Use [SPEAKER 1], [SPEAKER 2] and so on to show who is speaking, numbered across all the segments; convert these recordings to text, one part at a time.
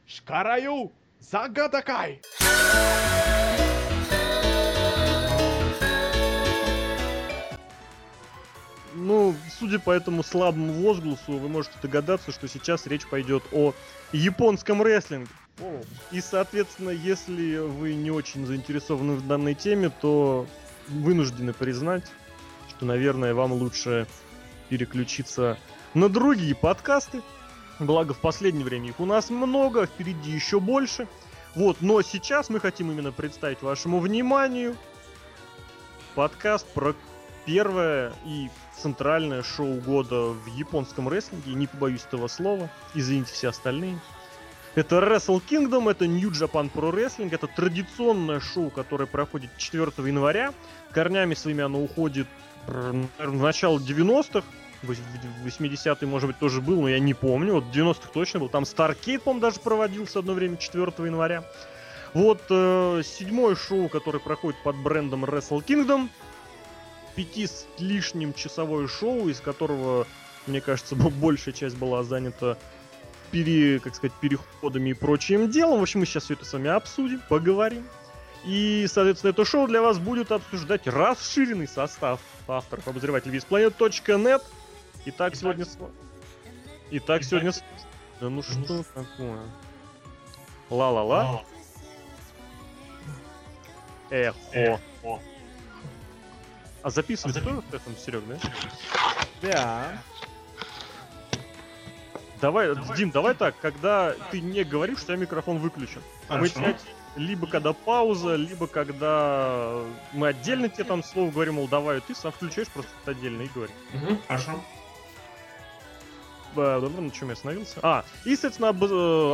[SPEAKER 1] Шкараю загадакай!
[SPEAKER 2] Ну, судя по этому слабому возгласу, вы можете догадаться, что сейчас речь пойдет о японском рестлинге. И, соответственно, если вы не очень заинтересованы в данной теме, то вынуждены признать, что, наверное, вам лучше переключиться на другие подкасты. Благо, в последнее время их у нас много, впереди еще больше. Вот, но сейчас мы хотим именно представить вашему вниманию подкаст про первое и центральное шоу года в японском рестлинге, не побоюсь этого слова, извините все остальные. Это Wrestle Kingdom, это New Japan Pro Wrestling, это традиционное шоу, которое проходит 4 января. Корнями своими оно уходит, наверное, в начало 90-х, 80-й, может быть, тоже был, но я не помню, вот в 90-х точно был. Там Starrcade, по-моему, даже проводился одно время 4 января. Вот седьмое шоу, которое проходит под брендом Wrestle Kingdom. 5 с лишним часовое шоу, из которого, мне кажется, большая часть была занята переходами и прочим делом. В общем, мы сейчас все это с вами обсудим, поговорим. И, соответственно, это шоу для вас будет обсуждать расширенный состав авторов обозревателей visplanet.net. Итак, сегодня... Да ну что такое? Ла-ла-ла. Эхо. А записывать тоже в этом, Серег, да?
[SPEAKER 1] Да.
[SPEAKER 2] Давай, Дим, давай так, когда ты не говоришь, у тебя микрофон выключен. Мы тебе либо когда пауза, либо когда мы отдельно тебе там слово говорим, мол, давай, ты сам включаешь просто отдельно и говори.
[SPEAKER 3] Хорошо.
[SPEAKER 2] На чем я остановился? И, соответственно,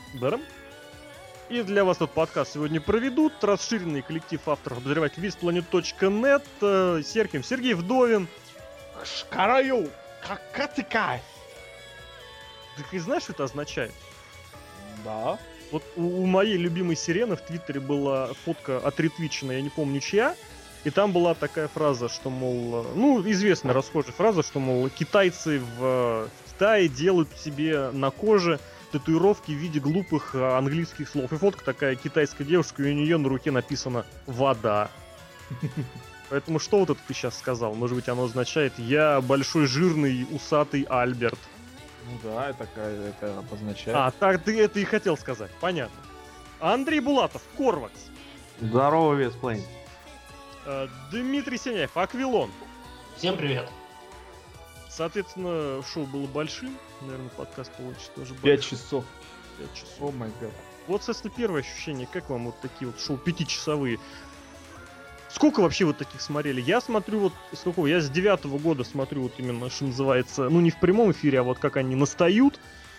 [SPEAKER 2] И для вас этот подкаст сегодня проведут расширенный коллектив авторов обозревателей visplanet.net, Сергей Вдовин.
[SPEAKER 1] Шкараю какатикай!
[SPEAKER 2] Ты знаешь, что это означает?
[SPEAKER 1] Да.
[SPEAKER 2] Вот у моей любимой Сирены в Твиттере была фотка отретвичена, я не помню чья, и там была такая фраза, что, мол, известная расхожая фраза, что, мол, китайцы в Китае делают себе на коже татуировки в виде глупых английских слов. И фотка такая китайская девушка, и у нее на руке написано «вода». Поэтому что вот это ты сейчас сказал? Может быть, оно означает «я большой жирный усатый Альберт».
[SPEAKER 1] Ну да, это обозначает.
[SPEAKER 2] Так ты это и хотел сказать, понятно. Андрей Булатов, Корвакс.
[SPEAKER 4] Здорово, Весплейн.
[SPEAKER 2] Дмитрий Сеняев, Аквилон.
[SPEAKER 3] Всем привет.
[SPEAKER 2] Соответственно, шоу было большим. Наверное, подкаст получится тоже
[SPEAKER 1] 5 часов.
[SPEAKER 2] 5 часов.
[SPEAKER 1] О май гад.
[SPEAKER 2] Вот, соответственно, первое ощущение. Как вам вот такие вот шоу 5-часовые? Сколько вообще вот таких смотрели? Я смотрю вот... Сколько? Я с 9-го года смотрю вот именно, что называется... Ну, не в прямом эфире, а вот как они настают.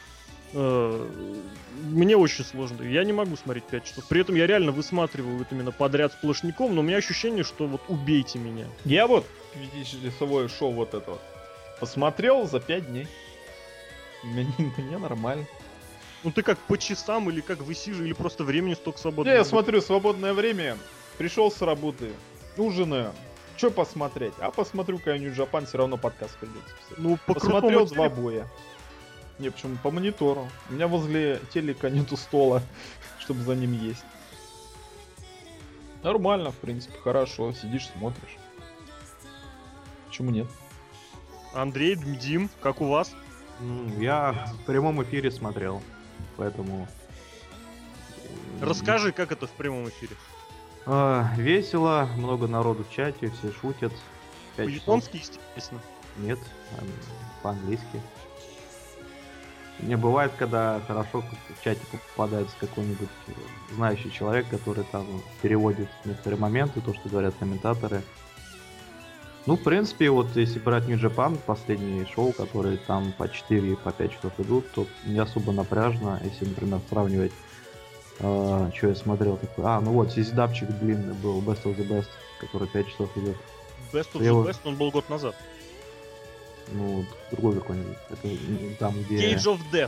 [SPEAKER 2] Мне очень сложно. Я не могу смотреть 5 часов. При этом я реально высматриваю вот именно подряд сплошняком, но у меня ощущение, что вот убейте меня.
[SPEAKER 1] Я вот 5-часовое шоу вот это вот посмотрел за 5 дней. Мне нормально.
[SPEAKER 2] Ну ты как по часам или как высиживаешь, или просто времени столько свободного?
[SPEAKER 1] Я смотрю свободное время, пришел с работы, ужинаю. Что посмотреть? Посмотрю-ка New Japan, все равно подкаст придется писать.
[SPEAKER 2] Ну,
[SPEAKER 1] посмотрел 2 боя. Не, почему? По монитору. У меня возле телека нету стола, чтобы за ним есть. Нормально, в принципе, хорошо. Сидишь, смотришь. Почему нет?
[SPEAKER 2] Андрей, Дим, как у вас?
[SPEAKER 4] Я в прямом эфире смотрел, поэтому...
[SPEAKER 2] Расскажи, как это в прямом эфире.
[SPEAKER 4] Весело, много народу в чате, все шутят.
[SPEAKER 2] По-японски, естественно.
[SPEAKER 4] Нет, по-английски. Мне бывает, когда хорошо в чате попадается какой-нибудь знающий человек, который там переводит некоторые моменты, то, что говорят комментаторы. Ну, в принципе, вот если брать New Japan, последние шоу, которые там по 4 и по 5 часов идут, то не особо напряжно, если, например, сравнивать, что я смотрел такой. Ну вот, сизидапчик длинный был, Best of the Best, который 5 часов идет.
[SPEAKER 2] Best of the Best, он был год назад.
[SPEAKER 4] Ну, другой какой-нибудь. Это там, где...
[SPEAKER 2] Cage of Death.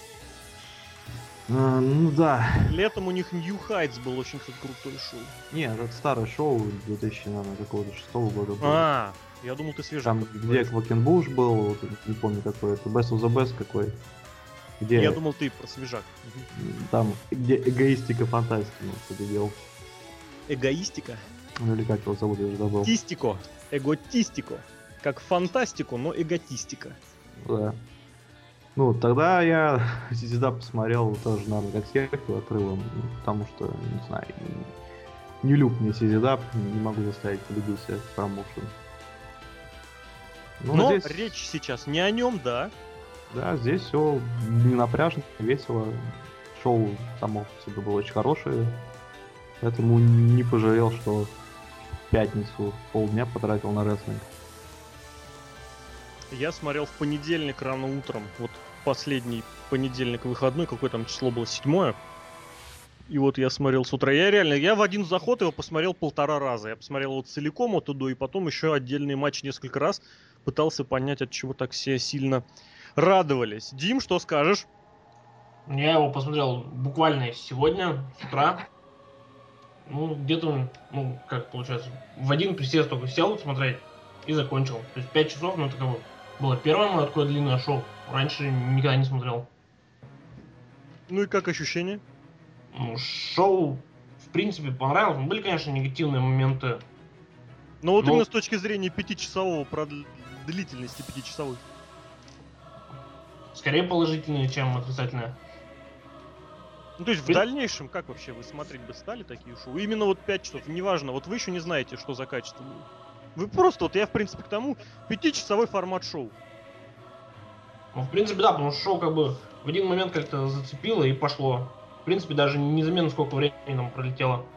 [SPEAKER 4] Ну да.
[SPEAKER 2] Летом у них New Heights был очень, кстати, крутое шоу.
[SPEAKER 4] Нет, это старое шоу 2006 года было.
[SPEAKER 2] Я думал, ты свежий.
[SPEAKER 4] Там, где Квакенбуш был, не помню какой это, Best of the Best какой. где
[SPEAKER 2] Я думал, ты про свежак.
[SPEAKER 4] там, где эгоистика фантастика победил.
[SPEAKER 2] Эгоистика.
[SPEAKER 4] Ну или как его зовут, я уже забыл.
[SPEAKER 2] Тистико. Эготистико. Как фантастику, но эготистика.
[SPEAKER 4] Да. Ну, тогда я всегда посмотрел тоже, наверное, как Серхио отрывом, потому что, не знаю, не люб мне Сизидап, не могу заставить полюбился этот промоушен. Ну,
[SPEAKER 2] Но
[SPEAKER 4] здесь,
[SPEAKER 2] речь сейчас не о нем, да.
[SPEAKER 4] да, здесь все не напряжно, весело. Шоу само по себе было очень хорошее, поэтому не пожалел, что в пятницу полдня потратил на рестлинг.
[SPEAKER 2] Я смотрел в понедельник рано утром. Вот последний понедельник выходной, какое там число было, 7-е. И вот я смотрел с утра. Я в один заход его посмотрел 1,5 раза. Я посмотрел его целиком от и до, и потом еще отдельный матч несколько раз. Пытался понять, от чего так все сильно радовались. Дим, что скажешь?
[SPEAKER 3] Я его посмотрел буквально сегодня, с утра. Ну, где-то, ну, как получается, в один присест только сел смотреть и закончил. То есть 5 часов, ну, это как бы было первое мое такое длинное шоу. Раньше никогда не смотрел.
[SPEAKER 2] Ну и как ощущения?
[SPEAKER 3] Ну, шоу, в принципе, понравилось. Были, конечно, негативные моменты.
[SPEAKER 2] Но вот
[SPEAKER 3] Ну-
[SPEAKER 2] именно с точки зрения 5-часового длительности 5-часовой.
[SPEAKER 3] Скорее положительные, чем отрицательные.
[SPEAKER 2] Ну, то есть в дальнейшем, как вообще вы смотреть бы стали такие шоу? Именно вот 5 часов, неважно, вот вы еще не знаете, что за качество будет. Вы просто, вот я в принципе к тому, 5-часовой формат шоу.
[SPEAKER 3] Ну, в принципе, да, потому что шоу как бы в один момент как-то зацепило и пошло. В принципе, даже незаметно сколько времени там пролетело.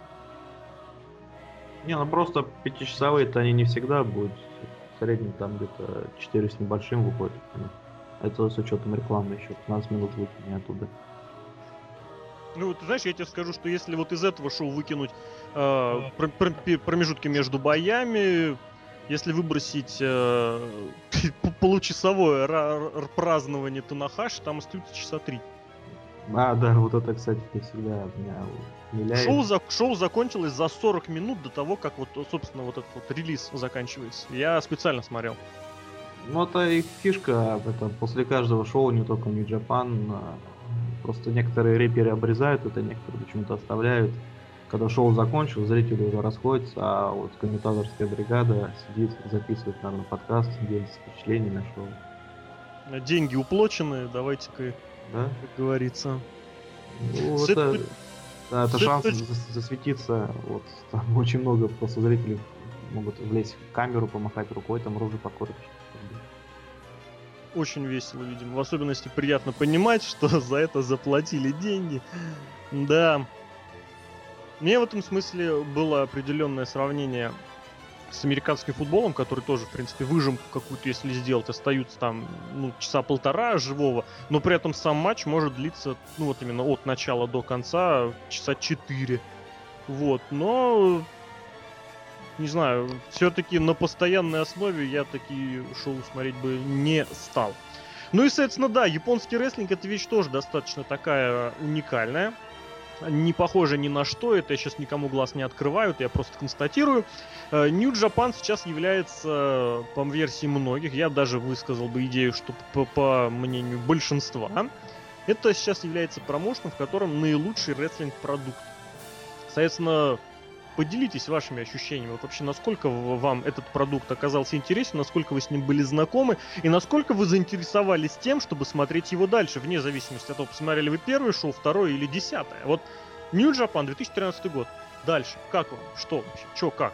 [SPEAKER 4] Не, ну просто 5-часовые-то они не всегда будут. В среднем там где-то 4 с небольшим выходит. Это с учетом рекламы еще 15 минут выкини оттуда.
[SPEAKER 2] Ну, ты знаешь, я тебе скажу, что если вот из этого шоу выкинуть промежутки между боями, если выбросить получасовое празднование Танахаши, там остаются часа 3.
[SPEAKER 4] А, да, вот это, кстати, всегда меня умиляет.
[SPEAKER 2] Шоу закончилось за 40 минут до того, как вот, собственно, вот этот вот релиз заканчивается. Я специально смотрел.
[SPEAKER 4] Ну, это и фишка, это после каждого шоу, не только New Japan, просто некоторые рэперы обрезают это, некоторые почему-то оставляют. Когда шоу закончилось, зрители уже расходятся, а вот комментаторская бригада сидит, записывает, наверное, подкаст, делится впечатлениями на шоу.
[SPEAKER 2] Деньги уплочены, давайте-ка,
[SPEAKER 4] Да?
[SPEAKER 2] как говорится.
[SPEAKER 4] Ну,
[SPEAKER 2] С
[SPEAKER 4] это,
[SPEAKER 2] этой-
[SPEAKER 4] да, это
[SPEAKER 2] с этой
[SPEAKER 4] шанс
[SPEAKER 2] точки-
[SPEAKER 4] засветиться. Вот, там очень много просто зрителей могут влезть в камеру, помахать рукой, там рожи покорить.
[SPEAKER 2] Очень весело, видимо. В особенности приятно понимать, что за это заплатили деньги. Да. Мне в этом смысле было определенное сравнение с американским футболом, который тоже, в принципе, выжимку какую-то, если сделать, остаются там, ну, часа 1,5 живого, но при этом сам матч может длиться, ну, вот именно от начала до конца часа 4. Вот, но... Не знаю, все-таки на постоянной основе я такие шоу смотреть бы не стал. Ну и, соответственно, да, японский рестлинг — это вещь тоже достаточно такая уникальная. Не похожа ни на что, это я сейчас никому глаз не открываю, это я просто констатирую. New Japan сейчас является, по версии многих, я даже высказал бы идею, что по мнению большинства, это сейчас является промоушеном, в котором наилучший рестлинг-продукт. Соответственно, поделитесь вашими ощущениями. Вот вообще, насколько вам этот продукт оказался интересен, насколько вы с ним были знакомы, и насколько вы заинтересовались тем, чтобы смотреть его дальше, вне зависимости от того, посмотрели вы первое шоу, второе или 10-е. Вот New Japan, 2013 год. Дальше. Как вам? Что вообще? Чё, как?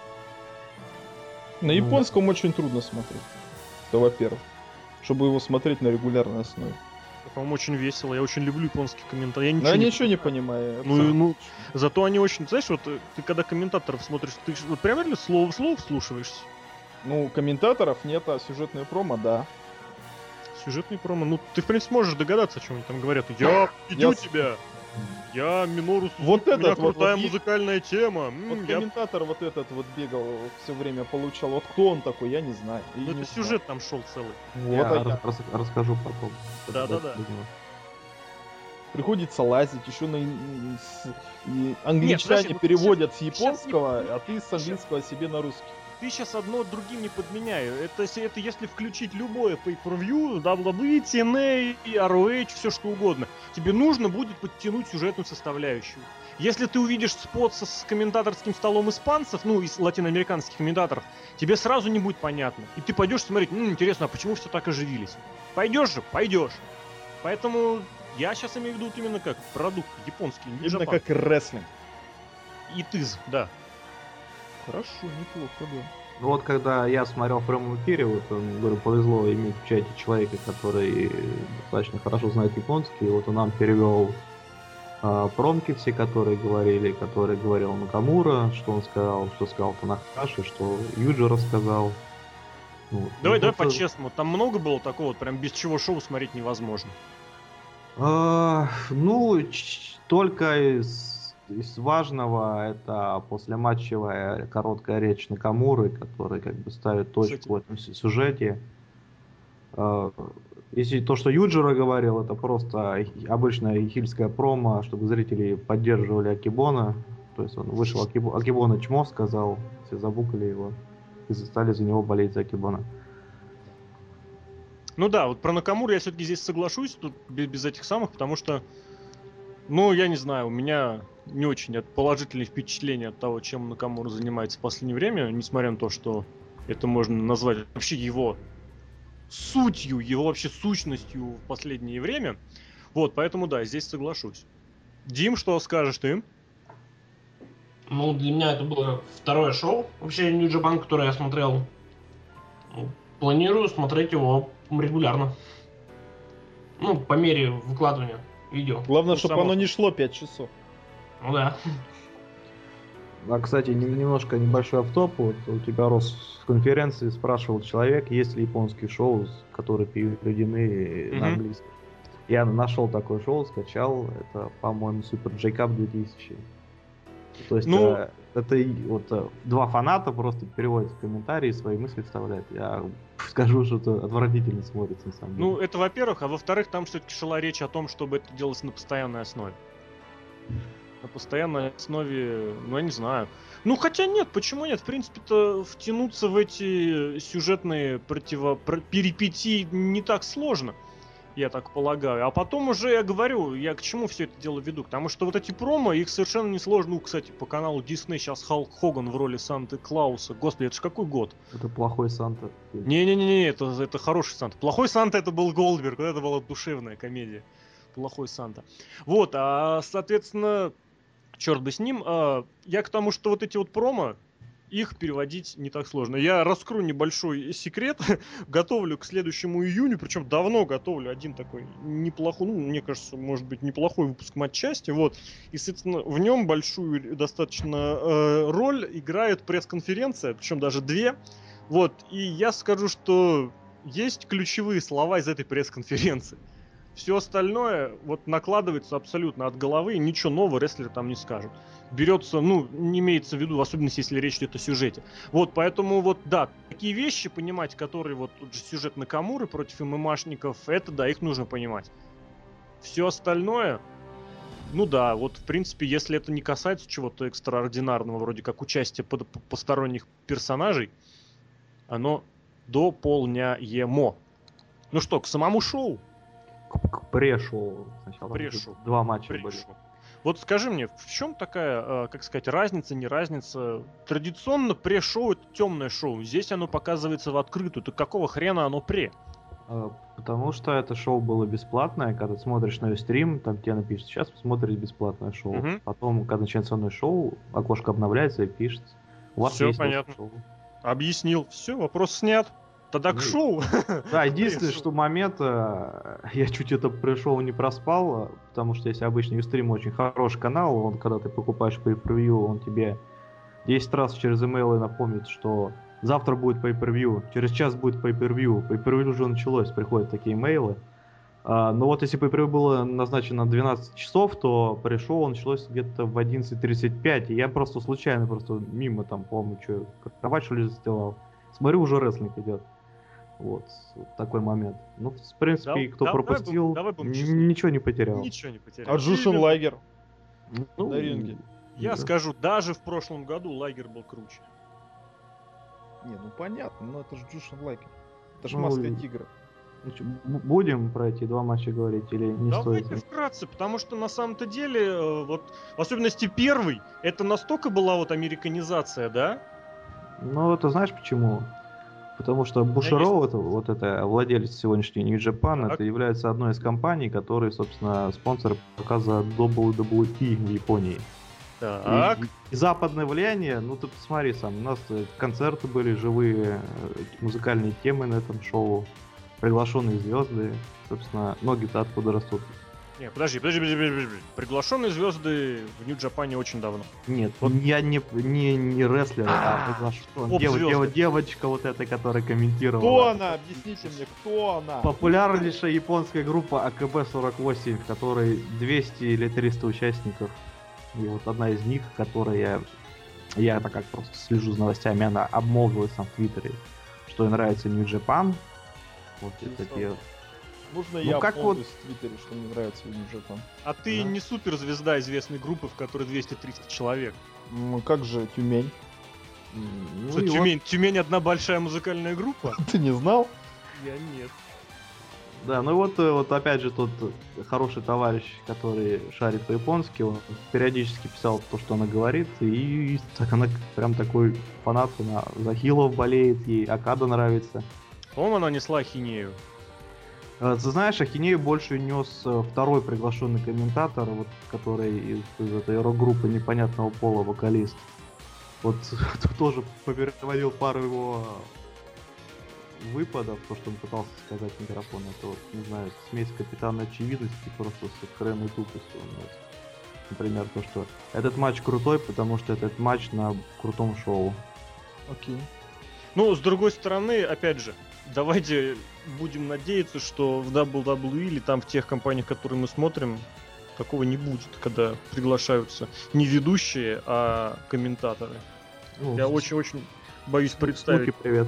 [SPEAKER 1] На японском очень трудно смотреть. Это во-первых. Чтобы его смотреть на регулярной основе.
[SPEAKER 2] По-моему, очень весело. Я очень люблю японские комментарии.
[SPEAKER 1] Но я ничего не понимаю.
[SPEAKER 2] Ну, зато они очень... Знаешь, вот ты когда комментаторов смотришь, ты вот прям реально слово в слово вслушиваешься.
[SPEAKER 1] Ну, комментаторов нет, а сюжетные промо, да.
[SPEAKER 2] Сюжетный промо. Ну, ты, в принципе, можешь догадаться, о чем они там говорят. Я победил тебя! Я Минору Сузуки,
[SPEAKER 1] Вот
[SPEAKER 2] у меня
[SPEAKER 1] этот вот,
[SPEAKER 2] крутая
[SPEAKER 1] вот
[SPEAKER 2] музыкальная тема.
[SPEAKER 1] Вот
[SPEAKER 2] Я...
[SPEAKER 1] комментатор вот этот вот бегал, все время получал. Вот кто он такой, я не знаю. И
[SPEAKER 2] Ну,
[SPEAKER 1] не
[SPEAKER 2] это
[SPEAKER 1] знаю.
[SPEAKER 2] сюжет там шел целый.
[SPEAKER 1] Вот,
[SPEAKER 4] Я
[SPEAKER 1] а я-
[SPEAKER 4] расскажу потом.
[SPEAKER 2] Да-да-да.
[SPEAKER 1] Приходится лазить, еще на и англичане
[SPEAKER 2] Нет, подожди, ну,
[SPEAKER 1] переводят с
[SPEAKER 2] щас
[SPEAKER 1] японского,
[SPEAKER 2] не-
[SPEAKER 1] а ты с английского себе на русский.
[SPEAKER 2] ты сейчас одно другим не подменяй. Это если включить любое pay-per-view, WWE, TNA, ROH, все что угодно, тебе нужно будет подтянуть сюжетную составляющую. Если ты увидишь спот с комментаторским столом испанцев, ну, из латиноамериканских комментаторов, тебе сразу не будет понятно. И ты пойдешь смотреть, интересно, а почему все так оживились? Пойдешь же, пойдешь. Поэтому я сейчас имею в виду вот именно как продукт японский.
[SPEAKER 1] Именно как рестлинг.
[SPEAKER 2] И тыз, да.
[SPEAKER 1] Хорошо, неплохо, да.
[SPEAKER 4] Ну вот когда я смотрел в прямом эфире, вот, говорю, повезло иметь в чате человека, который достаточно хорошо знает японский, и вот он нам перевел промки все, которые говорил Накамура, что он сказал, что сказал Танахаши, что Юджи рассказал. Ну,
[SPEAKER 2] Давай по-честному, там много было такого, вот прям без чего шоу смотреть невозможно.
[SPEAKER 4] Только из важного это послематчевая короткая речь Накамуры, который как бы ставит точку в этом сюжете. Если то, что Юджиро говорил, это просто обычная хильская промо, чтобы зрители поддерживали Акибона. То есть он вышел, Акибона чмо сказал, все забукали его и стали за него болеть, за Акибона.
[SPEAKER 2] Ну да, вот про Накамуру я все-таки здесь соглашусь, тут без этих самых, потому что, ну, я не знаю, у меня не очень положительные впечатления от того, чем Накамура занимается в последнее время, несмотря на то, что это можно назвать вообще его сутью, его вообще сущностью в последнее время. Вот, поэтому да, здесь соглашусь. Дим, что скажешь ты?
[SPEAKER 3] Ну, для меня это было второе шоу, вообще New Japan, которое я смотрел. Планирую смотреть его регулярно. Ну, по мере выкладывания видео.
[SPEAKER 1] Главное, чтобы оно не шло 5 часов.
[SPEAKER 3] Ну да.
[SPEAKER 4] А, кстати, немножко небольшой автоп. Вот у тебя в конференции спрашивал человек, есть ли японские шоу, которые переведены на английский. Я нашел такое шоу, скачал. Это, по-моему, Super J-Cup 2000. То есть это вот два фаната просто переводят в комментарии, свои мысли вставляют. Я скажу, что это отвратительно смотрится на самом деле.
[SPEAKER 2] Ну, это во-первых, а во-вторых, там все-таки шла речь о том, чтобы это делалось на постоянной основе. На постоянной основе, ну, я не знаю. Ну, хотя нет, почему нет? В принципе-то втянуться в эти сюжетные перипетии не так сложно, я так полагаю. А потом уже я говорю, я к чему все это дело веду? Потому что вот эти промо, их совершенно не сложно. Ну, кстати, по каналу Disney сейчас Халк Хоган в роли Санты-Клауса. Господи, это ж какой год?
[SPEAKER 4] Это плохой Санта.
[SPEAKER 2] Не-не-не, это хороший Санта. Плохой Санта это был Голдберг, это была душевная комедия. Плохой Санта. Вот, а соответственно, черт бы с ним. Я к тому, что вот эти вот промо, их переводить не так сложно. Я раскрою небольшой секрет. Готовлю к следующему июню, причем давно готовлю один такой неплохой, ну, мне кажется, может быть, неплохой выпуск матчасти. Вот. И, соответственно, в нем большую достаточно роль играет пресс-конференция, причем даже две. Вот. И я скажу, что есть ключевые слова из этой пресс-конференции. Все остальное вот накладывается абсолютно от головы, и ничего нового рестлер там не скажет. Берется, ну, не имеется в виду, в особенности, если речь идет о сюжете. Вот, поэтому вот, да, такие вещи понимать, которые вот тут же сюжет Накамуры против ММАшников, это, да, их нужно понимать. Все остальное, ну да, вот, в принципе, если это не касается чего-то экстраординарного, вроде как участия посторонних персонажей, оно дополняемо. Ну что, к самому шоу?
[SPEAKER 4] К пре-шоу. Сначала два матча были.
[SPEAKER 2] Вот скажи мне, в чем такая, как сказать, разница, не разница? Традиционно пре-шоу — это темное шоу. Здесь оно показывается в открытую. Так какого хрена оно пре?
[SPEAKER 4] Потому что это шоу было бесплатное. Когда ты смотришь на стрим, там тебе напишут, сейчас посмотрите бесплатное шоу. Потом, когда начинается одно шоу, окошко обновляется и пишет. У вас
[SPEAKER 2] все
[SPEAKER 4] есть
[SPEAKER 2] понятно.
[SPEAKER 4] шоу.
[SPEAKER 2] Объяснил. Все, вопрос снят. Тогда к шоу.
[SPEAKER 4] Да, единственное, что момент, я чуть это пришел не проспал, потому что если обычно Ustream очень хороший канал, он, когда ты покупаешь pay-per-view, он тебе 10 раз через email напомнит, что завтра будет pay-per-view, через час будет pay-per-view, pay-per-view уже началось, приходят такие имейлы. Но вот если pay-per-view было назначено на 12 часов, то пришел он началось где-то в 11:35, и я просто случайно мимо там, по-моему, что, кровать что ли застилал, смотрю, уже рестлинг идет. Вот такой момент. Ну, в принципе, кто пропустил, ничего не потерял.
[SPEAKER 2] Ничего не потерял.
[SPEAKER 1] А Джушин Лагер
[SPEAKER 2] на ринге. Я скажу, даже в прошлом году Лагер был круче.
[SPEAKER 1] Не, ну понятно, но это же Джушин Лайкер. Это ж
[SPEAKER 4] Ну,
[SPEAKER 1] маска тигра.
[SPEAKER 4] Ну чё, будем про эти два матча говорить или не
[SPEAKER 2] Давайте
[SPEAKER 4] стоит?
[SPEAKER 2] вкратце, потому что на самом-то деле, вот, в особенности первый, это настолько была вот американизация, да?
[SPEAKER 4] Ну, это знаешь почему? Потому что Буширо, это владелец сегодняшней New Japan,
[SPEAKER 2] Так.
[SPEAKER 4] это является одной из компаний, которые, собственно, спонсор показа WWE в Японии.
[SPEAKER 2] Так.
[SPEAKER 4] И западное влияние, ну ты посмотри сам, у нас концерты были, живые музыкальные темы на этом шоу, приглашенные звезды, собственно, ноги-то откуда растут.
[SPEAKER 2] Не, подожди. Приглашенные звезды в Нью-Джапане очень давно.
[SPEAKER 4] Нет, я не рестлер, а приглашен. Девочка вот эта, которая комментировала.
[SPEAKER 1] Кто она? Объясните мне, кто она?
[SPEAKER 4] Популярнейшая японская группа АКБ-48, в которой 200 или 300 участников. И вот одна из них, которая... Я так как просто слежу за новостями, она обмолвилась там в Твиттере, что ей нравится New Japan. Вот и такие...
[SPEAKER 1] Можно
[SPEAKER 4] Ну,
[SPEAKER 1] я
[SPEAKER 4] как
[SPEAKER 1] помню в Твиттере, что мне нравится New Japan?
[SPEAKER 2] А ты
[SPEAKER 4] Да.
[SPEAKER 2] не суперзвезда известной группы, в которой 200-300 человек.
[SPEAKER 1] Как же Тюмень?
[SPEAKER 4] Ну,
[SPEAKER 2] Что,
[SPEAKER 4] и вот,
[SPEAKER 2] Тюмень одна большая музыкальная группа?
[SPEAKER 1] Ты не знал?
[SPEAKER 2] Я нет.
[SPEAKER 4] да, ну вот опять же тот хороший товарищ, который шарит по-японски, он периодически писал то, что она говорит, и так она прям такой фанат, она за Хилов болеет, ей Акада нравится.
[SPEAKER 2] По-моему, она несла ахинею.
[SPEAKER 4] Ты знаешь, ахинею больше нес второй приглашенный комментатор, вот, который из этой рок-группы непонятного пола, вокалист. Вот тоже переводил пару его выпадов, то, что он пытался сказать в микрофон. Это вот, не знаю, смесь капитана очевидности просто с крайней тупостью. Например, то, что этот матч крутой, потому что этот матч на крутом шоу.
[SPEAKER 1] Окей.
[SPEAKER 2] Ну, с другой стороны, опять же, давайте будем надеяться, что в WWE или там в тех компаниях, которые мы смотрим, такого не будет, когда приглашаются не ведущие, а комментаторы.
[SPEAKER 4] Ну,
[SPEAKER 2] Я очень-очень боюсь представить.
[SPEAKER 4] Слуки, привет.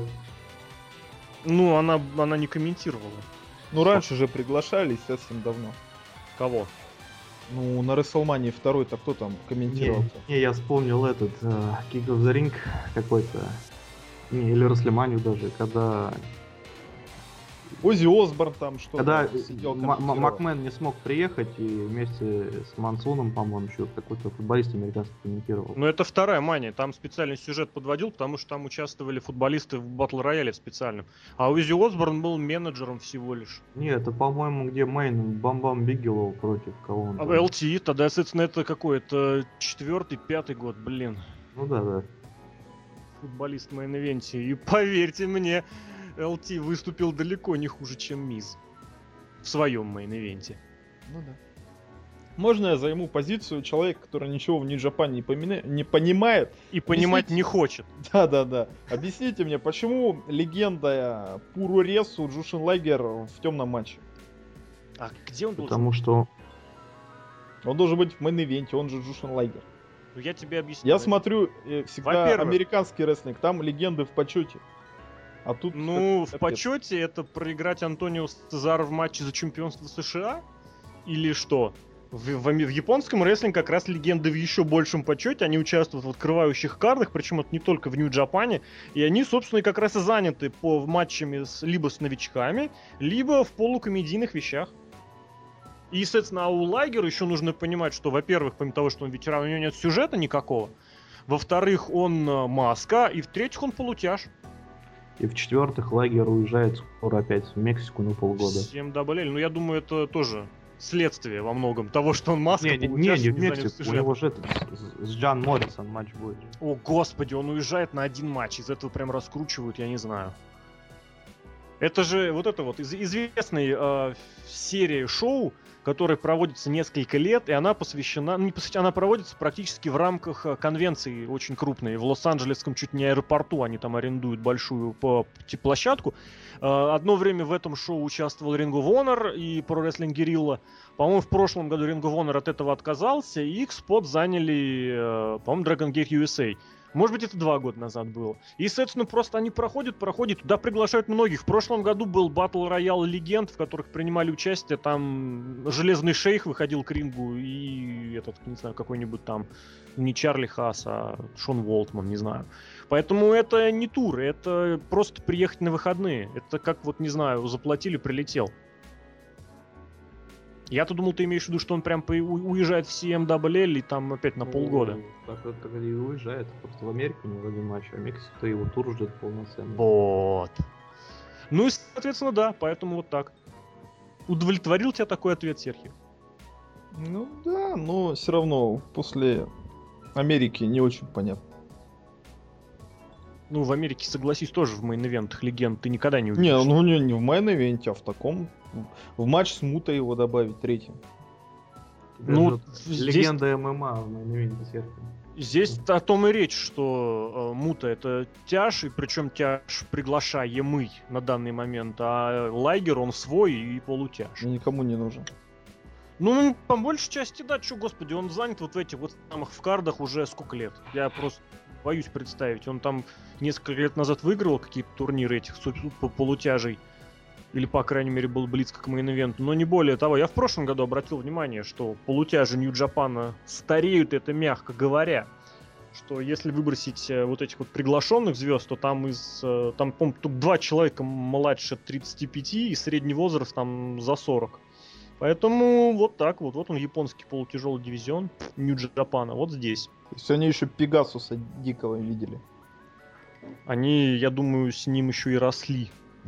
[SPEAKER 2] Ну, она не комментировала.
[SPEAKER 1] Ну раньше же приглашали, совсем давно.
[SPEAKER 2] Кого?
[SPEAKER 1] Ну, на WrestleMania 2-то кто там комментировал?
[SPEAKER 4] Не, я вспомнил этот King of the Ring какой-то. Не, или Расслеманию даже, когда
[SPEAKER 1] Оззи Осборн там что-то
[SPEAKER 4] Когда
[SPEAKER 1] сидел, комментировал.
[SPEAKER 4] Макмен не смог приехать и вместе с Мансуном, по-моему, еще какой-то футболист американский комментировал.
[SPEAKER 2] Ну, это вторая мания. Там специальный сюжет подводил, потому что там участвовали футболисты в батл рояле специальном. А Узи Осборн был менеджером всего лишь.
[SPEAKER 4] Не, это, по-моему, где Мэйн Бам-Бам Бигелоу против кого он
[SPEAKER 2] А
[SPEAKER 4] там?
[SPEAKER 2] LT, тогда, соответственно, это какой? Это 4-5 год, блин.
[SPEAKER 4] Ну да.
[SPEAKER 2] Футболист в мейн-ивенте. И поверьте мне, LT выступил далеко не хуже, чем Миз. В своем мейн-ивенте.
[SPEAKER 1] Ну да. Можно я займу позицию человека, который ничего в New Japan не понимает?
[SPEAKER 2] И понимать
[SPEAKER 1] Объясните.
[SPEAKER 2] не хочет.
[SPEAKER 1] Да. Объясните мне, почему легенда Пуру Ресу Джушин Лайгер в темном матче?
[SPEAKER 2] А где он должен?
[SPEAKER 4] Потому что...
[SPEAKER 1] Он должен быть в мейн-ивенте, он же Джушин Лайгер.
[SPEAKER 2] Ну, я тебе объясню.
[SPEAKER 1] Я смотрю всегда
[SPEAKER 2] Во-первых.
[SPEAKER 1] американский рестлинг, там легенды в почете. А тут...
[SPEAKER 2] Ну, в
[SPEAKER 1] капец.
[SPEAKER 2] почете это проиграть Антонио Сезаро в матче за чемпионство США? Или что? В японском рестлинге как раз легенды в еще большем почете, они участвуют в открывающих картах, причем это не только в Нью-Джапане, и они, собственно, и как раз и заняты по матчами либо с новичками, либо в полукомедийных вещах. И, соответственно, а у Лайгера еще нужно понимать, что, во-первых, помимо того, что он ветеран, у него нет сюжета никакого, во-вторых, он маска, и в-третьих, он полутяж.
[SPEAKER 4] И в-четвертых, Лагер уезжает скоро опять в Мексику на полгода.
[SPEAKER 2] Всем добавляли. Ну, я думаю, это тоже следствие во многом того, что он маска,
[SPEAKER 4] Не
[SPEAKER 2] полутяж,
[SPEAKER 4] в
[SPEAKER 2] занят
[SPEAKER 4] Мексику, у
[SPEAKER 2] сюжетом.
[SPEAKER 4] него же этот, с Джан Моррисон матч будет.
[SPEAKER 2] О, господи, он уезжает на один матч. Из этого прям раскручивают, я не знаю. Это же вот это вот известная серия шоу, которая проводится несколько лет, и она посвящена, она проводится практически в рамках конвенции очень крупной. В Лос-Анджелесском чуть не аэропорту они там арендуют большую площадку. Одно время в этом шоу участвовал Ring of Honor и Pro Wrestling Guerrilla. По-моему, в прошлом году Ring of Honor от этого отказался, и их спот заняли, по-моему, Dragon Gate USA. Может быть, это 2 года назад было. И, соответственно, просто они проходят, туда приглашают многих. В прошлом году был Battle Royale легенд, в которых принимали участие. Там Железный Шейх выходил к рингу, и этот, не знаю, какой-нибудь там, не Чарли Хасс, а Шон Уолтман, не знаю. Поэтому это не тур, это просто приехать на выходные. Это как, вот, не знаю, заплатили, прилетел. Я-то думал, ты имеешь в виду, что он прям уезжает в CMLL и там опять на полгода.
[SPEAKER 4] Так и уезжает. Просто в Америку у него один матч, а в Мексике его тур ждет полноценный.
[SPEAKER 2] Вот. Ну и, соответственно, да, поэтому вот так. Удовлетворил тебя такой ответ, Серхио?
[SPEAKER 1] Ну да, но все равно после Америки не очень понятно.
[SPEAKER 2] Ну, в Америке, согласись, тоже в мейн-ивентах легенд ты никогда не увидишь.
[SPEAKER 1] Не, ну не в мейн-ивенте, а в таком. В матч с Мутой его добавить третьим.
[SPEAKER 2] Ну,
[SPEAKER 4] легенда ММА в мейн-ивенте Серхио.
[SPEAKER 2] Здесь о том и речь, что Мута это тяж, и причем тяж приглашаемый на данный момент, а Лайгер он свой и полутяж.
[SPEAKER 1] Никому не нужен.
[SPEAKER 2] Ну, по большей части, да, чё, господи, он занят вот в этих вот самых вкардах уже сколько лет. Я просто боюсь представить. Он там несколько лет назад выигрывал какие-то турниры этих полутяжей. Или, по крайней мере, был близко к мейн-ивенту. Но не более того. Я в прошлом году обратил внимание, что полутяжи Нью-Джапана стареют, это мягко говоря. Что если выбросить вот этих вот приглашенных звезд, то там там, по-моему, только 2 человека младше 35 и средний возраст там за 40. Поэтому вот так вот. Вот он, японский полутяжелый дивизион Нью-Джапана. Вот здесь.
[SPEAKER 1] То есть они еще Пегасуса Дикого видели.
[SPEAKER 2] Они, я думаю, с ним еще и росли.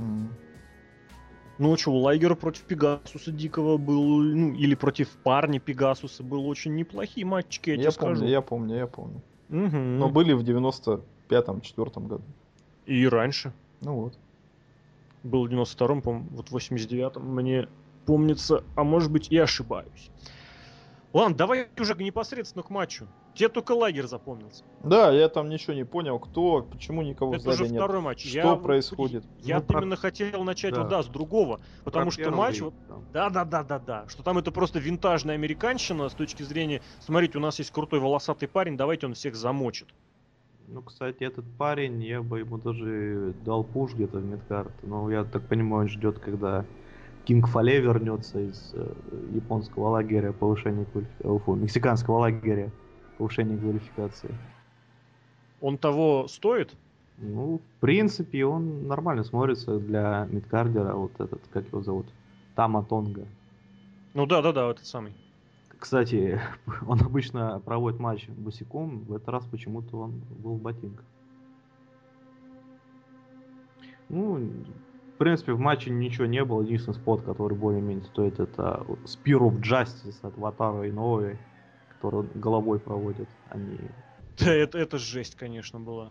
[SPEAKER 2] Ну, что, у Лайгера против Пегасуса Дикого был, ну, или против парня Пегасуса был очень неплохие матчики, я тебе скажу.
[SPEAKER 1] Я помню.
[SPEAKER 2] Угу.
[SPEAKER 1] Но были в 95-м, 4-м году.
[SPEAKER 2] И раньше.
[SPEAKER 1] Ну вот.
[SPEAKER 2] Был в 92-м, по-моему, вот в 89-м, мне помнится, а может быть и ошибаюсь. Ладно, давай уже непосредственно к матчу. Тебе только Лайгер запомнился.
[SPEAKER 1] Да, я там ничего не понял, кто, почему никого в
[SPEAKER 2] Это
[SPEAKER 1] зале
[SPEAKER 2] уже
[SPEAKER 1] нет.
[SPEAKER 2] второй матч.
[SPEAKER 1] Что происходит?
[SPEAKER 2] Я
[SPEAKER 4] Ну,
[SPEAKER 2] именно хотел начать
[SPEAKER 4] да.
[SPEAKER 2] вот, да, с другого. Потому
[SPEAKER 4] Про
[SPEAKER 2] что
[SPEAKER 4] первый,
[SPEAKER 2] матч... Вот,
[SPEAKER 4] там.
[SPEAKER 2] да. Что там это просто винтажная американщина с точки зрения... Смотрите, у нас есть крутой волосатый парень, давайте он всех замочит.
[SPEAKER 4] Ну, кстати, этот парень, я бы ему даже дал пуш где-то в мидкарт. Но я так понимаю, он ждет, когда Кинг Фале вернется из японского лагеря повышения квалификации. Мексиканского лагеря повышения квалификации.
[SPEAKER 2] Он того стоит?
[SPEAKER 4] Ну, в принципе, он нормально смотрится для мидкардера. Вот этот, как его зовут? Тама Тонга.
[SPEAKER 2] Ну да, этот самый.
[SPEAKER 4] Кстати, он обычно проводит матч босиком. В этот раз почему-то он был в ботинках. Ну, в принципе, в матче ничего не было. Единственный спот, который более-менее стоит, это Spear of Justice от Ватара Иноуэ, который головой проводит, а не...
[SPEAKER 2] Да, это жесть, конечно, была.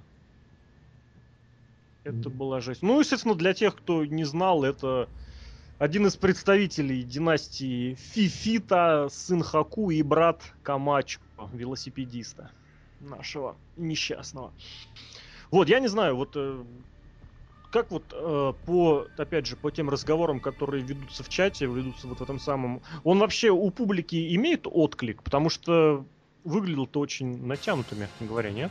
[SPEAKER 2] Это была жесть. Ну, естественно, для тех, кто не знал, это один из представителей династии Фифита, сын Хаку и брат Камачо, велосипедиста нашего несчастного. Вот, я не знаю, вот как вот опять же, по тем разговорам, которые ведутся в чате, ведутся вот в этом самом... Он вообще у публики имеет отклик? Потому что выглядел-то очень натянуто, мягко говоря, нет?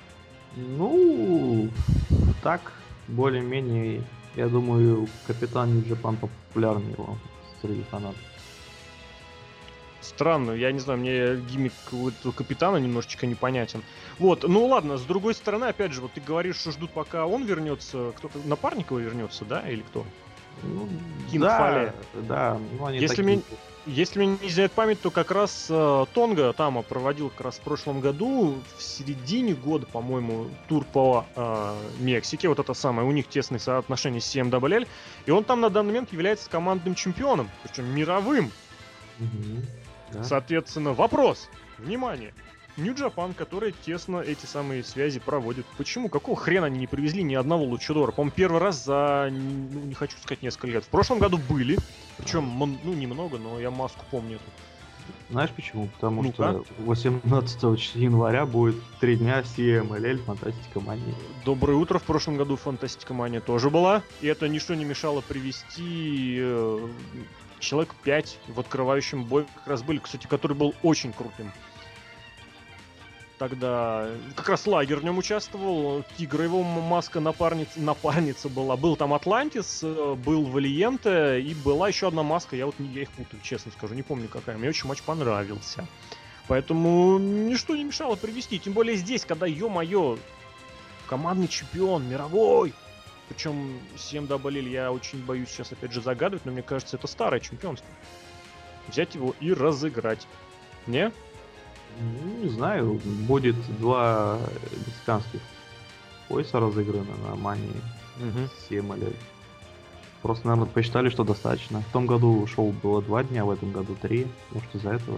[SPEAKER 4] Ну, так, более-менее, я думаю, капитан Нью-Джапан популярнее его среди фанатов.
[SPEAKER 2] Странно, я не знаю, мне гиммик у этого капитана немножечко непонятен. Вот, ну ладно, с другой стороны, опять же, вот ты говоришь, что ждут, пока он вернется, кто-то, напарник его вернется, да, или кто?
[SPEAKER 4] Ну,
[SPEAKER 2] Кинг Фале.
[SPEAKER 4] Да, ну они
[SPEAKER 2] Если
[SPEAKER 4] такие.
[SPEAKER 2] Если мне не изменяет память, то как раз Тонга Тама проводил как раз в прошлом году, в середине года, по-моему, тур по Мексике, вот это самое, у них тесные соотношения с CMLL, и он там на данный момент является командным чемпионом, причем мировым.
[SPEAKER 4] Да.
[SPEAKER 2] Соответственно, вопрос, внимание, Нью-Джапан, который тесно эти самые связи проводит. Почему? Какого хрена они не привезли ни одного лучидора? По-моему, первый раз за, ну, не хочу сказать, несколько лет. В прошлом году были, причем, ну, немного, но я маску помню.
[SPEAKER 4] Знаешь почему? Потому
[SPEAKER 2] Ну-ка.
[SPEAKER 4] что 18 января будет 3 дня CMLL Фантастика Мания.
[SPEAKER 2] Доброе утро. В прошлом году Фантастика Мания тоже была. И это ничто не мешало привести человек 5 в открывающем бой. Как раз были, кстати, который был очень крутым. тогда как раз Лагер в нем участвовал, Тигр, его маска напарница была. Был там Атлантис, был Валиенте, и была еще одна маска, я их путаю, честно скажу, не помню какая. Мне очень матч понравился. Поэтому ничто не мешало привести. Тем более здесь, когда, ё-моё, командный чемпион, мировой. Причем CMW я очень боюсь сейчас опять же загадывать, но мне кажется, это старое чемпионство. Взять его и разыграть. Не?
[SPEAKER 4] Ну, не знаю, будет 2 мексиканских пояса разыграно на Мании. 7 или... Просто, наверное, посчитали, что достаточно. В том году шоу было 2 дня, в этом году 3. Может, из-за этого.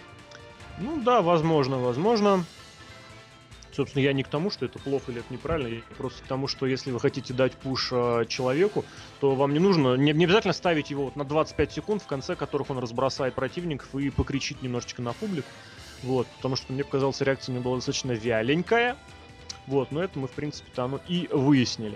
[SPEAKER 2] Ну да, возможно. Собственно, я не к тому, что это плохо или это неправильно, я просто к тому, что если вы хотите дать пуш человеку, то вам не нужно, не обязательно ставить его вот на 25 секунд, в конце которых он разбросает противников и покричит немножечко на публику. Вот, потому что мне показалось, реакция у него была достаточно вяленькая. Вот, но это мы, в принципе-то, оно и выяснили.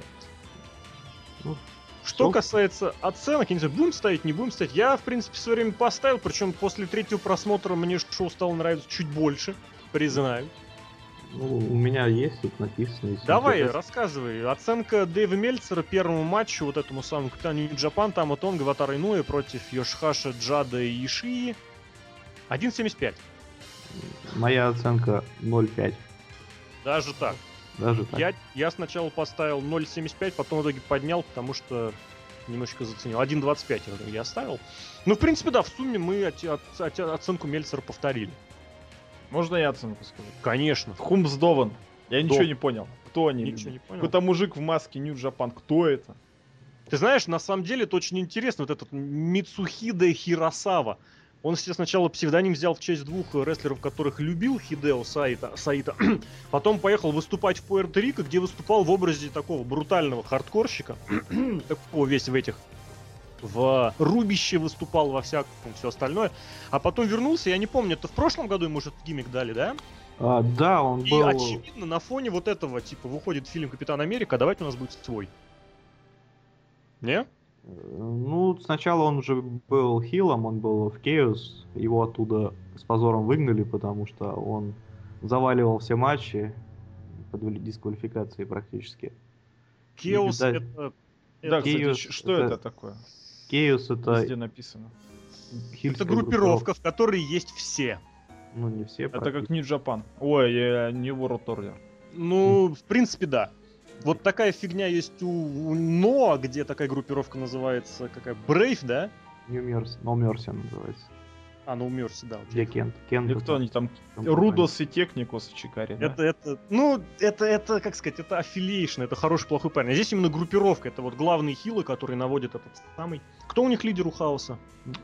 [SPEAKER 4] Ну,
[SPEAKER 2] что касается оценок, я не знаю, будем ставить, не будем ставить. Я, в принципе, в свое время поставил, причем после 3-го просмотра мне шоу стало нравиться чуть больше, признаю.
[SPEAKER 4] Ну, у меня есть тут написано.
[SPEAKER 2] Давай, рассказывай. Оценка Дэйва Мельцера первому матчу, вот этому самому капитану Нью-Джапан, Тама Тонга, Ватара Инуэ против Йошихаши, Джада и Ишии. 1.75.
[SPEAKER 4] Моя оценка 0.5.
[SPEAKER 2] Даже так.
[SPEAKER 4] Даже так.
[SPEAKER 2] Я сначала поставил 0.75, потом в итоге поднял, потому что немножечко заценил. 1.25 я оставил. Ну, в принципе, да, в сумме мы оценку Мельцера повторили.
[SPEAKER 1] Можно я оценку скажу?
[SPEAKER 2] Конечно.
[SPEAKER 1] Хумсдован. Я ничего не понял. Кто они?
[SPEAKER 2] Ничего не понял.
[SPEAKER 1] Какой-то мужик в маске Нью-Джапан. Кто это?
[SPEAKER 2] Ты знаешь, на самом деле это очень интересно. Вот этот Мицухиде Хиросава. Он себе сначала псевдоним взял в честь 2 рестлеров, которых любил, Хидео Саита. Потом поехал выступать в Пуэрто-Рико, где выступал в образе такого брутального хардкорщика. Такого весь в этих... В рубище выступал во всяком, все остальное. А потом вернулся, я не помню, это в прошлом году ему уже гиммик дали, да?
[SPEAKER 4] Да, он
[SPEAKER 2] И
[SPEAKER 4] был...
[SPEAKER 2] очевидно, на фоне вот этого, типа, выходит фильм «Капитан Америка», давайте у нас будет свой. Не?
[SPEAKER 4] Ну, сначала он уже был хилом, он был в Chaos, его оттуда с позором выгнали, потому что он заваливал все матчи под дисквалификацией практически.
[SPEAKER 2] Chaos
[SPEAKER 1] Да, кстати, что это такое?
[SPEAKER 4] Chaos это...
[SPEAKER 1] Везде написано.
[SPEAKER 2] Это группировка, в которой есть все.
[SPEAKER 4] Ну, не все.
[SPEAKER 1] Это как Нью-Джапан. Ой, не World Order.
[SPEAKER 2] Ну, в принципе, да. Вот такая фигня есть у Ноа, где такая группировка называется, какая, Brave, да?
[SPEAKER 4] No Mercy называется.
[SPEAKER 2] No Mercy, да.
[SPEAKER 4] Где Кент?
[SPEAKER 1] И кто они там? Рудос и Техникус в Чикаре, да?
[SPEAKER 2] Это, как сказать, это аффилиейшн, это хороший, плохой парень. А здесь именно группировка, это вот главные хилы, которые наводят этот самый... Кто у них лидер у Хаоса?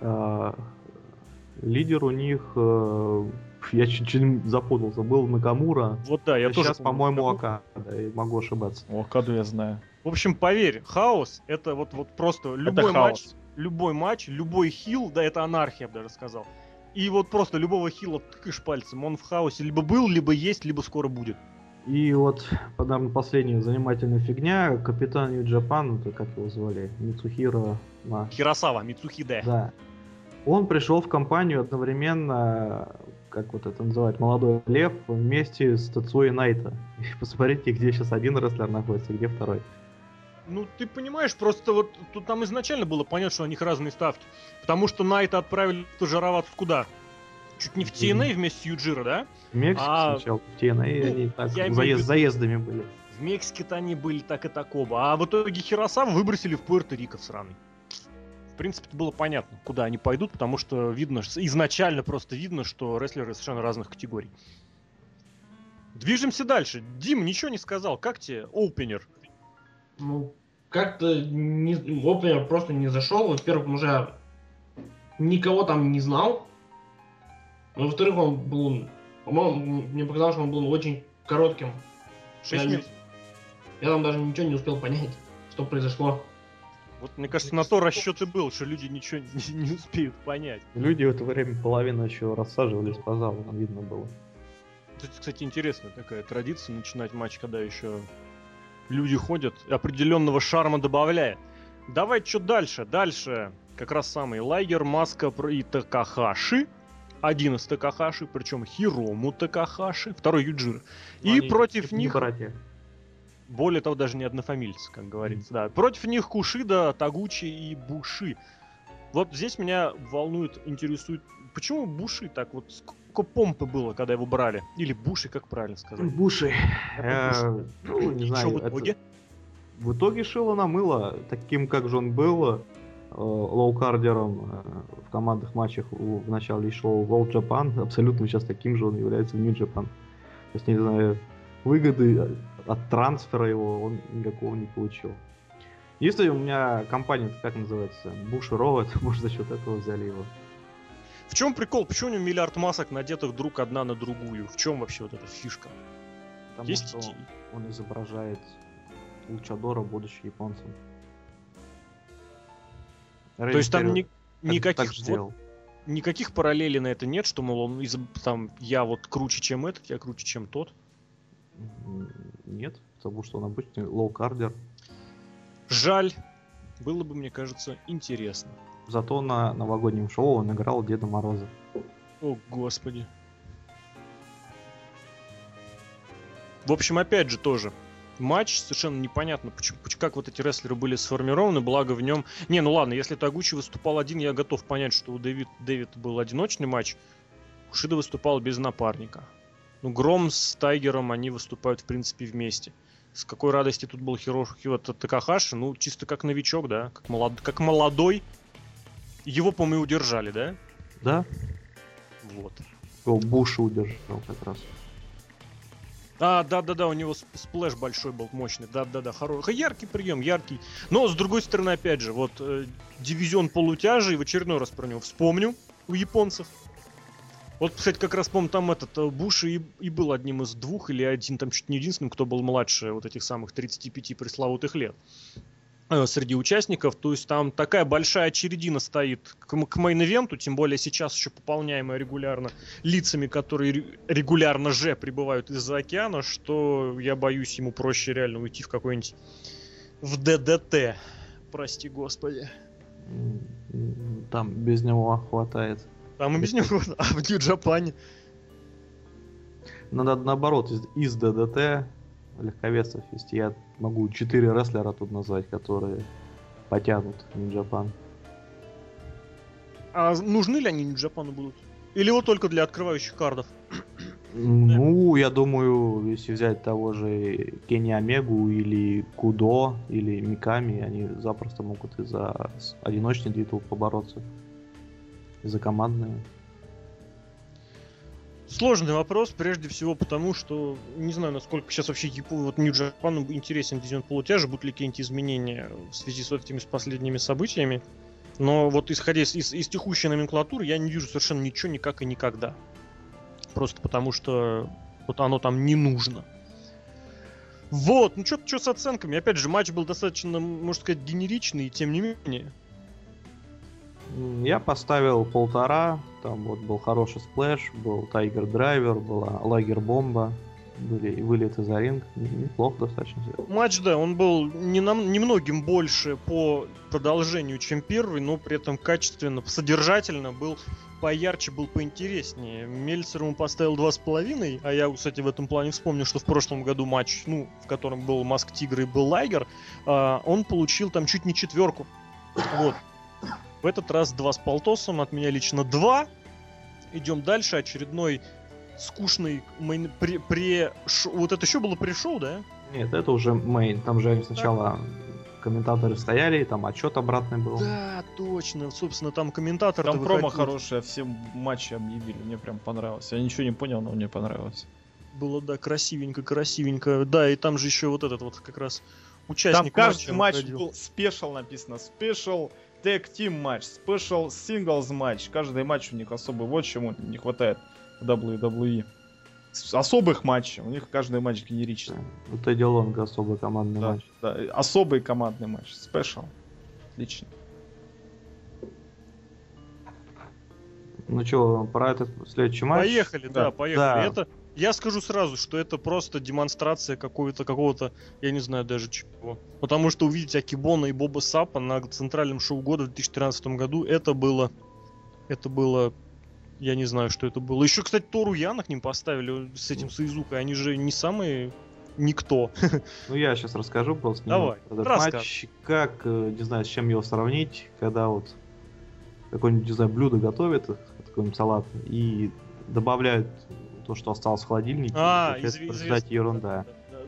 [SPEAKER 4] Лидер у них... Я чуть-чуть запутался. Был Накамура.
[SPEAKER 2] Вот да, я тоже
[SPEAKER 4] сейчас, по-моему, Окада. Я могу ошибаться.
[SPEAKER 1] Окаду я знаю.
[SPEAKER 2] В общем, поверь, Хаос это вот просто любой матч, любой хил, да, это анархия, я бы даже сказал. И вот просто любого хила тыкаешь пальцем, он в Хаосе либо был, либо есть, либо скоро будет.
[SPEAKER 4] И вот, наверное, последняя занимательная фигня. Капитан Нью-Джапан, это как его звали? Мицухиро...
[SPEAKER 2] Хиросава, Мицухиде.
[SPEAKER 4] Да. Он пришел в компанию одновременно, как вот это называют, молодой лев, вместе с Тацуи Найта. И посмотрите, где сейчас один рестлер находится, где второй.
[SPEAKER 2] Ну, ты понимаешь, просто вот тут там изначально было понятно, что у них разные ставки. Потому что Найта отправили стажироваться куда? Чуть не в TNA вместе с Юджиро, да?
[SPEAKER 4] В Мексике сначала, в TNA они так заездами были.
[SPEAKER 2] В Мексике-то они были так и так оба. А в итоге Хиросаву выбросили в Пуэрто-Рико в сраный. В принципе, это было понятно, куда они пойдут, потому что видно, изначально просто видно, что рестлеры совершенно разных категорий. Движемся дальше. Дим ничего не сказал. Как тебе опенер?
[SPEAKER 3] Ну, как-то опенер просто не зашел. Во-первых, он уже никого там не знал. Во-вторых, он был, по-моему, мне показалось, что он был очень коротким.
[SPEAKER 2] 6 минут.
[SPEAKER 3] Я там даже ничего не успел понять, что произошло.
[SPEAKER 2] Вот, мне кажется, на то расчет и был, что люди ничего не успеют понять.
[SPEAKER 4] Люди в это время половину еще рассаживались по залу, видно было.
[SPEAKER 2] Это, кстати, интересная такая традиция, начинать матч, когда еще люди ходят, определенного шарма добавляя. Давай, что дальше? Дальше как раз самый Лайгер, Маска и Такахаши один из Такахаши, причем Хирому Такахаши, второй Юджира.
[SPEAKER 4] Но
[SPEAKER 2] И
[SPEAKER 4] они
[SPEAKER 2] против
[SPEAKER 4] не
[SPEAKER 2] них,
[SPEAKER 4] братья.
[SPEAKER 2] более того, даже не однофамильцы, как говорится, да. Против них Кушида, Тагучи и Буши. Вот здесь меня волнует, интересует, почему Буши так вот, сколько помпы было, когда его брали? Или Буши, как правильно сказать?
[SPEAKER 4] Буши. Ну, не
[SPEAKER 2] И
[SPEAKER 4] знаю.
[SPEAKER 2] что в
[SPEAKER 4] это-
[SPEAKER 2] итоге?
[SPEAKER 4] В итоге Шило намыло, таким как же он был, лоукардером в командных матчах в начале шоу World Japan, абсолютно сейчас таким же он является в New Japan. То есть, не знаю, выгоды от трансфера его он никакого не получил. Если у меня компания, как называется, Буши-Ро, то может за счет этого взяли его.
[SPEAKER 2] В чем прикол? Почему у него миллиард масок, надетых друг одна на другую? В чем вообще вот эта фишка?
[SPEAKER 4] Потому
[SPEAKER 2] Есть
[SPEAKER 4] что
[SPEAKER 2] идеи?
[SPEAKER 4] он изображает Лучадора, будучи японцем.
[SPEAKER 2] То есть там
[SPEAKER 4] Так
[SPEAKER 2] никаких,
[SPEAKER 4] же сделал.
[SPEAKER 2] никаких параллелей на это нет, что, мол, он там, я вот круче, чем этот, я круче, чем тот.
[SPEAKER 4] Нет, потому что он обычный лоукардер.
[SPEAKER 2] Жаль. Было бы, мне кажется, интересно.
[SPEAKER 4] Зато на новогоднем шоу он играл Деда Мороза.
[SPEAKER 2] О, господи. В общем, опять же, тоже матч совершенно непонятно, как вот эти рестлеры были сформированы, благо в нем... Не, ну ладно, если Тагучи выступал один, я готов понять, что у Дэвид был одиночный матч. Кушида выступал без напарника. Ну, Гром с Тайгером, они выступают, в принципе, вместе. С какой радости тут был Хиро Такахаши, ну, чисто как новичок, да, как молодой. Его, по-моему, удержали, да?
[SPEAKER 4] Да?
[SPEAKER 2] Вот.
[SPEAKER 4] Его Буши удержал как раз.
[SPEAKER 2] Да, у него сплэш большой был, мощный, да, хороший, яркий прием, яркий. Но, с другой стороны, опять же, вот дивизион полутяжей, в очередной раз про него вспомню, у японцев. Вот, кстати, как раз, помню, там этот Буши и был одним из двух, или один, там чуть не единственным, кто был младше вот этих самых 35 пресловутых лет среди участников. То есть там такая большая очередина стоит к мейн-ивенту, тем более сейчас еще пополняемая регулярно лицами, которые регулярно же прибывают из-за океана, что я боюсь, ему проще реально уйти в какой-нибудь в ДДТ. Прости господи.
[SPEAKER 4] Там без него хватает.
[SPEAKER 2] Там и без него, а в Нью-Джапане.
[SPEAKER 4] Надо наоборот, из ДДТ легковесов есть. Я могу 4 рестлера тут назвать, которые потянут Нью-Джапан.
[SPEAKER 2] А нужны ли они Нью-Джапану будут? Или вот только для открывающих кардов?
[SPEAKER 4] Ну, я думаю, если взять того же Кенни Омегу или Кудо, или Миками, они запросто могут и за одиночный титул побороться. И за командные.
[SPEAKER 2] Сложный вопрос, прежде всего потому, что не знаю, насколько сейчас вообще вот Нью-Джапану интересен дивизион полутяжа, будут ли какие-нибудь изменения в связи с этими последними событиями. Но вот исходя из текущей номенклатуры, я не вижу совершенно ничего, никак и никогда. Просто потому что вот оно там не нужно. Вот, ну что с оценками? Опять же, матч был достаточно, можно сказать, генеричный, и тем не менее.
[SPEAKER 4] Я поставил 1,5. Там вот был хороший сплэш, был Тайгер Драйвер, была Лагер Бомба, были вылеты за ринг. Неплохо достаточно.
[SPEAKER 2] Матч, да, он был немногим больше по продолжению, чем первый, но при этом качественно, содержательно был поярче, был поинтереснее. Мельцер ему поставил 2,5, а я, кстати, в этом плане вспомнил, что в прошлом году матч, ну, в котором был Маск Тигр и был Лайгер, он получил там чуть не 4. Вот. В этот раз 2 с полтосом, от меня лично 2. Идем дальше, очередной скучный вот это еще было пришел, да?
[SPEAKER 4] Нет, это уже мейн. Там же сначала комментаторы стояли, там отчет обратный был.
[SPEAKER 2] Да, точно. Собственно, там комментатор.
[SPEAKER 1] Там промо хорошее, все матчи объявили, мне прям понравилось. Я ничего не понял, но мне понравилось.
[SPEAKER 2] Было, да, красивенько. Да, и там же еще вот этот вот как раз участник.
[SPEAKER 1] Там каждый матч был спешл написано, спешл Tag Team матч, Special Singles матч. Каждый матч у них особый. Вот чему не хватает в WWE. Особых матчей. У них каждый матч генеричный.
[SPEAKER 4] Да. Вот Эдди Лонг особый командный матч.
[SPEAKER 1] Да, особый командный матч. Special. Отлично.
[SPEAKER 4] Ну что, про этот следующий матч?
[SPEAKER 2] Поехали, да, поехали. Да. Это, я скажу сразу, что это просто демонстрация какого-то, я не знаю даже чего. Потому что увидеть Акибона и Боба Сапа на центральном шоу года в 2013 году, это было Я не знаю, что это было. Еще, кстати, Тору Яна к ним поставили с этим Саизукой. Они же не самые никто.
[SPEAKER 4] Ну, я сейчас расскажу просто
[SPEAKER 2] Давай,
[SPEAKER 4] этот
[SPEAKER 2] рассказывай.
[SPEAKER 4] матч, как, не знаю, с чем его сравнить, когда вот какое-нибудь, не знаю, блюдо готовят, какой-нибудь салат, и добавляют то, что осталось в холодильнике, и, соответственно, ерунда.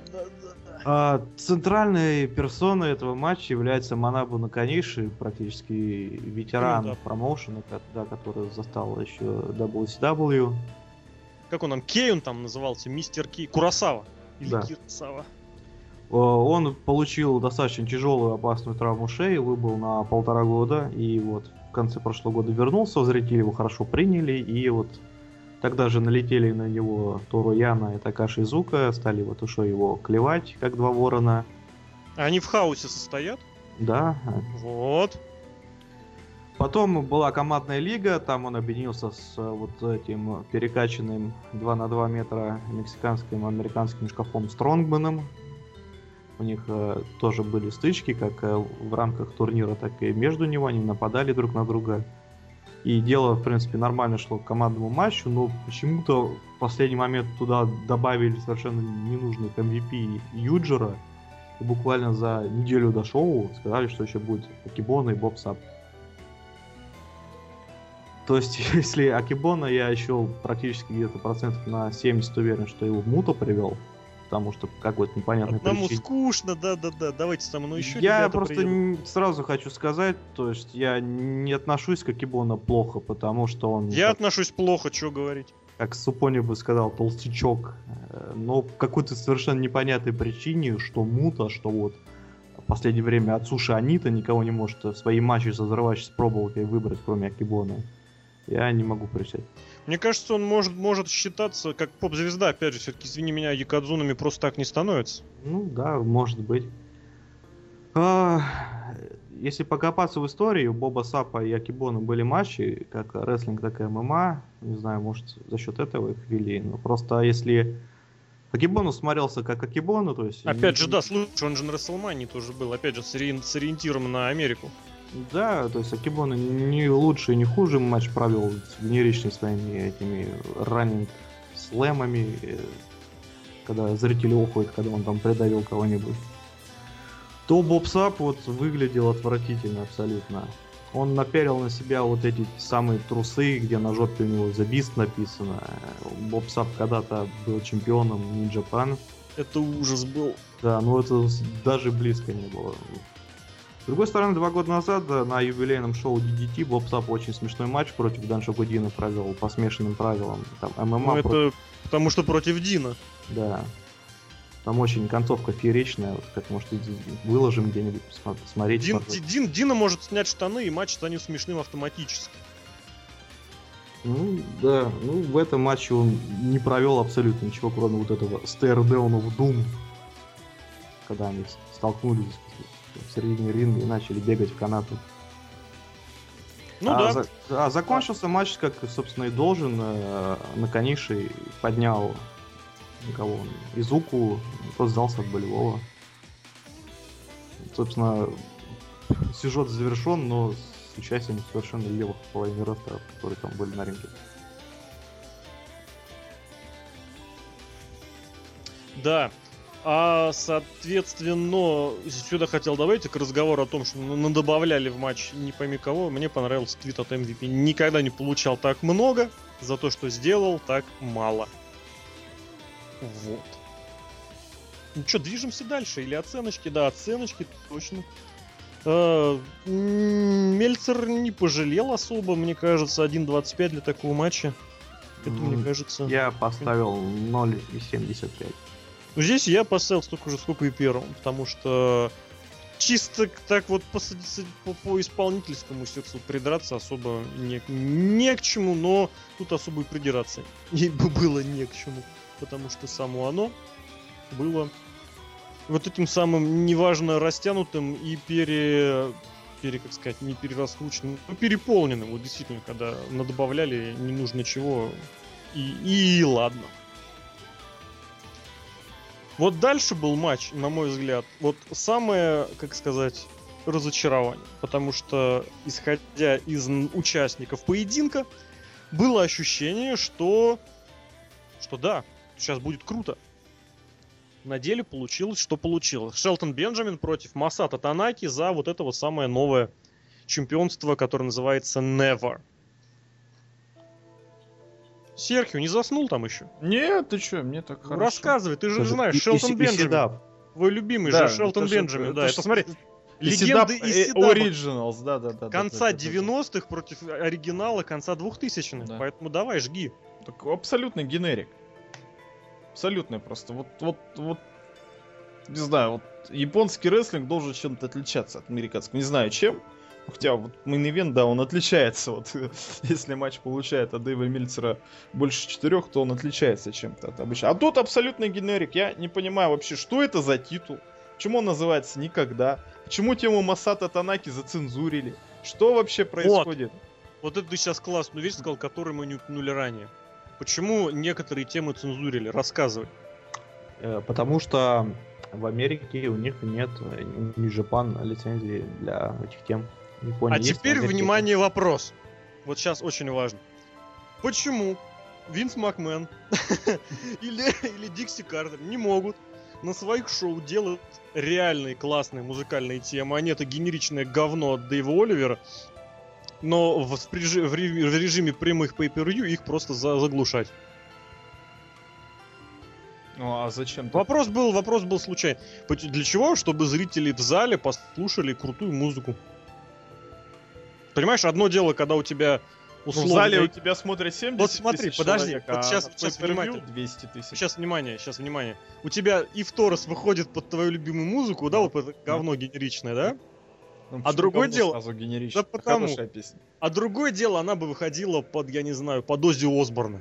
[SPEAKER 4] Центральной персоной этого матча является Манабу Наканиши, практически ветеран промоушена, который застал еще WCW.
[SPEAKER 2] Как он там? Кей он там назывался? Мистер Кей. Куросава. Или
[SPEAKER 4] Да.
[SPEAKER 2] Кирсава.
[SPEAKER 4] Он получил достаточно тяжелую опасную травму шеи, выбыл на 1,5 года, и вот в конце прошлого года вернулся, зрители его хорошо приняли, и вот тогда же налетели на него Тору Яна и Такаши Изука, стали вот уже его клевать, как два ворона.
[SPEAKER 2] А они в хаосе состоят?
[SPEAKER 4] Да.
[SPEAKER 2] Вот.
[SPEAKER 4] Потом была командная лига, там он объединился с вот этим перекачанным 2 на 2 метра мексиканским американским шкафом Стронгманом. У них тоже были стычки, как в рамках турнира, так и между него. Они нападали друг на друга. И дело, в принципе, нормально шло к командному матчу, но почему-то в последний момент туда добавили совершенно ненужных MVP Юджера. И буквально за неделю до шоу сказали, что еще будет Акибона и Боб Сап. То есть, если Акибона, я еще практически где-то процентов на 70 уверен, что его Муто привел, потому что какой-то непонятный
[SPEAKER 2] Одному
[SPEAKER 4] причине.
[SPEAKER 2] скучно, да-да-да. Давайте со мной еще
[SPEAKER 4] Я
[SPEAKER 2] ребята
[SPEAKER 4] просто
[SPEAKER 2] приедут.
[SPEAKER 4] сразу хочу сказать, то есть я не отношусь к Акибона плохо, потому что он,
[SPEAKER 2] Я отношусь плохо, что говорить.
[SPEAKER 4] как Супони бы сказал, толстячок, но по какой-то совершенно непонятной причине, что Муто, что вот в последнее время Ацуши Анита никого не может в свои матчи разрывающей с пробовкой выбрать, кроме Акибона. Я не могу присесть.
[SPEAKER 2] Мне кажется, он может считаться как поп-звезда. Опять же, все-таки, извини меня, якадзунами просто так не становится.
[SPEAKER 4] Ну да, может быть. Если покопаться в истории, у Боба Сапа и Акибона были матчи, как рестлинг, так и ММА. Не знаю, может, за счет этого их вели. Но просто если Акибона смотрелся как Акибона, то есть...
[SPEAKER 2] Опять же, да, слушай, он же на WrestleMania тоже был. Опять же, с ориентиром на Америку.
[SPEAKER 4] Да, то есть Акибона не лучше и не хуже матч провел с генеричными своими этими раннинг слэмами, когда зрители охуют, когда он там придавил кого-нибудь. То Боб Сап вот выглядел отвратительно абсолютно. Он наперил на себя вот эти самые трусы, где на жопе у него The Beast написано. Боб Сап когда-то был чемпионом New Japan.
[SPEAKER 2] Это ужас был.
[SPEAKER 4] Да, но это даже близко не было. С другой стороны, 2 года назад на юбилейном шоу DDT Боб Сап очень смешной матч против Даншо Гудина провел по смешанным правилам. Там ММА.
[SPEAKER 2] Ну, это потому что против Дина.
[SPEAKER 4] Да. Там очень концовка фееричная. Вот, как, может, выложим где-нибудь, посмотреть.
[SPEAKER 2] Дина может снять штаны, и матч станет смешным автоматически.
[SPEAKER 4] Ну, да. Ну, в этом матче он не провел абсолютно ничего, кроме вот этого Stare Down of Doom. Когда они столкнулись в середине ринга и начали бегать в канату.
[SPEAKER 2] Ну да.
[SPEAKER 4] Закончился матч, как, собственно, и должен. Наканиши поднял никого, Изуку, тот сдался от болевого. Собственно, сюжет завершен, но с участием совершенно левых половины ростеров, которые там были на ринге.
[SPEAKER 2] Да. А, соответственно, сюда хотел добавить к разговору о том, что надобавляли в матч не пойми кого. Мне понравился твит от MVP. Никогда не получал так много, за то, что сделал так мало. Вот. Ну что, движемся дальше? Или оценочки? Да, оценочки, точно. Мельцер не пожалел особо, мне кажется, 1.25 для такого матча. Это, мне кажется...
[SPEAKER 4] Я поставил 0.75.
[SPEAKER 2] Ну, здесь я поставил столько же, сколько и первым, потому что чисто так вот по исполнительскому сердцу придраться особо не к чему, но тут особо и придираться ей бы было не к чему, потому что само оно было вот этим самым неважно растянутым и как сказать, не перераскрученным, но переполненным, вот действительно, когда надобавляли не нужно чего, и ладно. Вот дальше был матч, на мой взгляд, вот самое, как сказать, разочарование. Потому что, исходя из участников поединка, было ощущение, что да, сейчас будет круто. На деле получилось, что получилось. Шелтон Бенджамин против Масато Танаки за вот это вот самое новое чемпионство, которое называется Never. Серхио, не заснул там еще?
[SPEAKER 1] Нет, ты чё, мне так
[SPEAKER 2] Ну,
[SPEAKER 1] хорошо.
[SPEAKER 2] рассказывай, ты же знаешь, Шелтон Бенджамин. Твой любимый же Шелтон Бенджамин, да. Это, смотри, легенды Исидаба.
[SPEAKER 1] Originals, да.
[SPEAKER 2] Конца 90-х против оригинала конца 2000-х.
[SPEAKER 1] Да.
[SPEAKER 2] Поэтому давай, жги.
[SPEAKER 1] Так абсолютный генерик. Абсолютный просто. Вот, не знаю, вот японский рестлинг должен чем-то отличаться от американского. Не знаю чем. Хотя вот мейн-ивент, да, он отличается. Вот если матч получает от Дэйва Мельцера больше 4, то он отличается чем-то от обычного. А тут абсолютный генерик. Я не понимаю вообще, что это за титул. Почему он называется «Никогда»? Почему тему Масато Танаки зацензурили? Что вообще происходит?
[SPEAKER 2] Вот это ты сейчас классную вещь сказал, которую мы не упомянули ранее. Почему некоторые темы цензурили? Рассказывай.
[SPEAKER 4] Потому что в Америке у них нет New Japan лицензии для этих тем. В Японии есть,
[SPEAKER 2] теперь,
[SPEAKER 4] в Америке
[SPEAKER 2] внимание, вопрос. Вот сейчас очень важно. Почему Винс Макмен или Дикси Картер не могут на своих шоу делать реальные классные музыкальные темы, а не это генеричное говно от Дэйва Оливера, но в режиме прямых pay-per-view их просто заглушать?
[SPEAKER 1] Ну а зачем?
[SPEAKER 2] Вопрос был случайный. Для чего? Чтобы зрители в зале послушали крутую музыку. Понимаешь, одно дело, когда у тебя условно...
[SPEAKER 1] в зале у тебя смотрят 70
[SPEAKER 2] Вот смотри,
[SPEAKER 1] тысяч
[SPEAKER 2] подожди,
[SPEAKER 1] человек,
[SPEAKER 2] вот
[SPEAKER 1] а
[SPEAKER 2] сейчас
[SPEAKER 1] на pay-per-view
[SPEAKER 2] внимательно.
[SPEAKER 1] 200 тысяч.
[SPEAKER 2] Сейчас внимание. У тебя и Торос выходит под твою любимую музыку, да, вот это говно генеричное, да?
[SPEAKER 1] Ну,
[SPEAKER 2] А
[SPEAKER 1] почему
[SPEAKER 2] другое
[SPEAKER 1] говно
[SPEAKER 2] дело-
[SPEAKER 1] сразу генерично?
[SPEAKER 2] Да потому-
[SPEAKER 1] Хорошая песня.
[SPEAKER 2] А другое дело, она бы выходила под, я не знаю, под Оззи Осборна.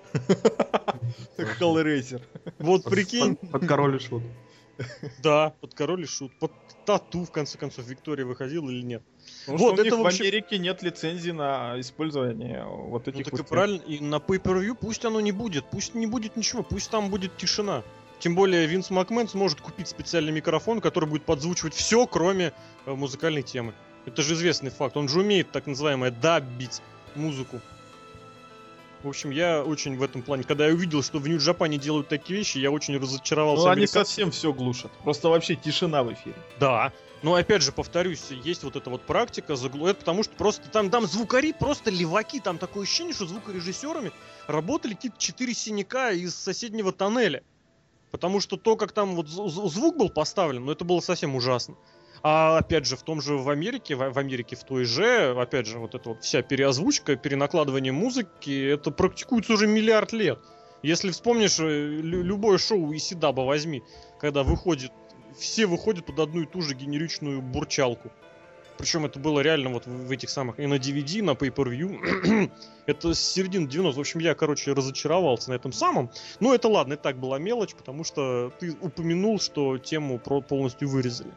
[SPEAKER 1] Hellraiser.
[SPEAKER 2] Вот прикинь,
[SPEAKER 4] под Король и Шут.
[SPEAKER 2] да, под Король и Шут, под Тату, в конце концов, Виктория выходила или нет.
[SPEAKER 1] Потому
[SPEAKER 2] Вот,
[SPEAKER 1] что у
[SPEAKER 2] это
[SPEAKER 1] них в
[SPEAKER 2] вообще-
[SPEAKER 1] Америке нет лицензии на использование вот
[SPEAKER 2] Ну
[SPEAKER 1] этих
[SPEAKER 2] так
[SPEAKER 1] вот
[SPEAKER 2] и
[SPEAKER 1] тем.
[SPEAKER 2] правильно, и на pay-per-view пусть оно не будет, пусть не будет ничего, пусть там будет тишина. Тем более Винс Макмен сможет купить специальный микрофон, который будет подзвучивать все, кроме музыкальной темы. Это же известный факт, он же умеет так называемое даббить музыку. В общем, я очень в этом плане, когда я увидел, что в Нью-Джапане делают такие вещи, я очень разочаровался.
[SPEAKER 1] Ну они
[SPEAKER 2] Американцами.
[SPEAKER 1] совсем все глушат. Просто вообще тишина в эфире.
[SPEAKER 2] Да, но опять же, повторюсь, есть вот эта вот практика, это потому что просто там звукари, просто леваки, там такое ощущение, что звукорежиссерами работали какие-то 4 синяка из соседнего тоннеля. Потому что то, как там вот звук был поставлен, ну это было совсем ужасно. А опять же, в том же в Америке в той же, опять же, вот эта вот вся переозвучка, перенакладывание музыки, это практикуется уже миллиард лет. Если вспомнишь, любое шоу Исидаба возьми, когда все выходят под одну и ту же генеричную бурчалку. Причем это было реально вот в этих самых, и на DVD, и на Pay-Per-View. Это с середины 90. В общем, я, разочаровался на этом самом. Но это ладно, это так была мелочь, потому что ты упомянул, что тему полностью вырезали.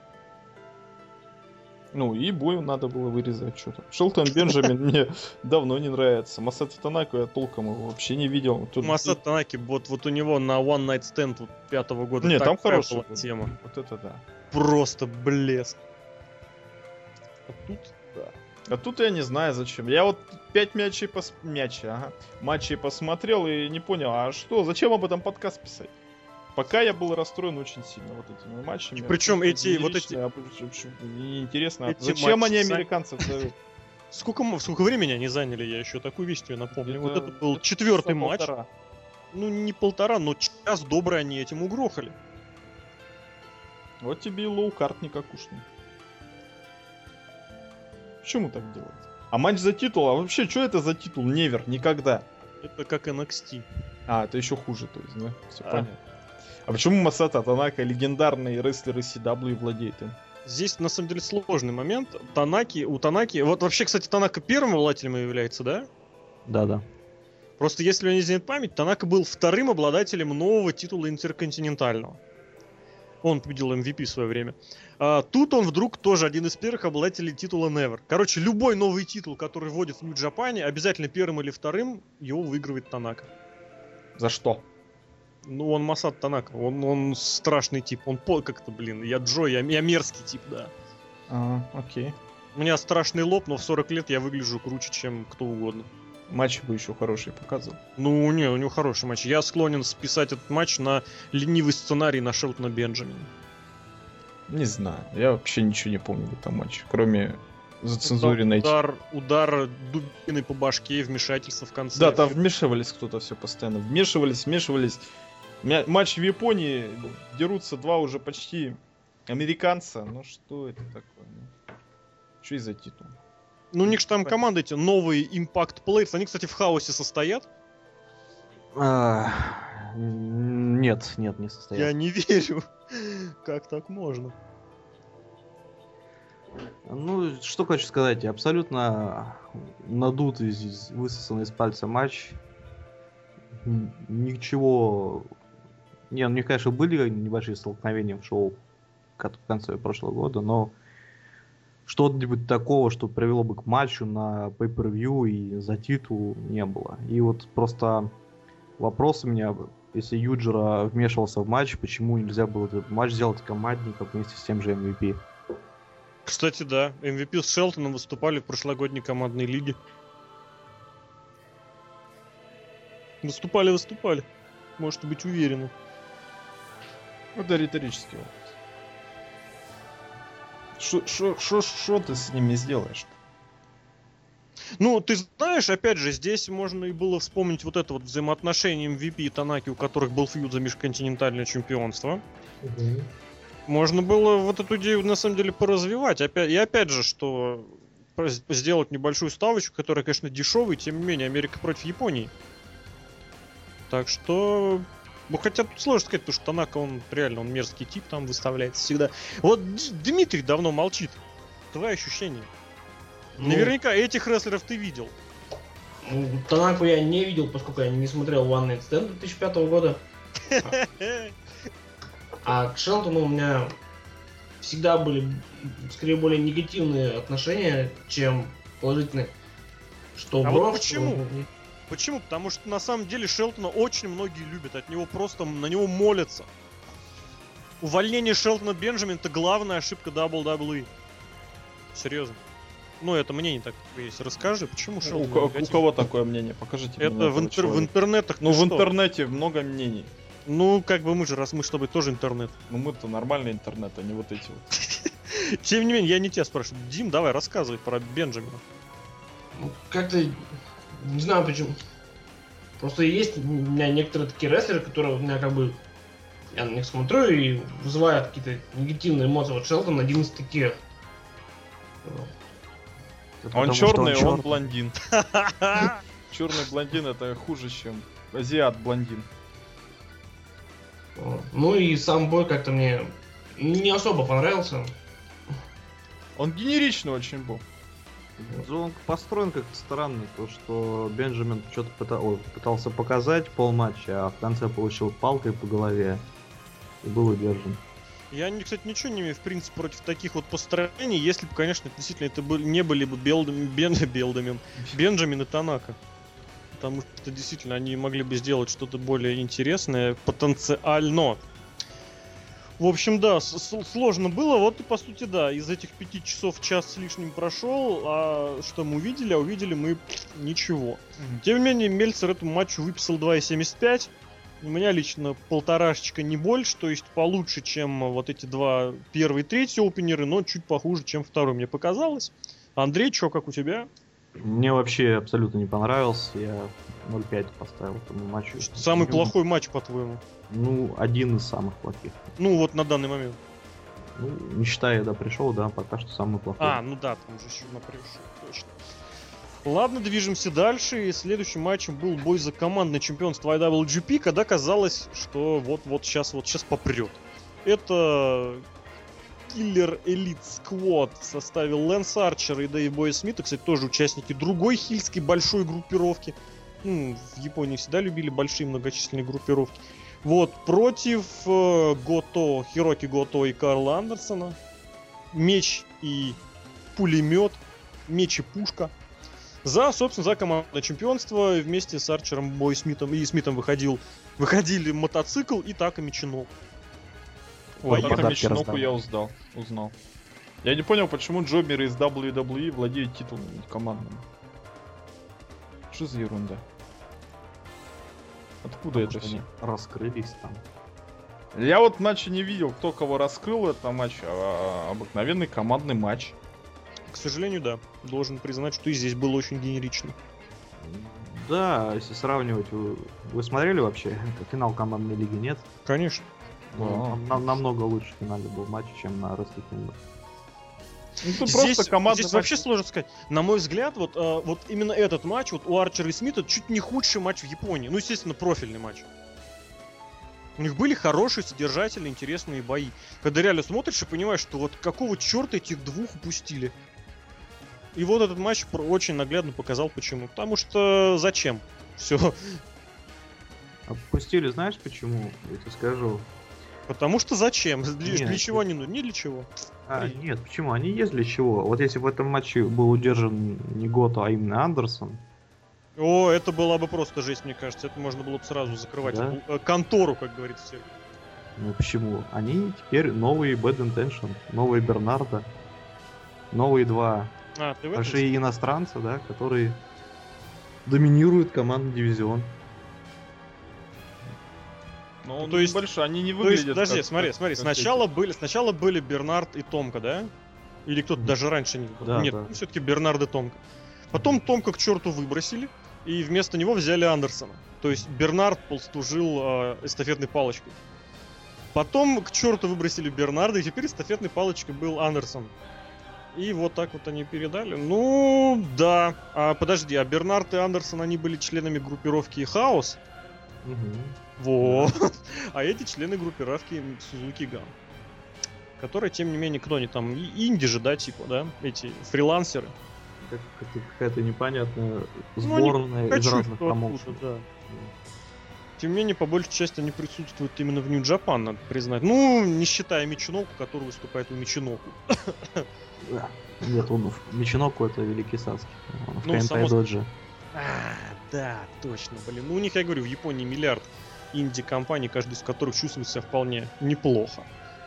[SPEAKER 1] Ну и бой надо было вырезать что-то. Шелтон Бенджамин мне давно не нравится. Масато Танаку я толком его вообще не видел. Тут...
[SPEAKER 2] Масато Танаки, вот у него на One Night Stand вот 5-го года
[SPEAKER 1] Нет, там
[SPEAKER 2] такая
[SPEAKER 1] хорошая
[SPEAKER 2] была тема.
[SPEAKER 1] Вот это да.
[SPEAKER 2] Просто блеск. А тут, да.
[SPEAKER 1] А тут я не знаю зачем. Я вот 5 матчей посмотрел и не понял, а что, зачем об этом подкаст писать? Пока я был расстроен очень сильно вот этими матчами.
[SPEAKER 2] И причем эти
[SPEAKER 1] неинтересно.
[SPEAKER 2] эти
[SPEAKER 1] Зачем
[SPEAKER 2] матчи
[SPEAKER 1] они
[SPEAKER 2] сами-
[SPEAKER 1] американцев зовут?
[SPEAKER 2] Сколько времени они заняли, я еще такую вещь тебе напомню. Вот это был
[SPEAKER 1] это
[SPEAKER 2] 4-й
[SPEAKER 1] часа
[SPEAKER 2] матч.
[SPEAKER 1] полтора.
[SPEAKER 2] Ну, не полтора, но час добрый они этим угрохали.
[SPEAKER 1] Вот тебе и лоу-карт никакушный. Почему так делать? А матч за титул? А вообще, что это за титул? Невер, никогда.
[SPEAKER 2] Это как NXT.
[SPEAKER 1] А, это еще хуже, то есть, да? Все
[SPEAKER 2] А.
[SPEAKER 1] понятно. А почему Масато Танака, легендарный рестлер из CW, владеет им?
[SPEAKER 2] Здесь, на самом деле, сложный момент. У Танаки... Вот вообще, кстати, Танака первым обладателем является, да?
[SPEAKER 4] Да.
[SPEAKER 2] Просто если мне не изменяет память, Танака был вторым обладателем нового титула интерконтинентального. Он победил MVP в свое время. Тут он вдруг тоже один из первых обладателей титула Never. Короче, любой новый титул, который вводит в Нью-Джапане, обязательно первым или вторым его выигрывает Танака.
[SPEAKER 1] За что?
[SPEAKER 2] Ну, он Масато Танака, он страшный тип. Он я Джо, я мерзкий тип, да.
[SPEAKER 1] Окей.
[SPEAKER 2] У меня страшный лоб, но в 40 лет я выгляжу круче, чем кто угодно.
[SPEAKER 1] Матчи бы еще хорошие показывал.
[SPEAKER 2] Ну, не, у него хороший матч. Я склонен списать этот матч на ленивый сценарий на Шелтона Бенджамина.
[SPEAKER 1] Не знаю, я вообще ничего не помню в этом матче, кроме зацензуренной...
[SPEAKER 2] Удар дубиной по башке и вмешательство в конце.
[SPEAKER 1] Да, там вмешивались кто-то все постоянно. Вмешивались. Матч в Японии, дерутся два уже почти американца. Ну что это такое? Что из-за титула?
[SPEAKER 2] Ну, у них же там команды эти новые Impact Players. Они, кстати, в хаосе состоят.
[SPEAKER 4] Нет, не состоят.
[SPEAKER 2] Я не верю. Как так можно?
[SPEAKER 4] Ну, что хочу сказать, абсолютно надутый, высосанный из пальца матч. Ничего... Не, у них, конечно, были небольшие столкновения в шоу в конце прошлого года, но что-нибудь такого, что привело бы к матчу на pay-per-view и за титул, не было. И вот просто вопрос у меня, если Юджира вмешивался в матч, почему нельзя было этот матч сделать командником вместе с тем же MVP?
[SPEAKER 2] Кстати, да. MVP с Шелтоном выступали в прошлогодней командной лиге. Выступали. Можете быть уверены.
[SPEAKER 1] Это риторический вопрос. Что ты с ними сделаешь?
[SPEAKER 2] Ну, ты знаешь, опять же, здесь можно и было вспомнить вот это вот взаимоотношение MVP и Танаки, у которых был фьюд за межконтинентальное чемпионство. Можно было вот эту идею на самом деле поразвивать. Опять же, что сделать небольшую ставочку, которая, конечно, дешевая, тем не менее, Америка против Японии. Так что... Ну, хотя тут сложно сказать, потому что Танака, он мерзкий тип, там выставляется всегда. Вот Дмитрий давно молчит. Твои ощущения?
[SPEAKER 3] Ну,
[SPEAKER 2] Наверняка этих рестлеров ты видел.
[SPEAKER 3] Ну, Танаку я не видел, поскольку я не смотрел One Night Stand 2005 года. А к Шелтону у меня всегда были скорее более негативные отношения, чем положительные. Что
[SPEAKER 2] А
[SPEAKER 3] Бро,
[SPEAKER 2] вот почему? Почему? Потому что на самом деле Шелтона очень многие любят, от него просто на него молятся. Увольнение Шелтона Бенджамина — это главная ошибка WWE. Серьезно. Ну, это мнение так есть. Расскажи, почему Шелтон?
[SPEAKER 1] У кого такое мнение? Покажите мне.
[SPEAKER 2] Это в интернетах.
[SPEAKER 1] Ну,
[SPEAKER 2] ты
[SPEAKER 1] в
[SPEAKER 2] что?
[SPEAKER 1] интернете много мнений.
[SPEAKER 2] Ну, как бы мы с тобой тоже интернет.
[SPEAKER 1] Ну, мы-то нормальный интернет, а не вот эти вот.
[SPEAKER 2] Тем не менее, я не тебя спрашиваю. Дим, давай, рассказывай про Бенджамина.
[SPEAKER 3] Ну, как-то не знаю почему. Просто есть у меня некоторые такие рестлеры, которые у меня как бы... Я на них смотрю и вызывают какие-то негативные эмоции. Вот Шелтон один из таких.
[SPEAKER 1] Он черный, он блондин. Черный блондин — это хуже, чем азиат блондин.
[SPEAKER 3] Ну и сам бой как-то мне не особо понравился.
[SPEAKER 1] Он генеричный очень был.
[SPEAKER 4] Он построен как-то странно, то что Бенджамин что-то пытался показать полматча, а в конце получил палкой по голове и был удержан.
[SPEAKER 2] Я, кстати, ничего не имею, в принципе, против таких вот построений, если бы, конечно, действительно это не были бы Бенджамин и Танака. Потому что действительно они могли бы сделать что-то более интересное потенциально. В общем, да, сложно было. Вот и по сути, да, из этих 5 часов час с лишним прошел. А что мы увидели? А увидели мы ничего. Тем не менее, Мельцер этому матчу выписал 2,75. У меня лично полторашечка, не больше, то есть получше, чем вот эти два первые и третьи опенеры, но чуть похуже, чем второй, мне показалось. Андрей, чё, как у тебя?
[SPEAKER 4] Мне вообще абсолютно не понравился, я 0,5 поставил этому матчу.
[SPEAKER 2] Самый плохой матч, по-твоему?
[SPEAKER 4] Ну, один из самых плохих.
[SPEAKER 2] Ну, вот на данный момент.
[SPEAKER 4] Ну, не считая, я пришел, да, пока что самый плохой.
[SPEAKER 2] А, ну да, там же еще пришел, точно. Ладно, движемся дальше. И следующим матчем был бой за командное чемпионство IWGP, когда казалось, что вот сейчас попрет. Это Killer Elite Squad в составе Лэнс Арчера и Дэйв Бой Смита, кстати, тоже участники другой хильской большой группировки. Ну, в Японии всегда любили большие многочисленные группировки. Вот, против Хироки Гото и Карла Андерсона. Меч и пулемет, меч и пушка. Собственно, за командное чемпионство вместе с Арчером, Бой Смитом и Смитом выходили мотоцикл и Така Мичиноку.
[SPEAKER 1] Вот
[SPEAKER 4] Подарки
[SPEAKER 1] Така Мичиноку
[SPEAKER 4] раздал.
[SPEAKER 1] я узнал. Я не понял, почему джоберы из WWE владеют титулом командным. Что за ерунда? Откуда это все?
[SPEAKER 4] Раскрылись там.
[SPEAKER 1] Я вот матча не видел, кто кого раскрыл. Это матч, обыкновенный командный матч.
[SPEAKER 2] К сожалению, да. Должен признать, что и здесь было очень генерично.
[SPEAKER 4] Да, если сравнивать, вы смотрели вообще финал командной лиги, нет?
[SPEAKER 2] Конечно.
[SPEAKER 4] Намного лучше в финале был матч, чем на Wrestle Kingdom.
[SPEAKER 1] Ну, тут
[SPEAKER 2] Здесь,
[SPEAKER 1] просто командный
[SPEAKER 2] здесь
[SPEAKER 1] матч.
[SPEAKER 2] вообще сложно сказать. На мой взгляд, вот именно этот матч, вот у Арчера и Смита, чуть не худший матч в Японии. Ну, естественно, профильный матч. У них были хорошие, содержательные, интересные бои. Когда реально смотришь и понимаешь, что вот какого черта этих двух упустили. И вот этот матч очень наглядно показал почему. Потому что зачем? Все.
[SPEAKER 4] Опустили, знаешь почему? Я тебе скажу.
[SPEAKER 2] Потому что зачем? Для
[SPEAKER 4] Нет,
[SPEAKER 2] чего они нужны? Не для чего.
[SPEAKER 4] Нет, почему? Они есть для чего. Вот если в этом матче был удержан не Гото, а именно Андерсон.
[SPEAKER 2] О, это была бы просто жесть, мне кажется. Это можно было бы сразу закрывать.
[SPEAKER 4] Да?
[SPEAKER 2] Контору, как говорится.
[SPEAKER 4] Ну почему? Они теперь новые Bad Intention, новые Бернарда, новые два
[SPEAKER 2] Ты в этом
[SPEAKER 4] большие иностранца, да, которые доминируют командный дивизион.
[SPEAKER 1] Ну,
[SPEAKER 2] то есть-
[SPEAKER 1] большой, они не
[SPEAKER 2] То есть,
[SPEAKER 1] выглядят.
[SPEAKER 2] подожди,
[SPEAKER 1] как-
[SPEAKER 2] смотри.
[SPEAKER 1] как
[SPEAKER 2] Сначала были Бернард и Томка, да? Или кто-то даже раньше не был?
[SPEAKER 4] Да,
[SPEAKER 2] Нет,
[SPEAKER 4] да.
[SPEAKER 2] все-таки Бернард и Томка. Потом Томка к черту выбросили, и вместо него взяли Андерсона. То есть Бернард служил эстафетной палочкой. Потом к черту выбросили Бернарда, и теперь эстафетной палочкой был Андерсон. И вот так вот они передали. Ну, да. Подожди, а Бернард и Андерсон, они были членами группировки Хаос?
[SPEAKER 4] Мгм.
[SPEAKER 2] Вот. А эти члены группировки Сузуки Ган. Которые, тем не менее, кто они там? Инди же, да, типа, да? Эти фрилансеры.
[SPEAKER 4] Какая-то непонятная
[SPEAKER 2] Ну, они
[SPEAKER 4] сборная из
[SPEAKER 2] Хочу
[SPEAKER 4] разных
[SPEAKER 2] кто
[SPEAKER 4] промоушенов.
[SPEAKER 2] откуда, да. Тем не менее, по большей части они присутствуют именно в Нью-Джапан, надо признать. Ну, не считая Мичиноку, который выступает у Мичиноку.
[SPEAKER 4] Да. Нет, он в Мичиноку это Великий Саски. Он в
[SPEAKER 2] Ну, само
[SPEAKER 4] Кэнтай Доджи.
[SPEAKER 2] Да, точно, блин. Ну, у них, я говорю, в Японии миллиард инди-компаний, каждый из которых чувствует себя вполне неплохо.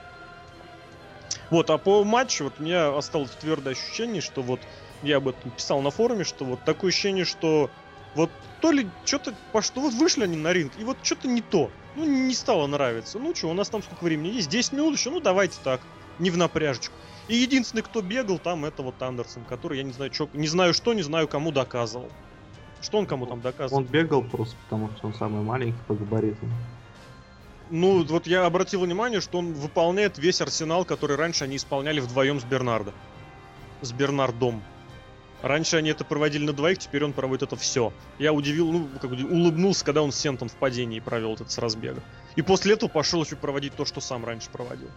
[SPEAKER 2] Вот, а по матчу вот у меня осталось твердое ощущение, что вот я об этом писал на форуме, что вот такое ощущение, что вот то ли что-то пошло, вот вышли они на ринг, и вот что-то не то. Ну, не стало нравиться. Ну что, у нас там сколько времени есть? 10 минут еще? Ну, давайте так. Не в напряжечку. И единственный, кто бегал там, это вот Андерсон, который, я не знаю, не знаю, кому доказывал. Что он кому там доказывал?
[SPEAKER 4] Он бегал просто потому, что он самый маленький по габаритам.
[SPEAKER 2] Ну, вот я обратил внимание, что он выполняет весь арсенал, который раньше они исполняли вдвоем с Бернардо. С Бернардом. Раньше они это проводили на двоих, теперь он проводит это все. Я улыбнулся, когда он с Сентом в падении провел этот с разбега. И после этого пошел еще проводить то, что сам раньше проводил.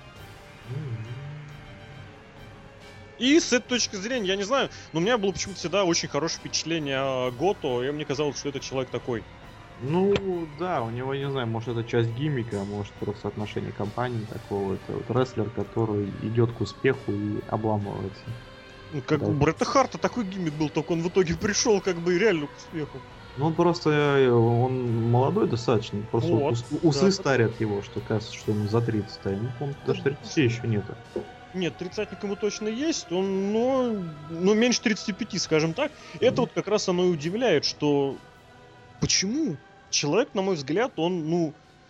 [SPEAKER 2] И с этой точки зрения, я не знаю, но у меня было почему-то всегда очень хорошее впечатление о Гото, и мне казалось, что это человек такой.
[SPEAKER 4] Ну, да, у него, не знаю, может это часть гиммика, а может просто отношение компании такого. Это вот рестлер, который идет к успеху и обламывается.
[SPEAKER 2] Ну, как
[SPEAKER 4] Да.
[SPEAKER 2] у Бретта Харта такой гиммик был, только он в итоге пришел как бы реально к успеху.
[SPEAKER 4] Ну, он просто, он молодой достаточно, просто
[SPEAKER 2] Вот,
[SPEAKER 4] усы
[SPEAKER 2] да.
[SPEAKER 4] старят его, что кажется, что ему за 30, а ему, по-моему, даже 30 еще нету.
[SPEAKER 2] Нет, 30 ему точно есть, он, но меньше 35, скажем так. Это вот как раз оно и удивляет, что почему человек, на мой взгляд, он,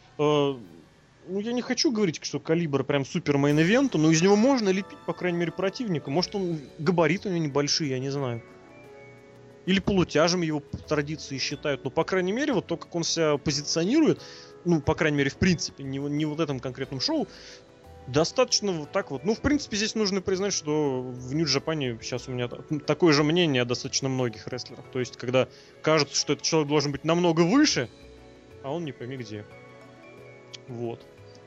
[SPEAKER 2] я не хочу говорить, что калибр прям супер мейн-эвента, но из него можно лепить, по крайней мере, противника. Может, он габариты у него небольшие, я не знаю. Или полутяжем его по традиции считают. Но, по крайней мере, вот то, как он себя позиционирует, ну, по крайней мере, в принципе, не вот этом конкретном шоу, достаточно вот так вот. Ну, в принципе, здесь нужно признать, что в Нью-Джапане сейчас у меня такое же мнение о достаточно многих рестлерах. То есть, когда кажется, что этот человек должен быть намного выше, а он не пойми где. Вот.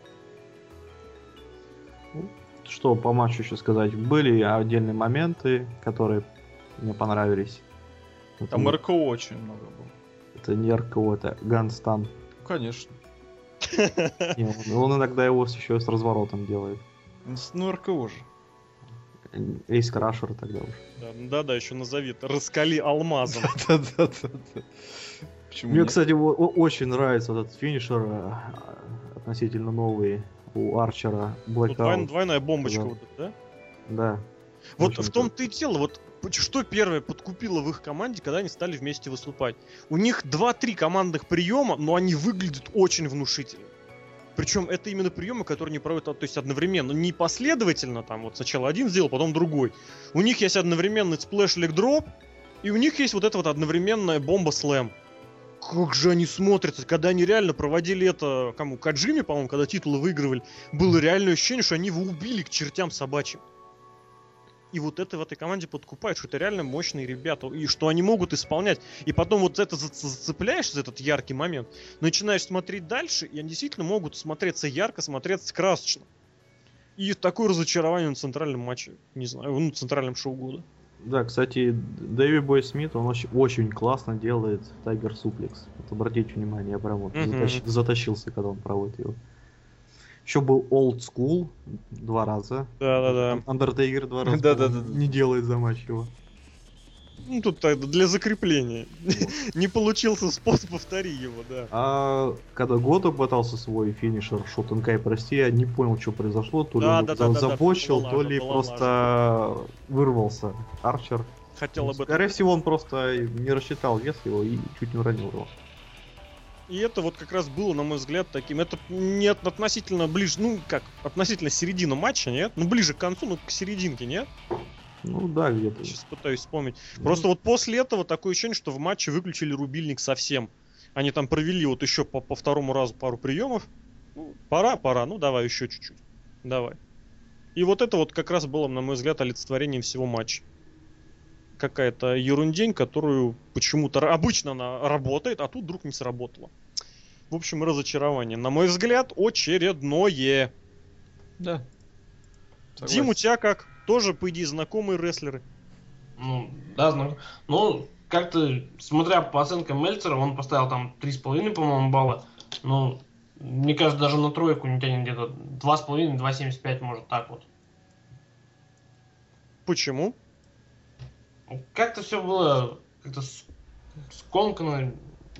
[SPEAKER 4] Что по матчу еще сказать? Были отдельные моменты, которые мне понравились.
[SPEAKER 1] Там
[SPEAKER 4] Это,
[SPEAKER 1] РКО очень много было.
[SPEAKER 4] это не РКО, это Ганстан.
[SPEAKER 1] Конечно.
[SPEAKER 4] Не, он иногда его еще с разворотом делает.
[SPEAKER 1] Ну, РКО же.
[SPEAKER 4] Эйс Крашер тогда уже.
[SPEAKER 2] Да-да, еще назови это. Раскали алмазом.
[SPEAKER 1] Да-да-да. Почему
[SPEAKER 4] Мне,
[SPEAKER 1] нет?
[SPEAKER 4] кстати, очень нравится этот финишер относительно новый у Арчера.
[SPEAKER 2] Ну,
[SPEAKER 4] Blackout.
[SPEAKER 2] двойная бомбочка
[SPEAKER 4] Да.
[SPEAKER 2] вот эта, да?
[SPEAKER 4] Да.
[SPEAKER 2] Вот
[SPEAKER 4] Очень
[SPEAKER 2] в том-то и дело, вот что первое подкупило в их команде, когда они стали вместе выступать? У них 2-3 командных приема, но они выглядят очень внушительно. Причем это именно приемы, которые они проводят, то есть одновременно, не последовательно, там вот сначала один сделал, потом другой. У них есть одновременный сплэш лег дроп, и у них есть вот эта вот одновременная бомба слэм. Как же они смотрятся, когда они реально проводили это, Каджиме, по-моему, когда титулы выигрывали, было реальное ощущение, что они его убили к чертям собачьим. И вот это в этой команде подкупает, что это реально мощные ребята, и что они могут исполнять. И потом вот это зацепляешь за этот яркий момент, начинаешь смотреть дальше, и они действительно могут смотреться ярко, смотреться красочно. И такое разочарование на центральном матче, не знаю, на центральном шоу года.
[SPEAKER 4] Да, кстати, Дэви Бой Смит, он очень классно делает Тайгер Суплекс. Вот обратите внимание, я прям вот затащился, когда он проводит его. Еще был Old School 2 раза.
[SPEAKER 2] Да-да-да.
[SPEAKER 4] Undertaker 2 раза.
[SPEAKER 1] Да-да-да.
[SPEAKER 4] Не делает за матч его.
[SPEAKER 2] Ну, тут для закрепления. Не получился способ, повтори его, да.
[SPEAKER 4] А когда Гото пытался свой финишер Шотенкай, прости, я не понял, что произошло. То ли он забочил, то ли просто вырвался Арчер.
[SPEAKER 2] Хотел об этом.
[SPEAKER 4] Скорее всего, он просто не рассчитал вес его и чуть не уронил его.
[SPEAKER 2] И это вот как раз было, на мой взгляд, таким. Это не относительно ближе, ну как, относительно середины матча, нет? Ну ближе к концу, ну к серединке, нет?
[SPEAKER 4] Ну да, где-то.
[SPEAKER 2] Сейчас пытаюсь вспомнить. Просто вот после этого такое ощущение, что в матче выключили рубильник совсем. Они там провели вот еще по второму разу пару приемов. Ну, пора, ну давай еще чуть-чуть. Давай. И вот это вот как раз было, на мой взгляд, олицетворением всего матча. Какая-то ерундень, которую почему-то обычно она работает, а тут вдруг не сработала. В общем, разочарование. На мой взгляд, очередное.
[SPEAKER 1] Да.
[SPEAKER 2] Дим, у тебя как? Тоже, по идее, знакомые рестлеры.
[SPEAKER 3] Ну, да, знакомые. Ну, как-то, смотря по оценкам Мельцера, он поставил там 3,5, по-моему, балла. Ну, мне кажется, даже на тройку не тянет, где-то 2,5, 2,75, может, так вот.
[SPEAKER 2] Почему?
[SPEAKER 3] Как-то все было как-то скомкано.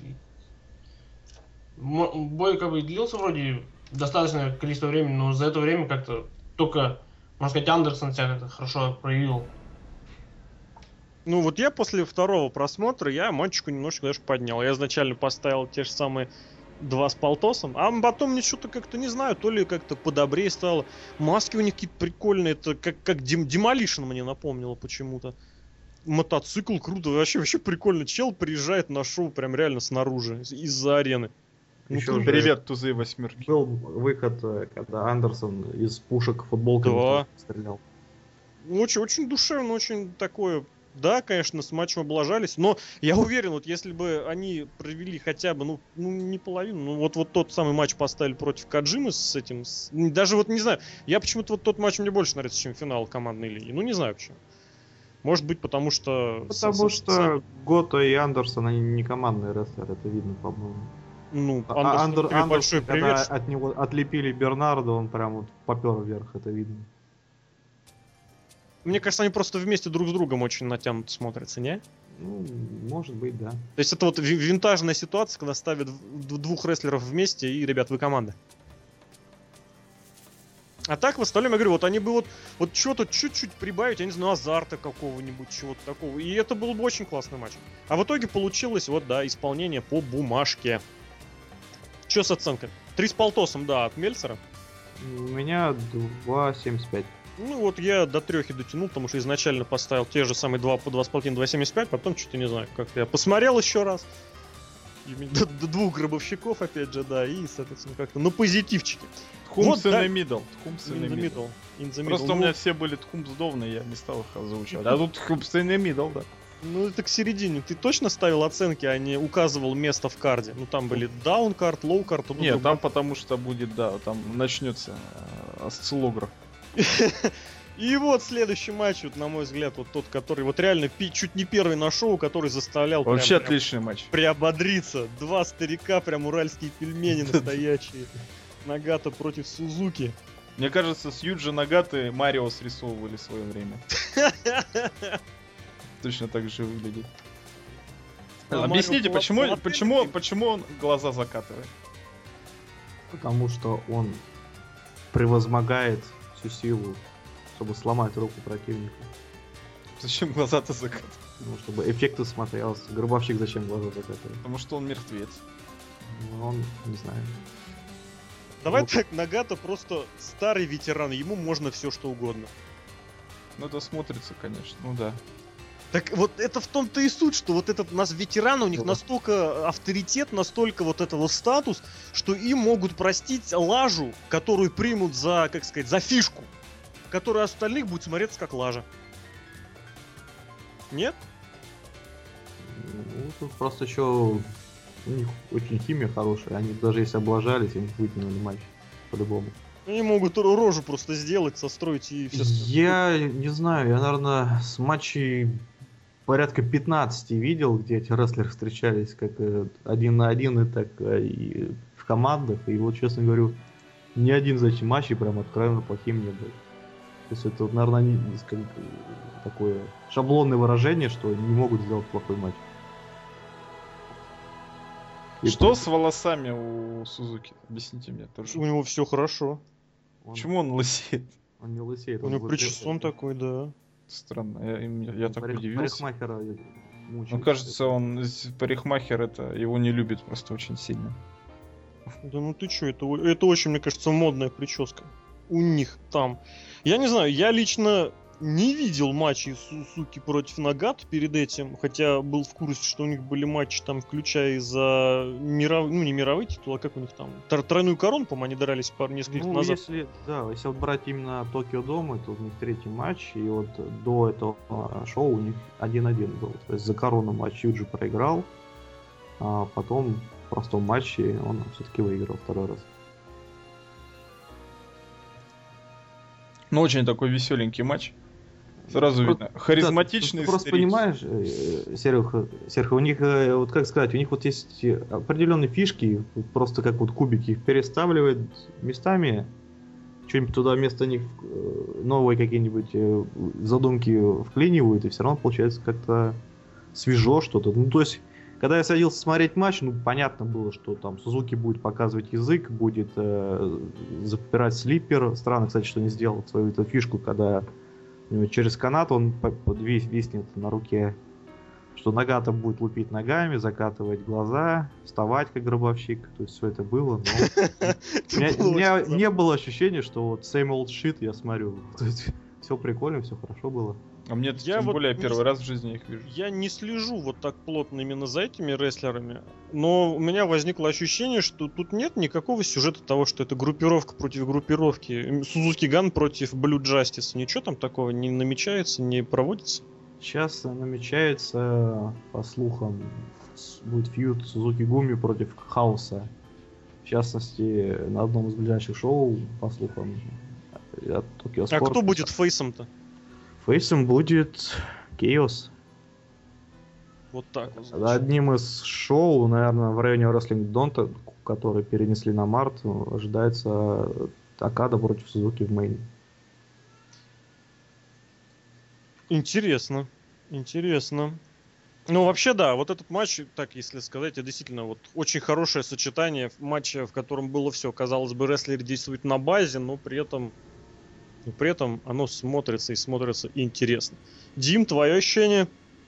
[SPEAKER 3] Бой как бы длился вроде достаточное количество времени, но за это время как-то только, можно сказать, Андерсон себя как-то хорошо проявил.
[SPEAKER 2] Ну вот я после второго просмотра, я матчку немножко даже поднял. Я изначально поставил те же самые 2 с полтосом, а потом мне что-то как-то, не знаю, то ли как-то подобрее стало. Маски у них какие-то прикольные, это как Demolition мне напомнило почему-то. Мотоцикл круто, вообще прикольно. Чел приезжает на шоу прям реально снаружи, из-за арены.
[SPEAKER 4] Еще
[SPEAKER 2] Ну,
[SPEAKER 4] же
[SPEAKER 1] Привет, тузы восьмерки.
[SPEAKER 4] был выход, когда Андерсон из пушек футболками
[SPEAKER 2] Да.
[SPEAKER 4] стрелял.
[SPEAKER 2] Очень душевно, очень такое. Да, конечно, с матчем облажались, но я уверен, вот если бы они провели хотя бы, ну не половину, ну вот тот самый матч поставили против Каджимы с этим, даже вот не знаю, я почему-то вот тот матч мне больше нравится, чем финал командной лиги, ну не знаю почему. Может быть, потому что...
[SPEAKER 4] Гото и Андерсон, они не командные рестлеры, это видно, по-моему.
[SPEAKER 2] Ну,
[SPEAKER 4] Андерсон,
[SPEAKER 2] большой привет.
[SPEAKER 4] когда от него отлепили Бернардо, он прям вот попер вверх, это видно.
[SPEAKER 2] Мне кажется, они просто вместе друг с другом очень натянуто смотрятся, не?
[SPEAKER 4] Ну, может быть, да.
[SPEAKER 2] То есть это вот винтажная ситуация, когда ставят двух рестлеров вместе и, ребят, вы команда. А так, в остальном, я говорю, вот они бы вот что-то чуть-чуть прибавить, я не знаю, азарта какого-нибудь, чего-то такого. И это был бы очень классный матч. А в итоге получилось, вот, да, исполнение по бумажке. Что с оценкой? 3 с полтосом, да, от Мельцера.
[SPEAKER 4] У меня 2,75.
[SPEAKER 2] Ну вот я до 3 дотянул, потому что изначально поставил те же самые 2 по 2,5, 2,75, потом что-то не знаю, как-то я посмотрел еще раз. И до 2 гробовщиков, опять же, да, и, соответственно, как-то на позитивчике.
[SPEAKER 1] Тхумс
[SPEAKER 2] Вот,
[SPEAKER 1] in
[SPEAKER 2] да.
[SPEAKER 1] the middle. Тхумс in the middle.
[SPEAKER 2] In the
[SPEAKER 1] Просто
[SPEAKER 2] middle.
[SPEAKER 1] у меня все были Тхумс довные, я не стал их озвучивать. А тут Тхумс in the middle, да.
[SPEAKER 2] Ну это к середине. Ты точно ставил оценки, а не указывал место в карде? Ну там были даун карт, лоу карт.
[SPEAKER 1] Нет, там потому что будет, да, там начнется осциллограф.
[SPEAKER 2] И вот следующий матч, вот, на мой взгляд, вот тот, который вот реально чуть не первый на шоу, который заставлял
[SPEAKER 1] Вообще
[SPEAKER 2] прям
[SPEAKER 1] отличный матч.
[SPEAKER 2] приободриться. 2 старика, прям уральские пельмени настоящие. Нагата против Сузуки.
[SPEAKER 1] Мне кажется, с Юджи Нагаты Марио срисовывали в свое время. Точно так же выглядит.
[SPEAKER 2] А
[SPEAKER 1] Объясните,
[SPEAKER 2] Марио
[SPEAKER 1] почему он глаза закатывает?
[SPEAKER 4] Потому что он превозмогает всю силу, чтобы сломать руку противника.
[SPEAKER 1] Зачем глаза-то закатывать?
[SPEAKER 4] Ну, чтобы эффекты смотрелось. Гробовщик зачем глаза закатывает?
[SPEAKER 1] Потому что он мертвец.
[SPEAKER 4] Ну, он, не знаю.
[SPEAKER 2] Давай
[SPEAKER 4] Ну,
[SPEAKER 2] так, Нагата просто старый ветеран, ему можно все что угодно.
[SPEAKER 1] Ну это смотрится, конечно. Ну да.
[SPEAKER 2] Так вот это в том-то и суть, что вот этот у нас ветеран, у них
[SPEAKER 4] Да.
[SPEAKER 2] настолько авторитет, настолько вот это вот статус, что им могут простить лажу, которую примут за, как сказать, за фишку, которая остальных будет смотреться как лажа. Нет?
[SPEAKER 4] Ну, тут просто еще у них очень химия хорошая. Они даже если облажались, они вытянули матч по-любому.
[SPEAKER 2] Они могут рожу просто сделать, состроить и все.
[SPEAKER 4] Я не знаю, я, наверное, с матчей порядка 15 видел, где эти рестлеры встречались как один на один, и так и в командах. И вот, честно говорю, ни один из этих матчей прям откровенно плохим не был. То есть это, наверное, такое шаблонное выражение, что не могут сделать плохой матч. И
[SPEAKER 1] Что с волосами у Сузуки? Объясните мне тоже.
[SPEAKER 2] У него все хорошо.
[SPEAKER 1] Почему он лысеет?
[SPEAKER 4] Он не лысеет.
[SPEAKER 2] У него причесон такой, да.
[SPEAKER 1] Странно, я так удивился.
[SPEAKER 4] Парикмахера мучает.
[SPEAKER 1] Ну, кажется, парикмахер его не любит просто очень сильно.
[SPEAKER 2] Да ну ты чё, это очень, мне кажется, модная прическа. У них там. Я не знаю, я лично не видел матчей Сузуки против Нагат перед этим, хотя был в курсе, что у них были матчи, там, включая и за не мировой титул, а как у них там, тройную корону, по-моему, они дрались несколько лет назад.
[SPEAKER 4] Если вот брать именно Токио Дом, это у них третий матч, и вот до этого шоу у них 1-1 был. То есть за корону матч Юджи проиграл, а потом в простом матче он все-таки выиграл второй раз.
[SPEAKER 1] Ну, очень такой веселенький матч. Сразу видно. Харизматичный
[SPEAKER 4] Ты просто
[SPEAKER 1] старик.
[SPEAKER 4] понимаешь, Серхо, у них, вот как сказать, у них вот есть определенные фишки, просто как вот кубики их переставливают местами, что-нибудь туда вместо них новые какие-нибудь задумки вклинивают, и все равно получается как-то свежо что-то. Ну, то есть, когда я садился смотреть матч, ну, понятно было, что там Сузуки будет показывать язык, будет запирать слипер. Странно, кстати, что не сделал свою эту фишку, когда через канат он виснет на руке, что Нагата будет лупить ногами, закатывать глаза, вставать как гробовщик. То есть все это было, но у меня не было ощущения, что вот same old shit я смотрю. То есть все прикольно, все хорошо было.
[SPEAKER 1] А мне тем более первый раз в жизни их вижу.
[SPEAKER 2] Я не слежу вот так плотно именно за этими рестлерами, но у меня возникло ощущение, что тут нет никакого сюжета того, что это группировка против группировки. Сузуки Ган против Blue Justice. Ничего там такого не намечается, не проводится?
[SPEAKER 4] Сейчас намечается, по слухам, будет фьюд Сузуки Гуми против Хаоса. В частности, на одном из ближайших шоу, по слухам, от Tokyo Sport.
[SPEAKER 2] А кто будет фейсом-то?
[SPEAKER 4] Фейсом будет Chaos.
[SPEAKER 2] Вот так вот. Значит.
[SPEAKER 4] Одним из шоу, наверное, в районе Wrestling Donta, который перенесли на март, ожидается Окада против Сузуки в мейне.
[SPEAKER 2] Интересно. Интересно. Ну, вообще, да, вот этот матч, так, если сказать, это действительно вот очень хорошее сочетание матча, в котором было все. Казалось бы, рестлер действует на базе, но при этом оно смотрится интересно. Дим, твое ощущение?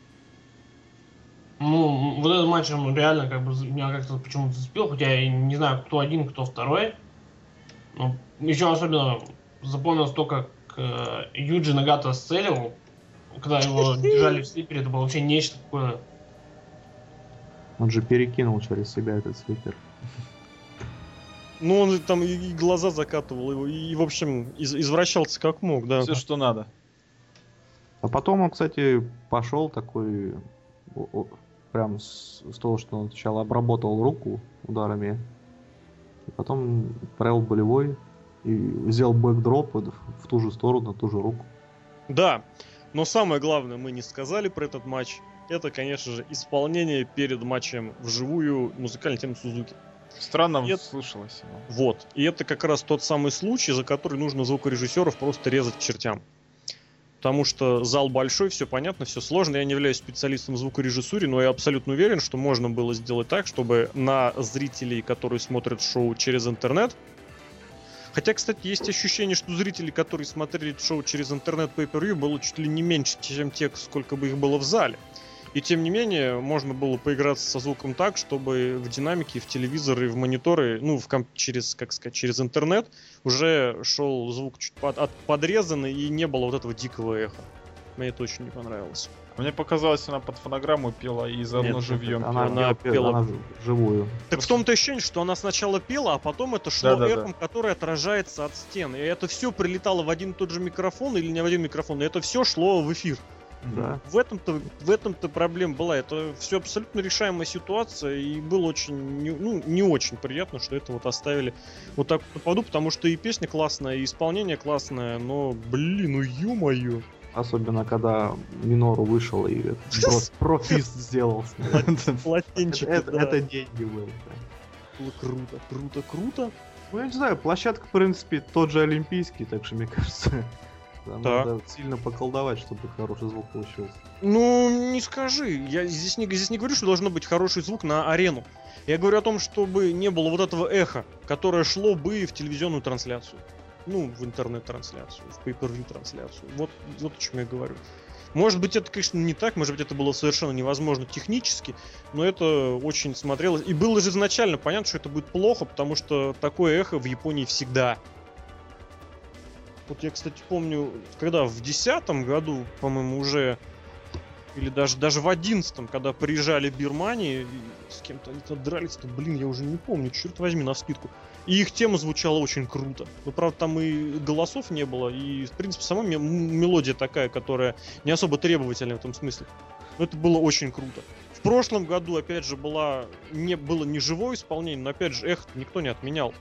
[SPEAKER 3] Ну, вот этот матч, он реально как бы меня как-то почему-то зацепил, хотя я не знаю, кто один, кто второй. Ну, еще особенно запомнилось то, как Юджи Нагата сцелил, когда его держали в слипере, это было вообще нечто такое.
[SPEAKER 4] Он же перекинул через себя этот слипер.
[SPEAKER 2] Ну, он там и глаза закатывал его, и в общем, извращался как мог, да.
[SPEAKER 1] Все, что надо.
[SPEAKER 4] А потом он, кстати, пошел такой, прям с того, что он сначала обработал руку ударами, и потом провел болевой и взял бэкдроп в ту же сторону, ту же руку.
[SPEAKER 2] Да, но самое главное мы не сказали про этот матч. Это, конечно же, исполнение перед матчем вживую музыкальной темы Сузуки.
[SPEAKER 1] Странно
[SPEAKER 2] Нет.
[SPEAKER 1] слышалось.
[SPEAKER 2] Вот. И это как раз тот самый случай, за который нужно звукорежиссеров просто резать к чертям. Потому что зал большой, все понятно, все сложно. Я не являюсь специалистом в звукорежиссуре, но я абсолютно уверен, что можно было сделать так, чтобы на зрителей, которые смотрят шоу через интернет, Хотя, кстати, есть ощущение, что зрители, которые смотрели это шоу через интернет Pay-Per-View, было чуть ли не меньше, чем те, сколько бы их было в зале. И тем не менее, можно было поиграться со звуком так, чтобы в динамике, в телевизоры, в мониторы, ну, через, как сказать, через интернет уже шел звук чуть подрезанный и не было вот этого дикого эха. Мне это очень не понравилось.
[SPEAKER 1] Мне показалось, она под фонограмму пела и заодно
[SPEAKER 4] Нет,
[SPEAKER 1] живьем
[SPEAKER 4] она
[SPEAKER 1] пела.
[SPEAKER 4] она живую.
[SPEAKER 2] Так в том-то ощущение, что она сначала пела, а потом это шло
[SPEAKER 1] Да-да-да.
[SPEAKER 2] эхом, которое отражается от стен. И это все прилетало в один и тот же микрофон или не в один микрофон, и это все шло в эфир.
[SPEAKER 4] Да.
[SPEAKER 2] В этом-то проблема была. Это все абсолютно решаемая ситуация, и было очень, не очень приятно, что это вот оставили вот так на поводу, потому что и песня классная, и исполнение классное, но, блин, ну ё-моё.
[SPEAKER 4] Особенно, когда Минору вышел и профист сделал.
[SPEAKER 2] Полотенчик,
[SPEAKER 4] Это деньги были. да.
[SPEAKER 2] было круто.
[SPEAKER 4] Ну, я не знаю, площадка, в принципе, тот же олимпийский, так что, мне кажется, там
[SPEAKER 2] Так.
[SPEAKER 4] надо сильно поколдовать, чтобы хороший звук получился.
[SPEAKER 2] Ну, не скажи. Я здесь не говорю, что должен быть хороший звук на арену. Я говорю о том, чтобы не было вот этого эха, которое шло бы в телевизионную трансляцию. Ну, в интернет-трансляцию, в pay-per-view трансляцию. Вот о чем я говорю. Может быть, это, конечно, не так, может быть, это было совершенно невозможно технически, но это очень смотрелось. И было же изначально понятно, что это будет плохо, потому что такое эхо в Японии всегда. Вот я, кстати, помню, когда в 2010 году, по-моему, уже, или даже в 2011, когда приезжали Бирмании, с кем-то они там дрались-то, блин, я уже не помню, черт возьми, навскидку. И их тема звучала очень круто. Но, правда, там и голосов не было, и, в принципе, сама мелодия такая, которая не особо требовательная в этом смысле. Но это было очень круто. В прошлом году, опять же, было не живое исполнение, но, опять же, эхо никто не отменял.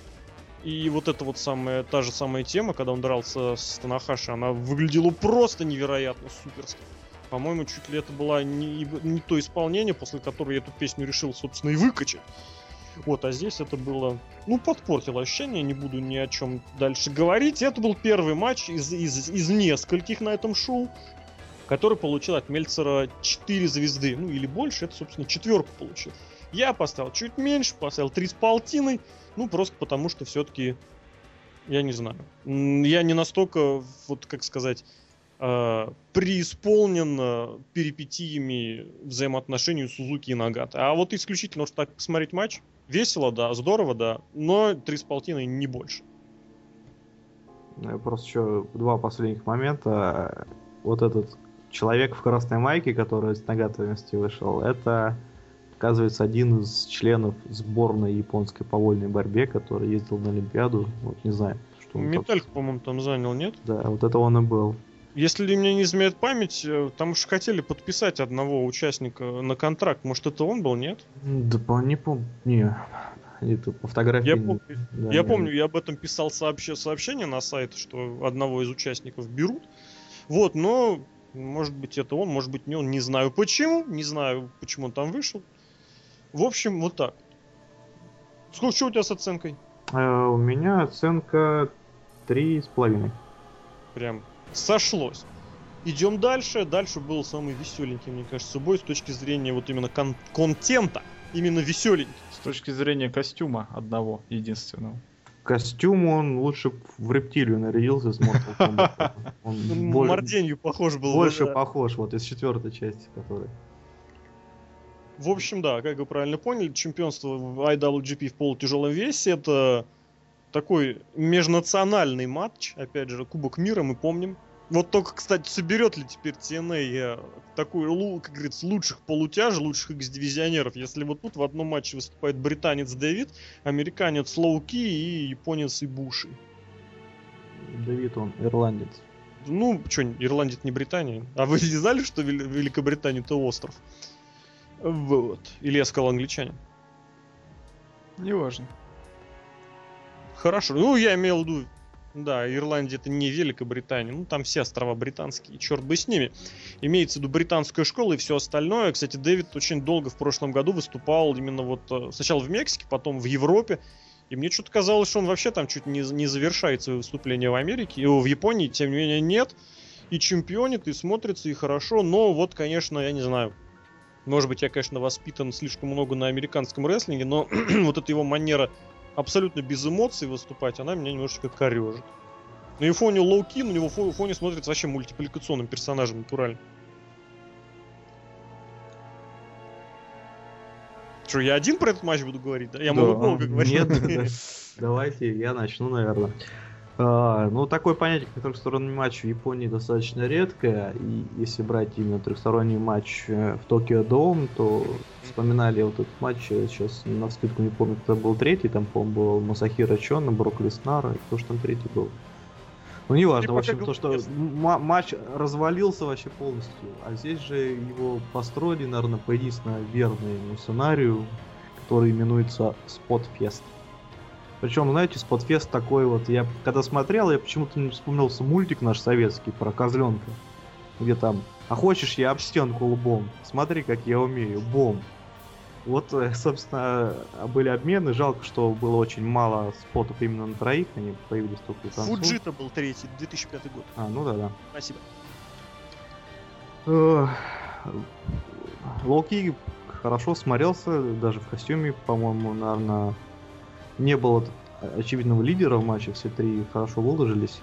[SPEAKER 2] И вот эта вот та же самая тема, когда он дрался с Танахаши, она выглядела просто невероятно суперски. По-моему, чуть ли это было не то исполнение, после которого я эту песню решил, собственно, и выкачать. Вот, а здесь это было, подпортило ощущение, не буду ни о чем дальше говорить. Это был первый матч из нескольких на этом шоу, который получил от Мельцера 4 звезды, или больше, это, собственно, 4 получил. Я поставил чуть меньше, поставил 3,5, просто потому что все-таки, я не знаю, я не настолько, преисполнен перипетиями взаимоотношений Сузуки и Нагата. А вот исключительно, что так посмотреть матч, весело, да, здорово, да, но 3,5 не больше.
[SPEAKER 4] Просто еще 2 последних момента. Вот этот человек в красной майке, который с Нагата вместе вышел, это, оказывается, один из членов сборной японской по вольной борьбе, который ездил на Олимпиаду. Вот не знаю, что он
[SPEAKER 2] Метальку, по-моему, там занял, нет?
[SPEAKER 4] Да, вот это он и был.
[SPEAKER 2] Если мне не изменяет память, там уж хотели подписать одного участника на контракт. Может, это он был, нет?
[SPEAKER 4] Да, не помню. Не, это по фотографии.
[SPEAKER 2] Я помню, я об этом писал сообщение на сайт, что одного из участников берут. Вот, но может быть это он, может быть не он. Не знаю почему он там вышел. В общем, вот так. Что у тебя с оценкой?
[SPEAKER 4] У меня оценка 3,5.
[SPEAKER 2] Прям сошлось. Идем дальше. Дальше был самый веселенький, мне кажется, бой с точки зрения вот именно контента. Именно веселенький.
[SPEAKER 1] С точки зрения костюма одного, единственного.
[SPEAKER 4] Костюм он лучше в рептилию нарядился с Mortal Kombat. Он
[SPEAKER 2] морденью похож был.
[SPEAKER 4] Больше похож, вот из 4-й части, который.
[SPEAKER 2] В общем, да, как вы правильно поняли, чемпионство в IWGP в полутяжелом весе — это такой межнациональный матч, опять же, Кубок мира, мы помним. Вот только, кстати, соберет ли теперь TNA такой, как говорится, лучших полутяжей, лучших X-дивизионеров, если вот тут в одном матче выступает британец Дэвид, американец Лоуки и японец Ибуши.
[SPEAKER 4] Дэвид, он ирландец.
[SPEAKER 2] Ирландец не Британия. А вы не знали, что Великобритания — это остров? Вот. Или я сказал англичанин?
[SPEAKER 1] Неважно.
[SPEAKER 2] Хорошо. Я имел в виду, да, Ирландия — это не Великобритания. Там все острова британские, черт бы с ними. Имеется в виду британская школа и все остальное. Кстати, Дэвид очень долго в прошлом году выступал именно вот сначала в Мексике, потом в Европе. И мне что-то казалось, что он вообще там чуть не завершает свое выступление в Америке. Его в Японии, тем не менее, нет. И чемпионит, и смотрится, и хорошо. Но вот, конечно, я не знаю. Может быть, я, конечно, воспитан слишком много на американском рестлинге, но вот эта его манера абсолютно без эмоций выступать, она меня немножечко корежит. На ее фоне Лоу-Ки, на него фоне смотрится вообще мультипликационным персонажем натурально. Что, я один про этот матч буду говорить, да? Я могу долго говорить.
[SPEAKER 4] Нет, давайте я начну, наверное. Ну, такое понятие, как трехсторонний матч в Японии достаточно редкое. И если брать именно трехсторонний матч в Токио Доум, то вспоминали вот этот матч, сейчас навскидку не помню, кто был третий, там, по-моему, был Масахиро Чон, Брок Леснар, и кто же там третий был. Ну, неважно, в общем, то, что матч развалился вообще полностью. А здесь же его построили, наверное, по единственно верному сценарию, который именуется Спотфест. Причем, знаете, Спотфест такой вот, я когда смотрел, я почему-то не вспомнился мультик наш советский про козленка, где там, а хочешь я об стенку лбом, смотри, как я умею, бом. Вот, собственно, были обмены, жалко, что было очень мало спотов именно на троих, они появились только у танцов.
[SPEAKER 2] Фуджита был третий, 2005 год.
[SPEAKER 4] А, ну да.
[SPEAKER 2] Спасибо.
[SPEAKER 4] Лоу-Ки хорошо смотрелся, даже в костюме, по-моему, наверное, не было очевидного лидера в матче, все три хорошо выложились.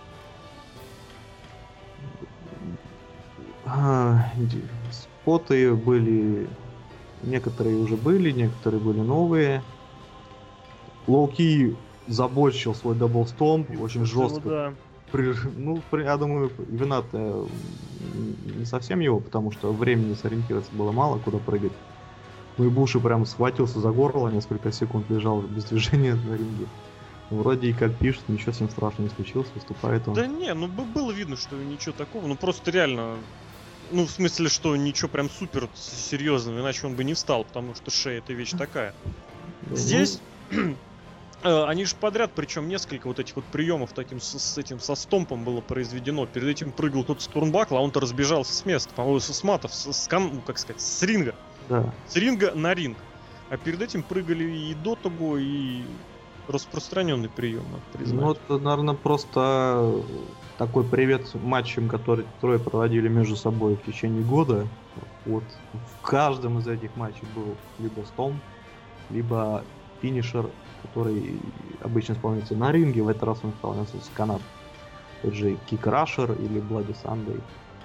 [SPEAKER 4] Споты были, некоторые уже были, некоторые были новые. Лоу-Ки забочил свой даблстомп очень жестко.
[SPEAKER 2] Да.
[SPEAKER 4] Я думаю, вина-то не совсем его, потому что времени сориентироваться было мало, куда прыгать. Ну и Буши прям схватился за горло, несколько секунд лежал без движения на ринге. Вроде и как пишет, ничего с ним страшного не случилось, выступает он.
[SPEAKER 2] Да не, ну было видно, что ничего такого, ну просто реально, ну в смысле, что ничего прям супер серьезного, иначе он бы не встал, потому что шея это вещь такая. Здесь они же подряд, причем несколько вот этих вот приемов таким со стомпом было произведено. Перед этим прыгал тот с турнбакла, а он-то разбежался с места, по-моему, с матов, с ринга.
[SPEAKER 4] Да.
[SPEAKER 2] С ринга на ринг. А перед этим прыгали и до того, и распространенный прием, надо признать.
[SPEAKER 4] Ну, это, наверное, просто такой привет матчам, которые трое проводили между собой в течение года. Вот в каждом из этих матчей был либо стомп, либо финишер, который обычно исполняется на ринге, в этот раз он исполнялся с канат. Тот же Кик-Рашер или Блади Сандей.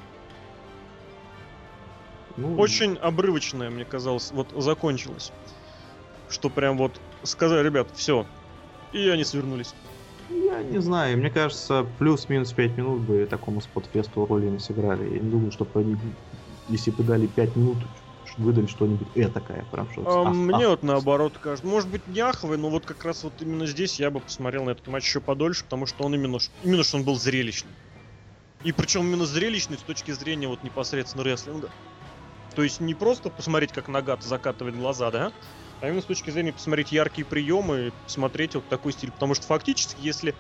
[SPEAKER 4] Ну,
[SPEAKER 2] очень обрывочное, мне казалось, вот закончилось. Что прям вот сказали, ребят, все. И они свернулись.
[SPEAKER 4] Я не знаю, мне кажется, плюс-минус 5 минут бы такому спотфесту роли не сыграли. Я не думаю, что они, если бы дали 5 минут, выдали что-нибудь этакое. Прям что
[SPEAKER 2] мне вот наоборот кажется. Может быть, не аховый, но вот как раз вот именно здесь я бы посмотрел на этот матч еще подольше, потому что он именно что он был зрелищный. И причем именно зрелищный с точки зрения вот непосредственно рестлинга. То есть не просто посмотреть, как Нагата закатывает глаза, да? А именно с точки зрения посмотреть яркие приемы, посмотреть вот такой стиль. Потому что фактически, если...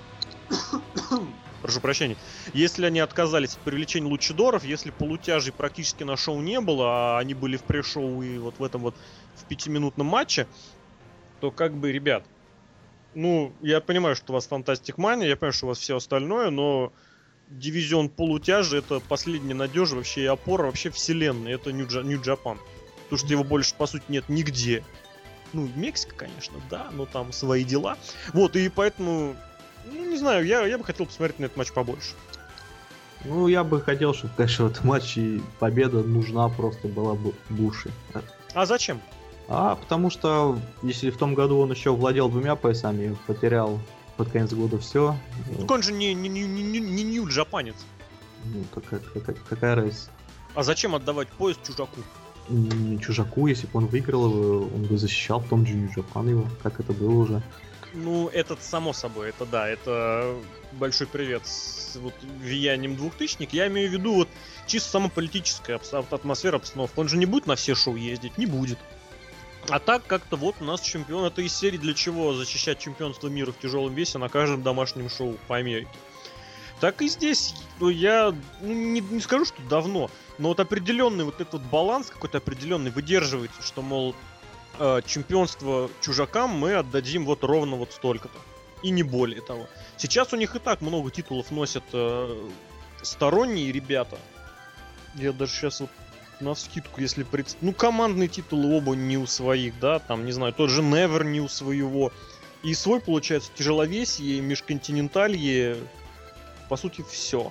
[SPEAKER 2] Прошу прощения. Если они отказались от привлечения лучидоров, если полутяжей практически на шоу не было, а они были в пресс-шоу и вот в этом вот в 5-минутном матче, то как бы, ребят, ну, я понимаю, что у вас Fantastic Mania, я понимаю, что у вас все остальное, но дивизион полутяжи — это последняя надежда вообще и опора вообще вселенной. Это New Japan. Потому что его больше, по сути, нет нигде. Ну, Мексика, конечно, да, но там свои дела. Вот, и поэтому, ну, не знаю, я бы хотел посмотреть на этот матч побольше.
[SPEAKER 4] Ну, я бы хотел, чтобы, конечно, в этом матче победа нужна просто была бы Буши.
[SPEAKER 2] А зачем?
[SPEAKER 4] Потому что, если в том году он еще владел 2 поясами, потерял под конец года все.
[SPEAKER 2] Так он же не нью-джапанец.
[SPEAKER 4] Ну, какая разница?
[SPEAKER 2] А зачем отдавать пояс чужаку?
[SPEAKER 4] Не чужаку, если бы он выиграл его, он бы защищал в том же Нью-Джапан его, как это было уже.
[SPEAKER 2] Ну, это само собой, это да, это большой привет с вот влиянием 2000-х. Я имею в виду вот чисто самополитическая атмосфера, обстановка. Он же не будет на все шоу ездить, не будет. А так как-то вот у нас чемпион, это из серии для чего защищать чемпионство мира в тяжелом весе на каждом домашнем шоу по Америке. Так и здесь, я не скажу, что давно, но вот определенный вот этот баланс какой-то определенный выдерживается, что, мол, чемпионство чужакам мы отдадим вот ровно вот столько-то. И не более того. Сейчас у них и так много титулов носят сторонние ребята. Я даже сейчас вот навскидку, если командные титулы оба не у своих, да, там, не знаю, тот же Невер не у своего. И свой, получается, тяжеловесие, межконтиненталье, по сути, все.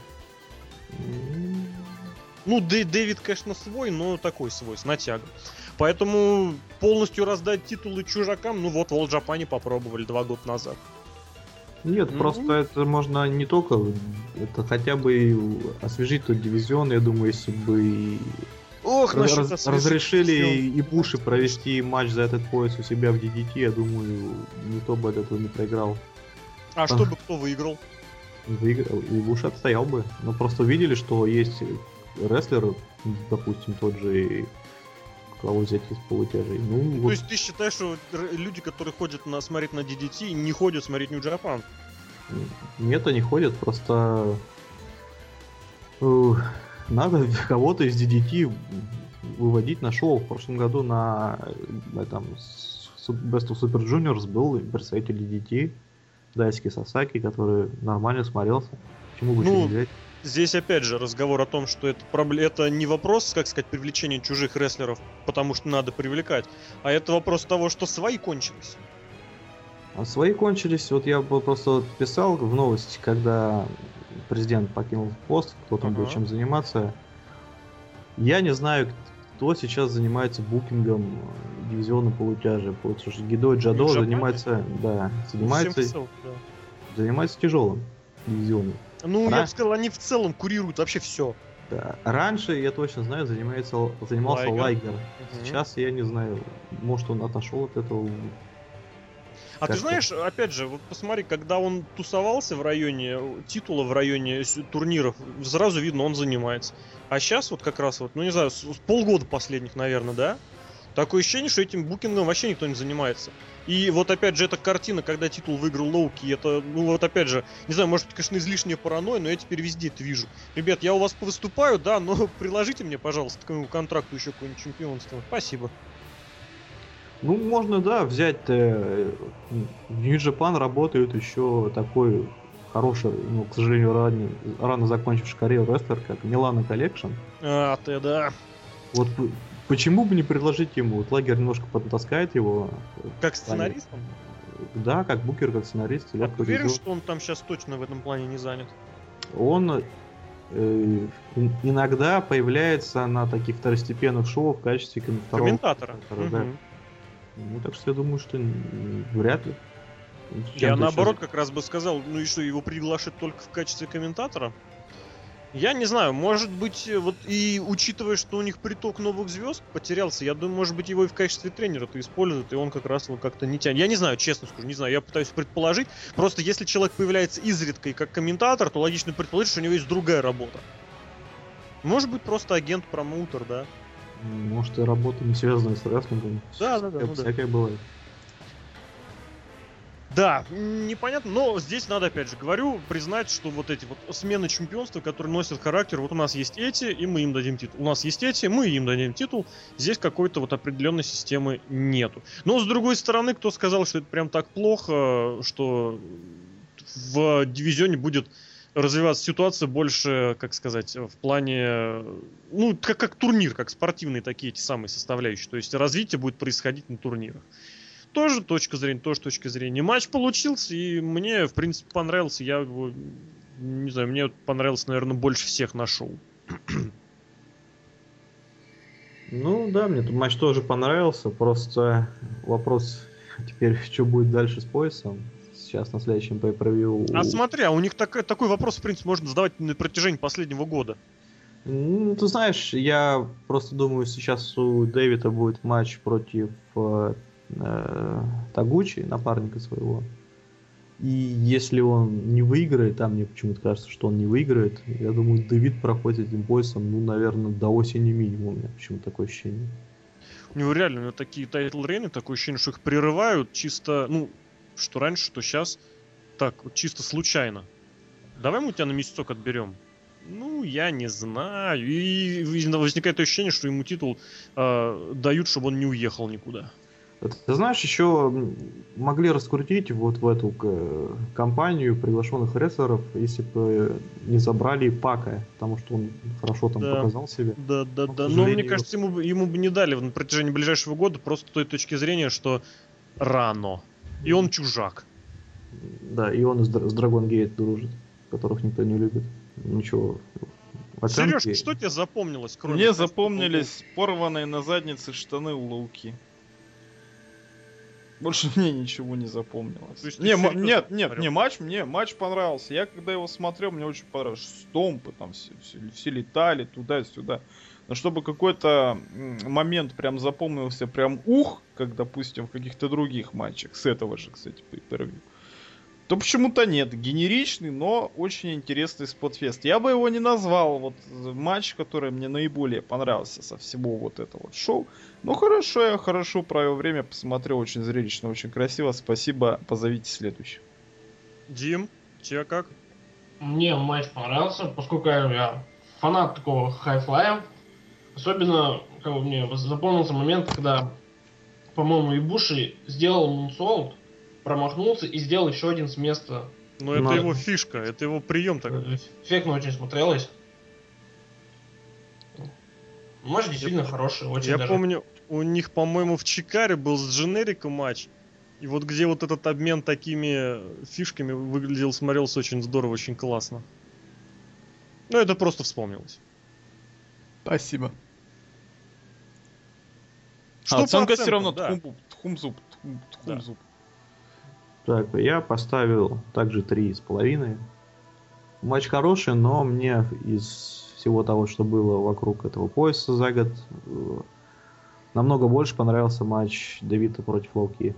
[SPEAKER 2] Ну, Дэвид, конечно, свой, но такой свой, с натягом. Поэтому полностью раздать титулы чужакам, ну вот в All Japan попробовали 2 года назад.
[SPEAKER 4] Нет, просто это можно не только, это хотя бы освежить тот дивизион, я думаю, если бы разрешили и Буши провести матч за этот пояс у себя в DDT, я думаю, никто бы от этого не проиграл.
[SPEAKER 2] А что бы кто выиграл?
[SPEAKER 4] Выиграл, и Буш отстоял бы. Но просто видели, что есть рестлеры, допустим, тот же, кого взять из полутяжей. Ну,
[SPEAKER 2] То
[SPEAKER 4] вот.
[SPEAKER 2] есть ты считаешь, что люди, которые ходят смотреть на DDT, не ходят смотреть New Japan?
[SPEAKER 4] Нет, они ходят, просто надо кого-то из DDT выводить на шоу. В прошлом году на этом Best of Super Juniors был представитель DDT Дайски Сасаки, который нормально смотрелся. Почему бы не взять?
[SPEAKER 2] Здесь опять же разговор о том, что это не вопрос, как сказать, привлечения чужих рестлеров, потому что надо привлекать, а это вопрос того, что свои кончились.
[SPEAKER 4] А свои кончились. Вот я бы просто писал в новости, когда президент покинул пост, кто там будет чем заниматься. Я не знаю, кто сейчас занимается букингом дивизиона полутяжа. Потому что Гидо Джадо занимается тяжелым дивизионом.
[SPEAKER 2] Ну, я бы сказал, они в целом курируют вообще все.
[SPEAKER 4] Да. Раньше, я точно знаю, занимался Лайгер. Сейчас я не знаю, может он отошел от этого.
[SPEAKER 2] А ты знаешь, опять же, вот посмотри, когда он тусовался в районе титула, в районе турниров, сразу видно, он занимается. А сейчас вот как раз вот, ну не знаю, с полгода последних, наверное, да? Такое ощущение, что этим букингом вообще никто не занимается. И вот опять же эта картина, когда титул выиграл Лоуки, это, ну вот опять же, не знаю, может быть, конечно, излишняя паранойя, но я теперь везде это вижу. Ребят, я у вас выступаю, да, но приложите мне, пожалуйста, к моему контракту еще какое-нибудь чемпионство. Спасибо.
[SPEAKER 4] Ну, можно, да, взять... в New Japan работает еще такой хороший, ну, к сожалению, рано закончивший карьеру рестлер, как Милана Коллекшн.
[SPEAKER 2] А, ты да.
[SPEAKER 4] Вот почему бы не предложить ему? Вот Лагер немножко подтаскает его.
[SPEAKER 2] Как сценаристом?
[SPEAKER 4] Да, как букер, как сценарист.
[SPEAKER 2] А ты уверен, что он там сейчас точно в этом плане не занят?
[SPEAKER 4] Он иногда появляется на таких второстепенных шоу в качестве
[SPEAKER 2] комментатора.
[SPEAKER 4] Да. Ну, так что я думаю, что вряд ли.
[SPEAKER 2] Я наоборот как раз бы сказал, ну и что, его приглашать только в качестве комментатора? Я не знаю, может быть, вот и учитывая, что у них приток новых звезд потерялся, я думаю, может быть, его и в качестве тренера-то используют, и он как раз его как-то не тянет. Я не знаю, честно скажу, не знаю, я пытаюсь предположить. Просто если человек появляется изредка и как комментатор, то логично предположить, что у него есть другая работа. Может быть, просто агент-промоутер, да?
[SPEAKER 4] Может, и работа не связанная с рестлингом.
[SPEAKER 2] Да.
[SPEAKER 4] Всякое бывает.
[SPEAKER 2] Да, непонятно, но здесь надо, опять же, говорю, признать, что вот эти вот смены чемпионства, которые носят характер, вот у нас есть эти, и мы им дадим титул. У нас есть эти, мы им дадим титул. Здесь какой-то вот определенной системы нету. Но, с другой стороны, кто сказал, что это прям так плохо, что в дивизионе будет развиваться ситуация больше, как сказать, в плане, ну, как турнир, как спортивные такие эти самые составляющие. То есть развитие будет происходить на турнирах. Тоже точка зрения. Матч получился, и мне, в принципе, понравился. Я его, не знаю, мне понравился, наверное, больше всех на шоу.
[SPEAKER 4] Ну да, мне тут матч тоже понравился. Просто вопрос теперь, что будет дальше с поясом. Сейчас на следующем pay-per-view.
[SPEAKER 2] А смотри, у них такой вопрос, в принципе, можно задавать на протяжении последнего года.
[SPEAKER 4] Ну, ты знаешь, я просто думаю, сейчас у Дэвида будет матч против Тагучи, напарника своего. И если он не выиграет, а мне почему-то кажется, что он не выиграет, я думаю, Дэвид проходит этим поясом, ну, наверное, до осени минимум. У меня почему-то такое ощущение.
[SPEAKER 2] У него реально, у него такие тайтл-рейны, такое ощущение, что их прерывают чисто, ну, что раньше, что сейчас, так, вот чисто случайно. Давай мы у тебя на месяцок отберем. Ну, я не знаю. И возникает ощущение, что ему титул дают, чтобы он не уехал никуда.
[SPEAKER 4] Ты знаешь, еще могли раскрутить вот в эту компанию приглашенных рестлеров, если бы не забрали Пака, потому что он хорошо там показал себя.
[SPEAKER 2] Да. Но мне кажется, ему бы не дали на протяжении ближайшего года, просто с той точки зрения, что рано. И он чужак.
[SPEAKER 4] Да, и он с Dragon Gate дружит, которых никто не любит. Ну чё, оценки...
[SPEAKER 2] Сереж, что тебе запомнилось, кроме...
[SPEAKER 1] Мне
[SPEAKER 2] Festival
[SPEAKER 1] запомнились порванные на заднице штаны у Лоуки. Больше мне ничего не запомнилось.
[SPEAKER 2] То есть ты
[SPEAKER 1] Не,
[SPEAKER 2] серьезно
[SPEAKER 1] нет,
[SPEAKER 2] смотрел?
[SPEAKER 1] не матч, мне матч понравился. Я когда его смотрел, мне очень понравилось. Стомпы там все летали туда-сюда. Но чтобы какой-то момент прям запомнился, прям как, допустим, в каких-то других матчах, с этого же, кстати, pay-per-view, то почему-то нет. Генеричный, но очень интересный спотфест. Я бы его не назвал вот матч, который мне наиболее понравился со всего вот этого вот шоу. Ну хорошо, я хорошо провел время, посмотрел, очень зрелищно, очень красиво. Спасибо, позовите следующий.
[SPEAKER 2] Дим, тебе как?
[SPEAKER 3] Мне матч понравился, поскольку я фанат такого хай-флая. Особенно, как бы, мне запомнился момент, когда, по-моему, Ибуши сделал мунсолт, промахнулся и сделал еще один с места.
[SPEAKER 2] Ну, это
[SPEAKER 4] Надо.
[SPEAKER 2] его фишка, это его прием такой.
[SPEAKER 3] Эффектно очень смотрелось. Матч действительно хороший, очень
[SPEAKER 2] Я
[SPEAKER 3] даже.
[SPEAKER 2] помню, у них, по-моему, в Чикаре был с Дженериком матч. И вот где вот этот обмен такими фишками выглядел, смотрелся очень здорово, очень классно. Ну, это просто вспомнилось.
[SPEAKER 1] Спасибо.
[SPEAKER 2] Что по
[SPEAKER 1] оценка
[SPEAKER 2] оценкам,
[SPEAKER 1] все равно
[SPEAKER 2] да.
[SPEAKER 1] тхумзуб.
[SPEAKER 4] Так, я поставил также 3,5. Матч хороший, но мне из всего того, что было вокруг этого пояса за год, намного больше понравился матч Дэвида против Лоуки.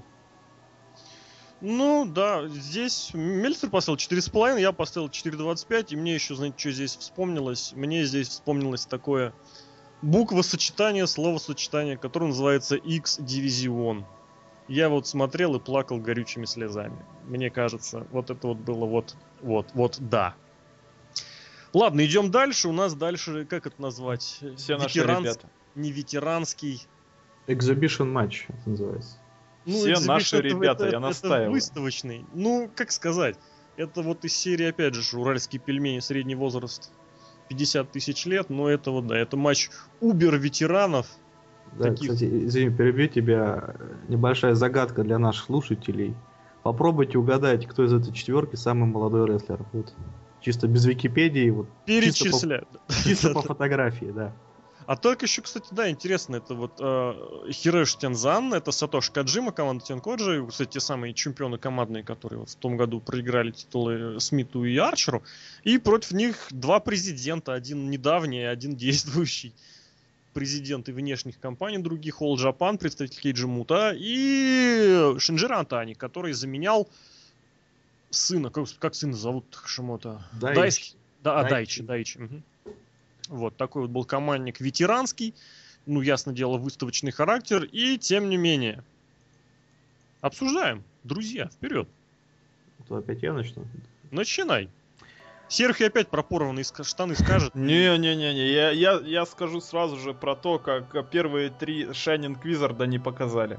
[SPEAKER 2] Ну, да, здесь Мельцер поставил 4,5, я поставил 4,25, и мне еще, знаете, что здесь вспомнилось? Мне здесь вспомнилось такое буквосочетание, словосочетание, которое называется X-Division. Я вот смотрел и плакал горючими слезами. Мне кажется, вот это вот было вот, да. Ладно, идем дальше. У нас дальше, как это назвать?
[SPEAKER 1] Все наши ребята.
[SPEAKER 2] Не ветеранский.
[SPEAKER 4] Exhibition матч это называется.
[SPEAKER 1] Все
[SPEAKER 2] exhibition
[SPEAKER 1] наши ребята, я
[SPEAKER 2] это
[SPEAKER 1] настаиваю.
[SPEAKER 2] выставочный. Ну, как сказать. Это вот из серии, опять же, уральские пельмени, средний возраст 50 тысяч лет. Но это вот, да, это матч Убер-ветеранов.
[SPEAKER 4] Да,
[SPEAKER 2] Таких.
[SPEAKER 4] кстати, извини, перебью тебя. Небольшая загадка для наших слушателей. Попробуйте угадать, кто из этой четверки самый молодой рестлер. Вот. Чисто без Википедии, вот
[SPEAKER 2] Перечисляют.
[SPEAKER 4] чисто по фотографии, да.
[SPEAKER 2] А только еще, кстати, да, интересно, это вот Хироши Тензан, это Сатоши Каджима, команда Тенкоджи, кстати, те самые чемпионы командные, которые вот в том году проиграли титулы Смиту и Арчеру, и против них два президента, один недавний, один действующий. Президенты внешних компаний других, All Japan, представитель Кейджи Мута, и Шинджиро Антани, который заменял сына, как сына зовут Хашимота?
[SPEAKER 4] Дайчи.
[SPEAKER 2] Дайчи. Угу. Вот, такой вот был командник ветеранский, ну, ясно дело, выставочный характер, и тем не менее. Обсуждаем, друзья, вперед.
[SPEAKER 4] То опять я начну.
[SPEAKER 2] Начинай. Серхий опять про порванные штаны скажет.
[SPEAKER 1] Не-не-не, я скажу сразу же про то, как первые 3 Shining Wizard'а не показали.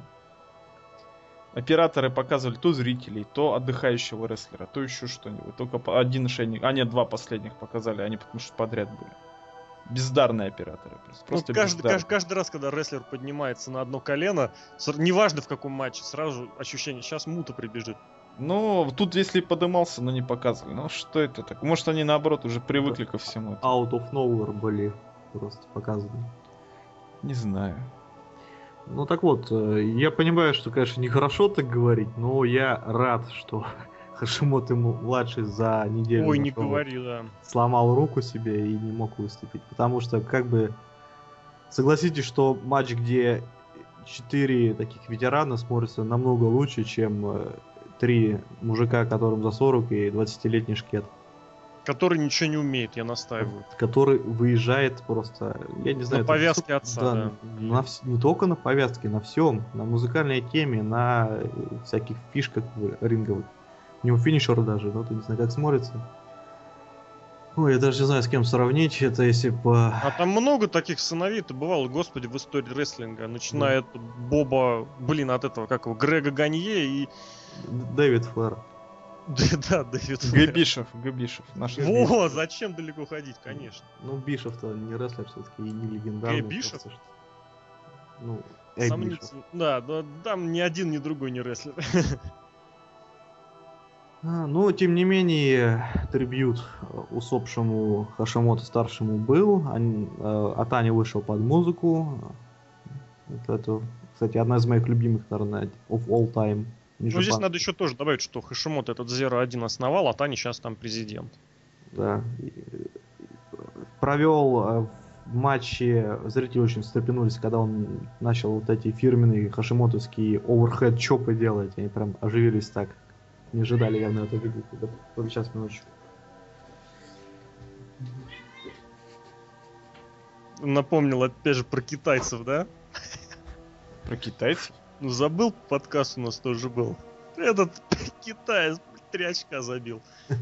[SPEAKER 1] Операторы показывали то зрителей, то отдыхающего рестлера, то еще что-нибудь. Только один Shining, нет, 2 последних показали, они потому что подряд были. Бездарные операторы. Просто
[SPEAKER 2] каждый раз, когда рестлер поднимается на одно колено, неважно в каком матче, сразу ощущение, сейчас Мута прибежит.
[SPEAKER 1] Ну, тут если подымался, но не показывали. Ну, что это так? Может, они наоборот уже привыкли ко всему этому.
[SPEAKER 4] Out of nowhere были просто показаны.
[SPEAKER 1] Не знаю.
[SPEAKER 4] Ну так вот, я понимаю, что, конечно, нехорошо так говорить, но я рад, что Хашимото младший за неделю
[SPEAKER 2] Ой, не говори, да.
[SPEAKER 4] сломал руку себе и не мог выступить. Потому что, как бы, согласитесь, что матч, где 4 таких ветерана смотрится намного лучше, чем 3 мужика, которым за 40 и 20-летний шкет.
[SPEAKER 2] Который ничего не умеет, я настаиваю.
[SPEAKER 4] Который выезжает просто, я не знаю...
[SPEAKER 2] На повязке отца, да.
[SPEAKER 4] Не только на повязке, на всем. На музыкальной теме, на всяких фишках ринговых. У него финишер даже, ну, ты не знаю, как смотрится. Ой, я даже не знаю, с кем сравнить это, если по...
[SPEAKER 2] А там много таких сыновей-то бывало, господи, в истории рестлинга. Начиная от Боба, от этого, как его, Грега Ганье и...
[SPEAKER 4] Дэвид Флэр.
[SPEAKER 2] Да, Дэвид Флэр.
[SPEAKER 1] Гэбишев.
[SPEAKER 2] Во, зачем далеко ходить, конечно.
[SPEAKER 4] Ну, Бишев-то не рестлер все-таки, и не легендарный.
[SPEAKER 2] Бишев?
[SPEAKER 4] Ну,
[SPEAKER 2] Сомнительно. Да, там ни один, ни другой не рестлер.
[SPEAKER 4] Но, тем не менее, трибьют усопшему Хашимото старшему был. Атани вышел под музыку. Это, кстати, одна из моих любимых, наверное, of all time.
[SPEAKER 2] Ну, здесь надо еще тоже добавить, что Хашимото этот Zero 1 основал, а Тани сейчас там президент.
[SPEAKER 4] Да. Провел в матче, зрители очень встрепенулись, когда он начал вот эти фирменные хашимотовские оверхед чопы делать. Они прям оживились так. Не ожидали явно это видеть. Только сейчас, минуточку.
[SPEAKER 2] Напомнил опять же про китайцев, да?
[SPEAKER 1] Про китайцев?
[SPEAKER 2] Ну, забыл, подкаст у нас тоже был. Этот китаец 3 очка забил.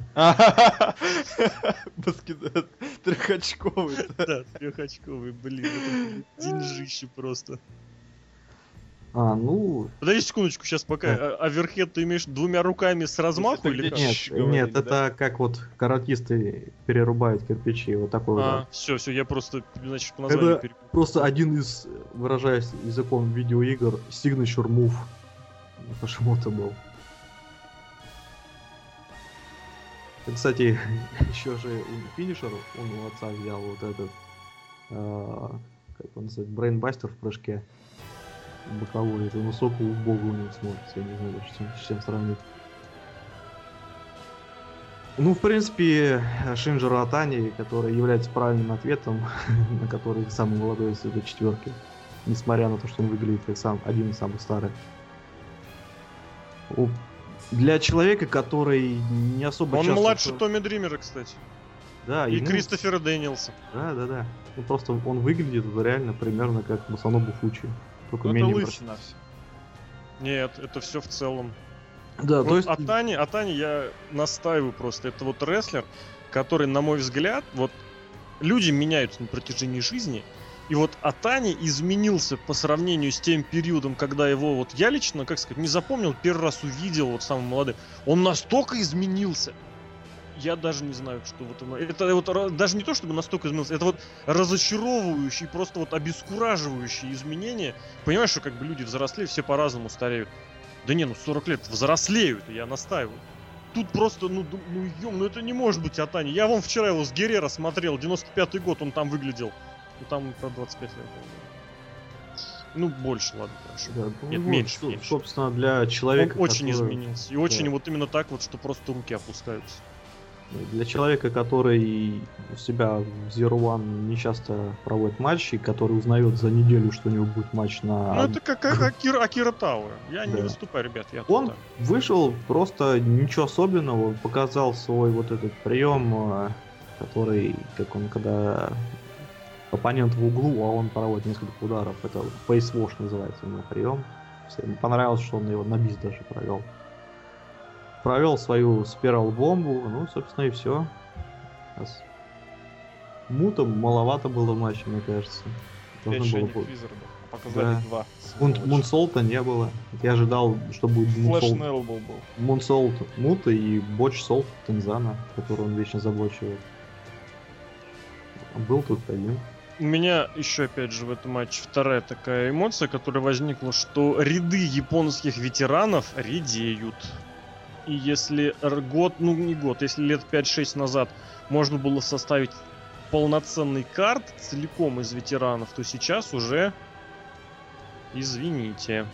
[SPEAKER 1] Трехочковый.
[SPEAKER 2] Да, 3-очковый, блин. Деньжище просто.
[SPEAKER 4] Ну...
[SPEAKER 2] Подожди секундочку, сейчас пока. Оверхед ты имеешь 2 руками с размаху или как?
[SPEAKER 4] Нет, это как вот каратисты перерубают кирпичи, вот такой вот.
[SPEAKER 2] Все, я просто, значит, по названию
[SPEAKER 4] это просто один из, выражаясь языком видеоигр, signature move Хашимото был. Кстати, еще же финишер, он у отца взял вот этот, как он называется, брейнбастер в прыжке. Боковой, это высокого в бога у него смотрится, я не знаю, с чем сравнить. Ну, в принципе, Шинджиро Атани, который является правильным ответом, на который самый молодой из этой четверки, несмотря на то, что он выглядит как один из самых старых. Для человека, который не особо
[SPEAKER 2] он
[SPEAKER 4] часто...
[SPEAKER 2] младше Томми Дримера, кстати.
[SPEAKER 4] Да,
[SPEAKER 2] и Кристофера Дэниелса.
[SPEAKER 4] Да. Ну, просто он выглядит реально примерно как Масанобу Фучи. Только
[SPEAKER 1] это
[SPEAKER 4] менее
[SPEAKER 1] лысина все.
[SPEAKER 2] Нет, это все в целом.
[SPEAKER 4] Да,
[SPEAKER 2] вот
[SPEAKER 4] то есть...
[SPEAKER 2] Атани я настаиваю просто. Это вот рестлер, который, на мой взгляд, вот люди меняются на протяжении жизни. И вот Атани изменился по сравнению с тем периодом, когда его вот я лично, как сказать, не запомнил, первый раз увидел, вот самый молодой. Он настолько изменился. Я даже не знаю, что вот это вот даже не то, чтобы настолько изменился, это вот разочаровывающие, просто вот обескураживающие изменения. Понимаешь, что как бы люди взрослеют, все по-разному стареют. Да не, 40 лет взрослеют, я настаиваю. Тут просто, это не может быть Атани. Я вон вчера его с Геррера смотрел, 95-й год он там выглядел. Ну там про 25 лет было. Ну, больше, ладно, хорошо.
[SPEAKER 4] Да,
[SPEAKER 2] нет, меньше.
[SPEAKER 4] Собственно, для человека,
[SPEAKER 2] он очень изменился. И очень вот именно так вот, что просто руки опускаются.
[SPEAKER 4] Для человека, который у себя в Zero One не часто проводит матчи, который узнает за неделю, что у него будет матч на...
[SPEAKER 2] Ну это как Акира Тауэр. Я не выступаю, ребят.
[SPEAKER 4] Он вышел просто ничего особенного, показал свой вот этот прием, который, как он, когда оппонент в углу, а он проводит несколько ударов. Это Face Wash называется у него прием. Всем понравилось, что он его на бис даже провел. Провел свою спирал-бомбу, ну, собственно, и все. Мута маловато было в матче, мне кажется.
[SPEAKER 1] 5 шейних визардов, показали 2.
[SPEAKER 4] Мунсолта не было. Я ожидал, что будет
[SPEAKER 1] Флэш-нелбл был.
[SPEAKER 4] Мунсолт Мута и Боч-солт Тензана, который он вечно заблочивает. Был тут один.
[SPEAKER 2] У меня еще, опять же, в этом матче вторая такая эмоция, которая возникла, что ряды японских ветеранов редеют. И если если лет 5-6 назад можно было составить полноценный карт целиком из ветеранов, то сейчас уже, извините.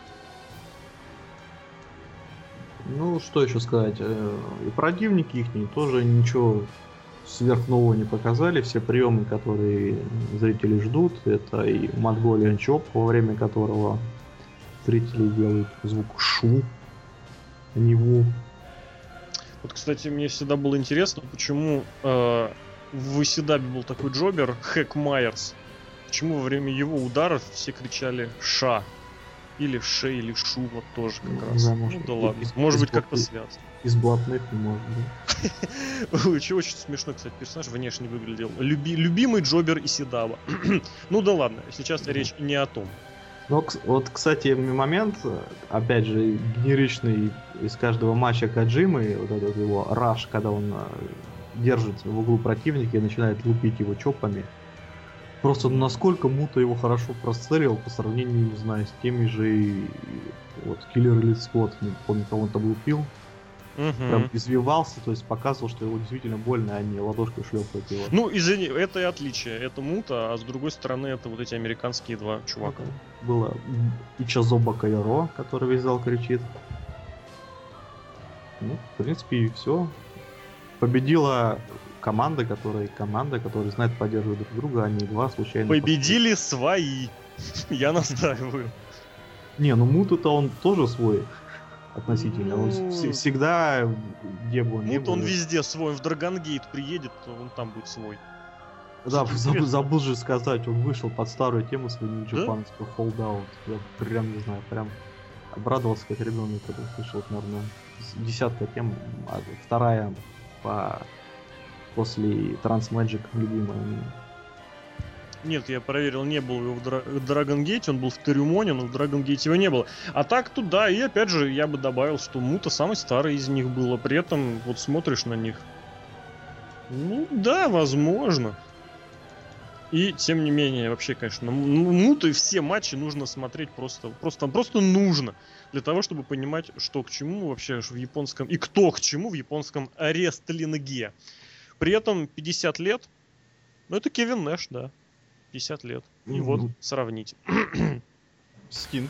[SPEAKER 4] Ну, что еще сказать? И противники их тоже ничего сверхнового не показали. Все приемы, которые зрители ждут, это и Монголиан Чоп, во время которого зрители делают звук шу. Него.
[SPEAKER 2] Вот, кстати, мне всегда было интересно, почему в Исидабе был такой джобер, Хэк Майерс. Почему во время его ударов все кричали «Ша». Или «Ше», или «Шу», вот тоже как раз.
[SPEAKER 4] Да,
[SPEAKER 2] может, ну да ладно. Может быть, как-то связано.
[SPEAKER 4] Из блатных, может быть.
[SPEAKER 2] Очень смешной, кстати, персонаж внешне выглядел. Любимый джобер Исидаба. Ну да ладно, сейчас речь не о том.
[SPEAKER 4] Ну, вот, кстати, момент, опять же, генеричный из каждого матча Коджимы, вот этот его раш, когда он держит в углу противника и начинает лупить его чопами. Просто насколько Мута его хорошо прострелил по сравнению, не знаю, с теми же вот Киллер или Скотт, не помню, кого он там лупил. Прям извивался, то есть показывал, что его действительно больно, а не ладошкой шлепает его.
[SPEAKER 2] Ну, извини, это и отличие. Это Мута, а с другой стороны, это вот эти американские два чувака.
[SPEAKER 4] Было Ичазоба Кайро, который весь зал кричит. Ну, в принципе, и все. Победила команда, которая знает поддерживать друг друга, а не два случайно.
[SPEAKER 2] Победили свои. Я настаиваю.
[SPEAKER 4] Не, ну Мута-то он тоже свой. Относительно. Он всегда, где бы он ни был.
[SPEAKER 2] Он везде свой. Он в Драгонгейт приедет, то он там будет свой.
[SPEAKER 4] Да, забыл же сказать, он вышел под старую тему свою New Japan, типа Hold Out. Я прям, не знаю, прям обрадовался как ребенок, когда услышал, наверное, 10-ка тема, а 2-я после Trans Magic любимая.
[SPEAKER 2] Нет, я проверил, не был его в Dragon Gate, он был в Терюмоне, но в Dragon Gate его не было. А так тут, да, и опять же, я бы добавил, что Мута самый старый из них был, а при этом вот смотришь на них. Ну, да, возможно. И, тем не менее, вообще, конечно, Мута и все матчи нужно смотреть просто нужно. Для того, чтобы понимать, что к чему вообще в японском, и кто к чему в японском рестлинге. При этом 50 лет, ну это Кевин Нэш, да. 50 лет. И вот сравните.
[SPEAKER 1] Стинг.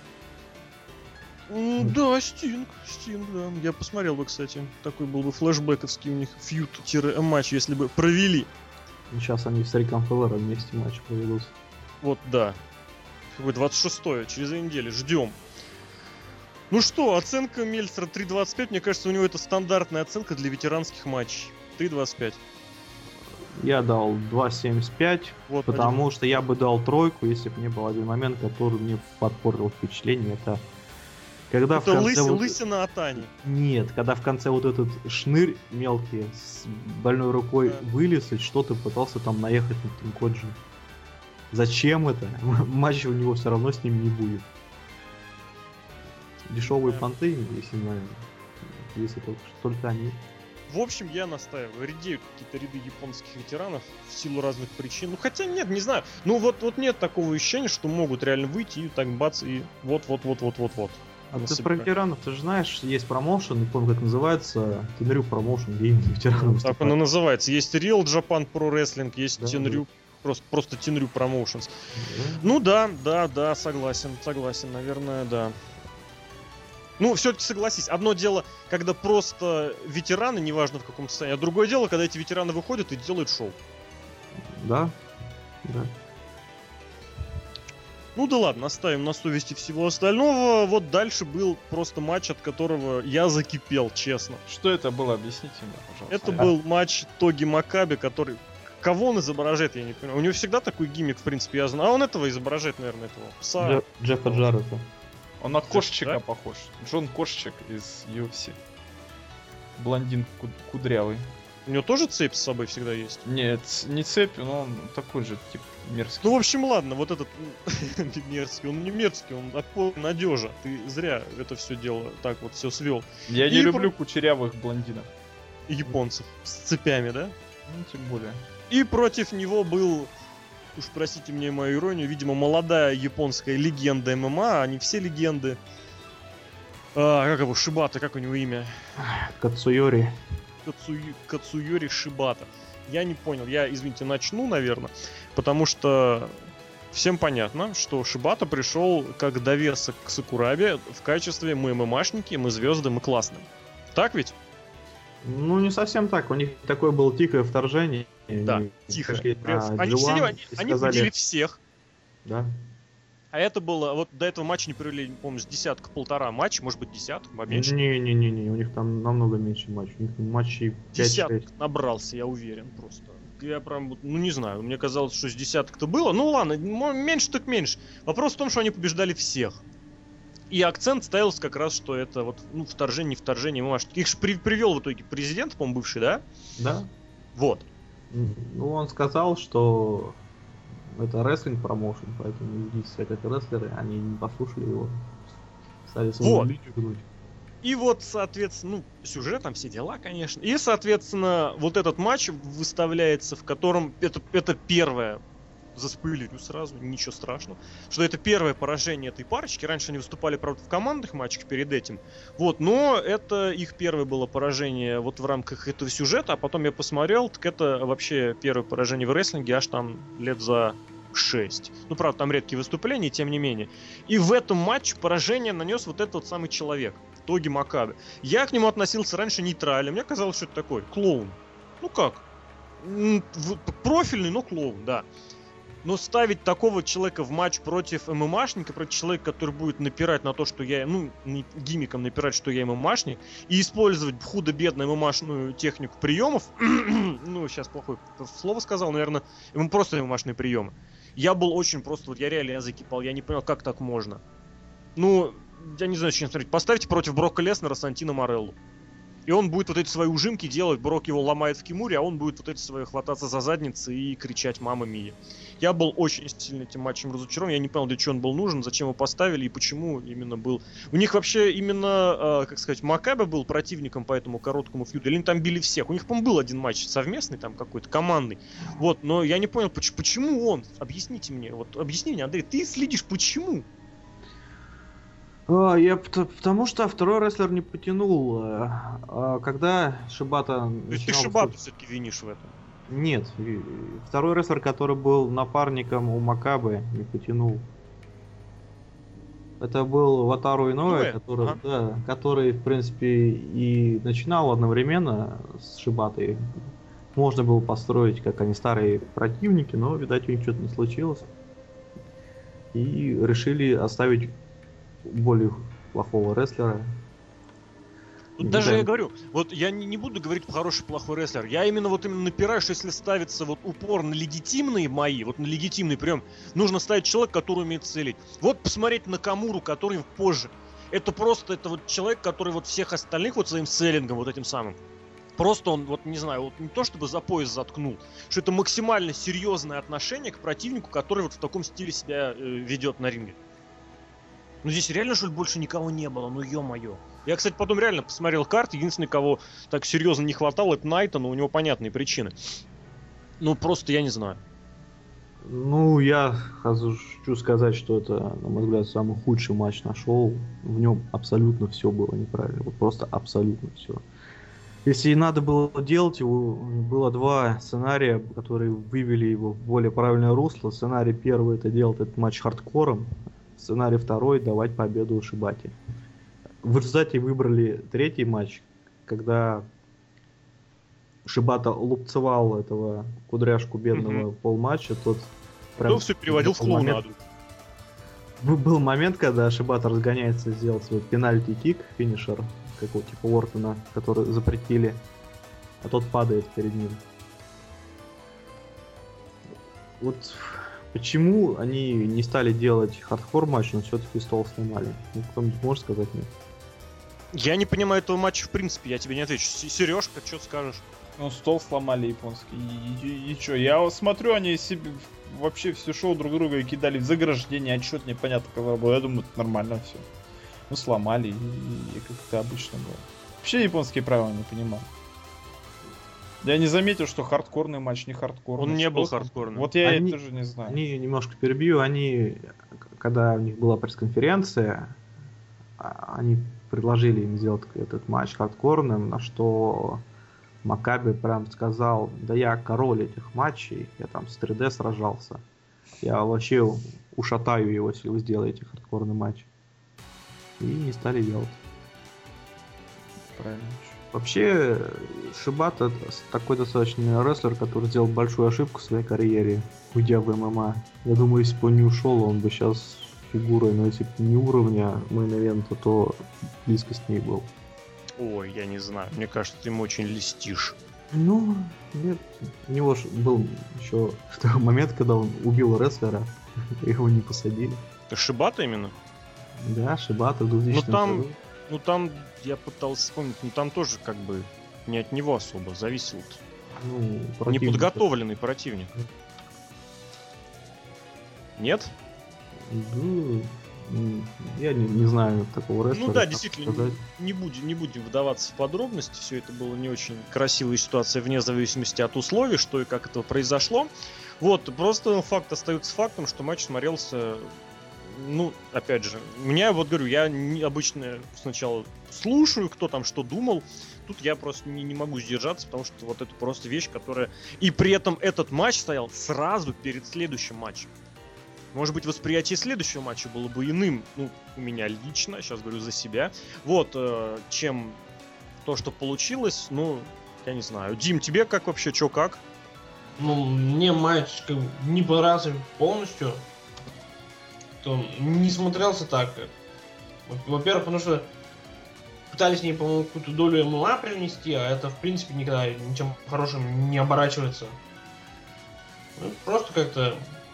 [SPEAKER 2] Да, Стинг, да. Я посмотрел бы, кстати. Такой был бы флешбековский у них фьюд-матч, если бы провели.
[SPEAKER 4] Сейчас они с Риком Феллером вместе матч проведут.
[SPEAKER 2] Вот, да. 26-е, через 2 недели. Ждем. Ну что, оценка Мельцера 3.25. Мне кажется, у него это стандартная оценка для ветеранских матчей. 3.25.
[SPEAKER 4] Я дал 2.75, вот, потому что я бы дал 3, если бы не был один момент, который мне подпортил впечатление. Это когда
[SPEAKER 2] это в конце лысина Атани.
[SPEAKER 4] Нет, когда в конце вот этот шнырь мелкий с больной рукой вылез и что-то пытался там наехать на Тинкоджи. Зачем это? Матча у него все равно с ним не будет. Дешевые понты, если только они.
[SPEAKER 2] В общем, я настаиваю. Редеют какие-то ряды японских ветеранов в силу разных причин. Ну, хотя нет, не знаю. Ну, вот нет такого ощущения, что могут реально выйти и так бац, и вот.
[SPEAKER 4] А ты про ветеранов, ты же знаешь, есть промоушен, не помню, как называется, Тенрю промоушен, где именно ветеранов.
[SPEAKER 2] Так оно называется. Есть Real Japan Pro Wrestling, есть Тенрю, просто Тенрю Promotions. Ну да, согласен, наверное, да. Ну, все-таки согласись, одно дело, когда просто ветераны, неважно в каком состоянии, а другое дело, когда эти ветераны выходят и делают шоу.
[SPEAKER 4] Да.
[SPEAKER 2] Ну да ладно, оставим на совести всего остального. Вот дальше был просто матч, от которого я закипел, честно.
[SPEAKER 1] Что это было? Объясните мне, пожалуйста.
[SPEAKER 2] Это был матч Тоги Макаби, который... Кого он изображает, я не понимаю. У него всегда такой гиммик, в принципе, я знаю. А он этого изображает, наверное, этого пса.
[SPEAKER 4] Джеффа Джаррета.
[SPEAKER 1] Он на Кошечка похож. Джон Кошечек из UFC. Блондин кудрявый.
[SPEAKER 2] У него тоже цепь с собой всегда есть?
[SPEAKER 1] Нет, не цепь, но он такой же, типа, мерзкий.
[SPEAKER 2] Ну, в общем, ладно, вот этот мерзкий, он не мерзкий, он от надежа. Ты зря это все дело так вот все свел.
[SPEAKER 1] Я не люблю кучерявых блондинов.
[SPEAKER 2] Японцев с цепями, да?
[SPEAKER 1] Ну, тем более.
[SPEAKER 2] И против него был, уж простите мне мою иронию, видимо, молодая японская легенда ММА, они все легенды. Как его, Шибата, как у него имя?
[SPEAKER 4] Кацуйори.
[SPEAKER 2] Кацуйори Шибата. Я не понял, я, извините, начну, наверное, потому что всем понятно, что Шибата пришел как довесок к Сакурабе в качестве мы ММАшники, мы звезды, мы классные. Так ведь?
[SPEAKER 4] Ну, не совсем так. У них такое было тихое вторжение.
[SPEAKER 2] Да, тихо. Они победили всех.
[SPEAKER 4] Да.
[SPEAKER 2] А это было, вот до этого матча не провели, помню, с десятка-полтора матча, может быть, десяток, меньше.
[SPEAKER 4] Не-не-не, у них там намного меньше матчей. У них матчей 5-6.
[SPEAKER 2] Десяток набрался, я уверен, просто. Я прям, ну не знаю, мне казалось, что с десяток-то было. Ну ладно, меньше так меньше. Вопрос в том, что они побеждали всех. И акцент ставился как раз, что это вот, ну, вторжение, не вторжение, их же привел в итоге президент, по-моему, бывший, да?
[SPEAKER 4] Да.
[SPEAKER 2] Вот.
[SPEAKER 4] Ну, он сказал, что это рестлинг промоушен, поэтому ведите себя как рестлеры, они не послушали его. Стали свою линию гнуть.
[SPEAKER 2] И вот, соответственно, ну, сюжет, там все дела, конечно. И, соответственно, вот этот матч выставляется, в котором это первое заспойлерю сразу, ничего страшного, что это первое поражение этой парочки. Раньше они выступали, правда, в командных матчах перед этим. Вот, но это их первое было поражение вот в рамках этого сюжета, а потом я посмотрел, так это вообще первое поражение в рестлинге аж там лет за 6. Ну, правда, там редкие выступления, тем не менее. И в этом матче поражение нанес вот этот вот самый человек, Тоги Макабе. Я к нему относился раньше нейтрально. Мне казалось, что это такой клоун. Ну как? Профильный, но клоун, да. Но ставить такого человека в матч против ММАшника, против человека, который будет напирать на то, что я... Ну, гиммиком напирать, что я ММАшник, и использовать худо-бедно ММАшную технику приемов, ну, сейчас плохое слово сказал, наверное, ему просто ММАшные приемы. Я был очень просто... Вот я реально язык кипал, я не понял, как так можно. Ну, я не знаю, что смотреть. Поставьте против Брока Леснера Сантино Мореллу. И он будет вот эти свои ужимки делать, Брок его ломает в кимуре, а он будет вот эти свои хвататься за задницы и кричать «Мама Мия». Я был очень сильно этим матчем разочарован, я не понял, для чего он был нужен, зачем его поставили и почему именно был. У них вообще именно, как сказать, Макабе был противником по этому короткому фьюду, или они там били всех. У них, по-моему, был один матч совместный, там какой-то командный. Вот, но я не понял, почему он? Объясните мне, вот объясни мне, Андрей, ты следишь, почему?
[SPEAKER 4] Потому что второй рестлер не потянул. Когда Шибата...
[SPEAKER 2] То есть ты Шибату все-таки винишь в этом?
[SPEAKER 4] Нет. Второй рестлер, который был напарником у Макабе, не потянул. Это был Ватару Иноэ, который, в принципе, и начинал одновременно с Шибатой. Можно было построить, как они старые противники, но, видать, у них что-то не случилось. И решили оставить более плохого рестлера.
[SPEAKER 2] Тут даже я говорю, вот я не буду говорить хороший плохой рестлер, я именно напираю, что если ставится вот упор на легитимные мои, вот на легитимный прием, нужно ставить человека, который умеет целить. Вот посмотреть на Камуру, который позже. Это просто, это вот человек, который вот всех остальных вот своим селлингом, вот этим самым, просто он, вот не знаю, вот не то чтобы за пояс заткнул, что это максимально серьезное отношение к противнику, который вот в таком стиле себя ведет на ринге. Ну здесь реально, что ли, больше никого не было? Ну ё-моё. Я, кстати, потом реально посмотрел карты. Единственный, кого так серьезно не хватало, это Найта, но у него понятные причины. Ну просто я не знаю.
[SPEAKER 4] Ну, я хочу сказать, что это, на мой взгляд, самый худший матч на шоу. В нем абсолютно все было неправильно. Вот просто абсолютно все. Если и надо было делать, его было два сценария, которые вывели его в более правильное русло. Сценарий первый — это делать этот матч хардкором. Сценарий второй — давать победу Шибате. В результате выбрали третий матч, когда Шибата лупцевал этого кудряшку бедного полматча. Тот
[SPEAKER 2] прям все переводил в клоунаду.
[SPEAKER 4] Был момент, когда Шибата разгоняется сделать свой пенальти-кик, финишер, какого типа Уортона, который запретили, а тот падает перед ним. Вот... Почему они не стали делать хардкор матч, но все-таки стол снимали? Ну, кто-нибудь может сказать мне?
[SPEAKER 2] Я не понимаю этого матча в принципе, я тебе не отвечу. Сережка, что скажешь?
[SPEAKER 1] Ну, стол сломали японский. И чё? Я вот смотрю, они себе вообще все шоу друг друга кидали в заграждение, отчет непонятно когда было. Я думаю, это нормально все. Ну, сломали, и как это обычно было. Вообще японские правила не понимаю. Я не заметил, что хардкорный матч не хардкорный.
[SPEAKER 2] Он не был хардкорным.
[SPEAKER 1] Вот я это тоже не знаю.
[SPEAKER 4] Они немножко перебью. Когда у них была пресс-конференция, они предложили им сделать этот матч хардкорным, на что Макаби прям сказал: да я король этих матчей, я там с 3D сражался. Я вообще ушатаю его, если вы сделаете хардкорный матч. И не стали делать.
[SPEAKER 1] Правильно.
[SPEAKER 4] Вообще, Шибата такой достаточно рестлер, который сделал большую ошибку в своей карьере, уйдя в ММА. Я думаю, если бы он не ушел, он бы сейчас фигурой, но если бы не уровня мейн-ивента, то близко с ней был.
[SPEAKER 2] Ой, я не знаю. Мне кажется, ты ему очень льстишь.
[SPEAKER 4] Ну, нет. У него же был еще момент, когда он убил рестлера, его не посадили.
[SPEAKER 2] Это Шибата именно?
[SPEAKER 4] Да, Шибата в 2000 году.
[SPEAKER 2] Ну там, я пытался вспомнить, но там тоже как бы не от него особо зависел.
[SPEAKER 4] Ну,
[SPEAKER 2] неподготовленный противник. Нет?
[SPEAKER 4] Ну, я не знаю такого рестлера.
[SPEAKER 2] Ну да, действительно, не будем вдаваться в подробности. Все это было не очень красивая ситуация вне зависимости от условий, что и как это произошло. Вот, просто факт остается фактом, что матч смотрелся, ну, опять же, меня, вот говорю, я обычно сначала слушаю, кто там что думал, тут я просто не могу сдержаться, потому что вот это просто вещь, которая... И при этом этот матч стоял сразу перед следующим матчем. Может быть, восприятие следующего матча было бы иным, ну, у меня лично, сейчас говорю за себя, вот, чем то, что получилось, ну, я не знаю. Дим, тебе как вообще, чё как?
[SPEAKER 3] Ну, мне матч как бы не понравился полностью. То не смотрелся так. Во-первых, потому что пытались мне, по-моему, какую-то долю ММА принести, а это, в принципе, никогда ничем хорошим не оборачивается. Ну, просто как-то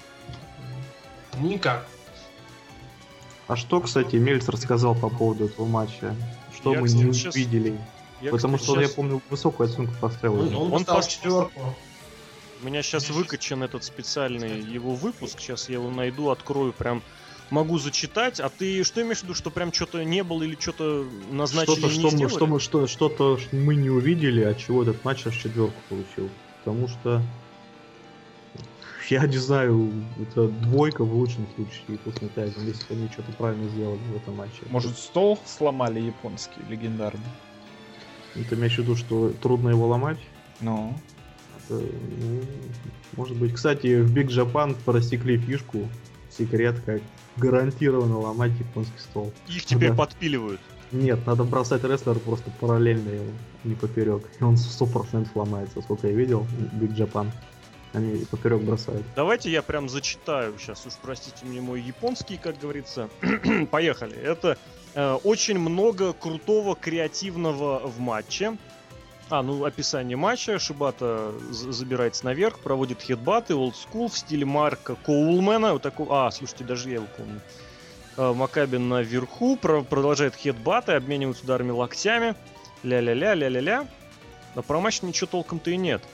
[SPEAKER 3] никак.
[SPEAKER 4] А что, кстати, Мельцер сказал по поводу этого матча? Что
[SPEAKER 2] Я,
[SPEAKER 4] мы
[SPEAKER 2] кстати,
[SPEAKER 4] не
[SPEAKER 2] сейчас-
[SPEAKER 4] увидели? Потому
[SPEAKER 2] кстати,
[SPEAKER 4] что, я
[SPEAKER 2] щас-
[SPEAKER 4] помню, высокую оценку поставил.
[SPEAKER 3] Он
[SPEAKER 2] Он
[SPEAKER 3] поставил
[SPEAKER 2] поставил-
[SPEAKER 3] 4.
[SPEAKER 2] У меня сейчас выкачан этот специальный его выпуск. Сейчас я его найду, открою, прям могу зачитать. А ты что имеешь в виду, что прям что-то не было или что-то назначили
[SPEAKER 4] Что-то,
[SPEAKER 2] и не сделали?
[SPEAKER 4] что-то мы не увидели, от чего этот матч аж 4 получил. Потому что, я не знаю, это 2 в лучшем случае после тайза, если бы они что-то правильно сделали в этом матче.
[SPEAKER 1] Может, стол сломали японский, легендарный?
[SPEAKER 4] Ты имеешь в виду, что трудно его ломать?
[SPEAKER 1] Ну.
[SPEAKER 4] Это, ну, может быть. Кстати, в Big Japan просекли фишку, секрет, как гарантированно ломать японский стол.
[SPEAKER 2] Их теперь
[SPEAKER 4] Да.
[SPEAKER 2] подпиливают.
[SPEAKER 4] Нет, надо бросать рестлера просто параллельно ему, не поперек. И он 100% ломается, сколько я видел в Big Japan. Они поперек бросают.
[SPEAKER 2] Давайте я прям зачитаю. Сейчас уж простите мне мой японский, как говорится. Поехали. Это очень много крутого, креативного в матче. Описание матча. Шибата забирается наверх, проводит хедбаты, олдскул в стиле Марка Коулмена. Вот такой... слушайте, даже я его помню. Макаби наверху, продолжает хедбаты, обмениваются ударами локтями. Ля-ля-ля. Но про матч ничего толком-то и нет.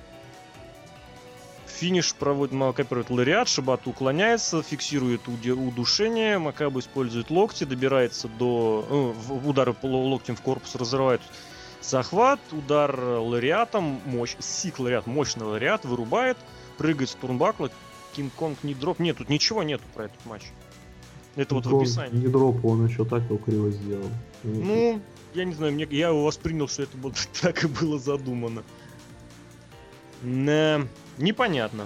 [SPEAKER 2] Финиш проводит Макаби лариат, Шибата уклоняется, фиксирует удушение, Макаби использует локти, добирается до... удары локтем в корпус разрывают захват, удар лариатом, сик-лариат, мощный лариат, вырубает, прыгает с турнбакла, Кинг-Конг не дроп. Нет, тут ничего нету про этот матч. Это вот в
[SPEAKER 4] Он
[SPEAKER 2] описании.
[SPEAKER 4] не дроп, он еще так его криво сделал.
[SPEAKER 2] Ну, я не знаю, я его воспринял, что это вот так и было задумано. Непонятно.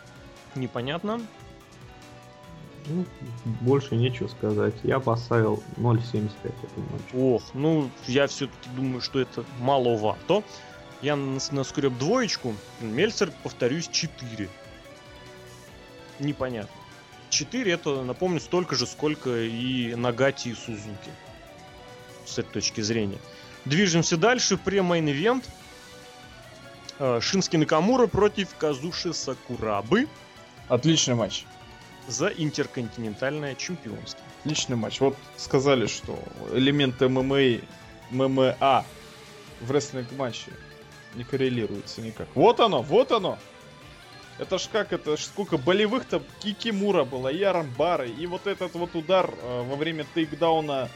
[SPEAKER 4] Ну, больше нечего сказать. Я поставил 0.75 этому матчу.
[SPEAKER 2] Ох, ну, я все-таки думаю, что это маловато. Я наскреб 2, Мельцер, повторюсь, 4. Непонятно. 4 это, напомню, столько же, сколько и Нагати и Сузуки. С этой точки зрения. Движемся дальше. Пре-мейн-ивент. Шински Накамура против Казуши Сакурабы
[SPEAKER 1] Отличный матч.
[SPEAKER 2] за интерконтинентальное чемпионство.
[SPEAKER 1] Отличный матч. Вот сказали, что элементы ММА в рестлинг-матче не коррелируются никак. Вот оно! Это ж сколько болевых-то Кикимура было, и армбары, и вот этот вот удар во время тейкдауна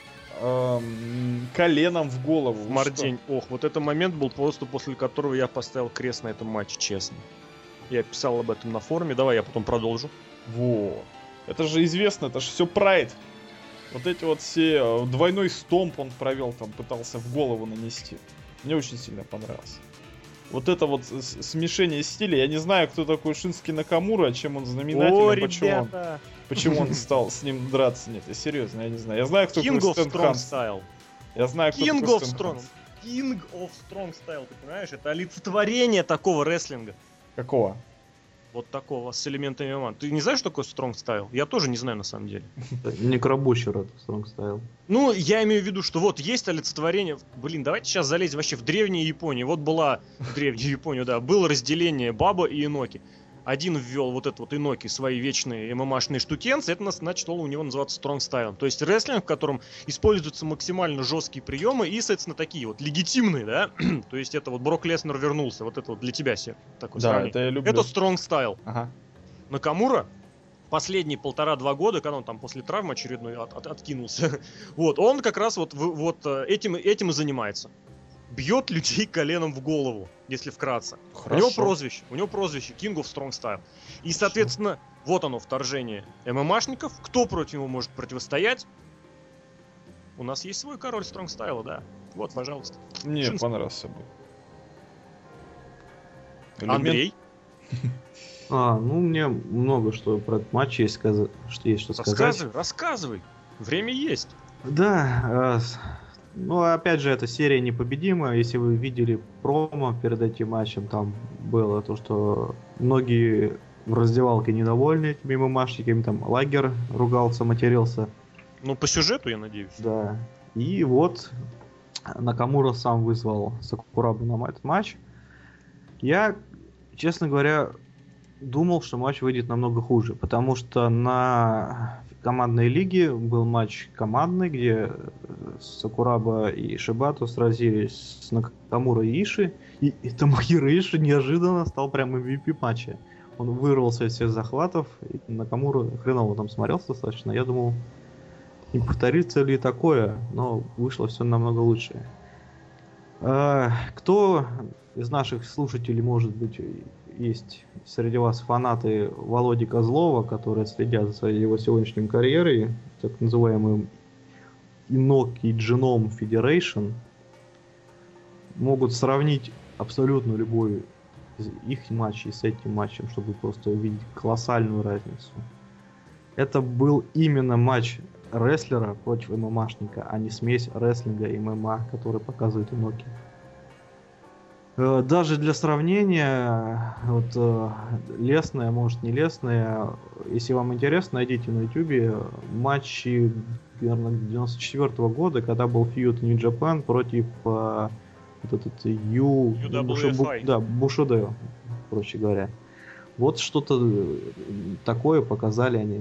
[SPEAKER 1] коленом в голову.
[SPEAKER 2] Мордень. Ох, вот этот момент был просто после которого я поставил крест на этом матче, честно. Я писал об этом на форуме, давай я потом продолжу.
[SPEAKER 1] Вот. Это же известно, это же все прайд. Вот эти вот все двойной стомп он провел, там пытался в голову нанести. Мне очень сильно понравился. Вот это вот смешение стилей. Я не знаю, кто такой Шински Накамура, чем он знаменателен, почему он стал с ним драться. Нет, я серьезно, я не знаю. Я знаю, кто
[SPEAKER 2] King
[SPEAKER 1] такой
[SPEAKER 2] of
[SPEAKER 1] Стэн
[SPEAKER 2] Strong
[SPEAKER 1] Ханс.
[SPEAKER 2] Style.
[SPEAKER 1] Я знаю, кто
[SPEAKER 2] King
[SPEAKER 1] такой
[SPEAKER 2] of
[SPEAKER 1] Стэн
[SPEAKER 2] Strong.
[SPEAKER 1] Ханс.
[SPEAKER 2] King of Strong Style, ты понимаешь? Это олицетворение такого рестлинга.
[SPEAKER 1] Какого?
[SPEAKER 2] Вот такого, с элементами ММА. Ты не знаешь, что такое Strong Style? Я тоже не знаю, на самом деле.
[SPEAKER 4] Некробучер это Strong Style.
[SPEAKER 2] Ну, я имею в виду, что вот есть олицетворение... Блин, давайте сейчас залезем вообще в древнюю Японию. Вот была в древнюю Японию, да, было разделение Баба и Иноки. Один ввел вот этот вот Иноки свои вечные ММАшные штукенцы, это значит, он у него называется Strong Style. То есть рестлинг, в котором используются максимально жесткие приемы и, соответственно, такие вот легитимные, да? То есть это вот Брок Леснер вернулся, вот это вот для тебя, Сев, такой
[SPEAKER 1] Да,
[SPEAKER 2] сравнение.
[SPEAKER 1] это я люблю.
[SPEAKER 2] Это Strong Style.
[SPEAKER 1] Ага.
[SPEAKER 2] Накамура последние 1,5-2 года, когда он там после травмы очередной откинулся, вот, он как раз вот этим и занимается. бьет людей коленом в голову, если вкратце. У него прозвище King of Strong Style. И, соответственно, вот оно, вторжение ММАшников. Кто против него может противостоять? У нас есть свой король Strong Style, да. Вот, пожалуйста.
[SPEAKER 1] Мне понравился бы.
[SPEAKER 2] Андрей?
[SPEAKER 4] Мне много что про этот матч есть, что сказать.
[SPEAKER 2] Рассказывай. Время есть.
[SPEAKER 4] Да, опять же, эта серия непобедимая. Если вы видели промо перед этим матчем, там было то, что многие в раздевалке недовольны этими ММАшниками, там Лагер ругался, матерился.
[SPEAKER 2] По сюжету, я надеюсь.
[SPEAKER 4] Да. И вот Накамура сам вызвал Сакурабу на этот матч. Я, честно говоря, думал, что матч выйдет намного хуже, потому что на командной лиге был матч командный, где Сакураба и Шибато сразились с Накамура и Иши, и Томохиро Иши неожиданно стал прям MVP матча. Он вырвался из всех захватов, и Накамура хреново там смотрелся достаточно. Я думал, не повторится ли такое, но вышло все намного лучше. Кто из наших слушателей, может быть, есть среди вас фанаты Володи Козлова, которые следят за его сегодняшней карьерой, так называемым Inoki Genome Federation, могут сравнить абсолютно любой из их матчей с этим матчем, чтобы просто увидеть колоссальную разницу. Это был именно матч рестлера против ММАшника, а не смесь рестлинга и ММА, который показывает Inoki. Даже для сравнения, лесное, может не лесное, если вам интересно, найдите на ютубе матчи, наверное, 94 года, когда был фьюд New Japan против Бушидо, проще говоря. Вот что-то такое показали они.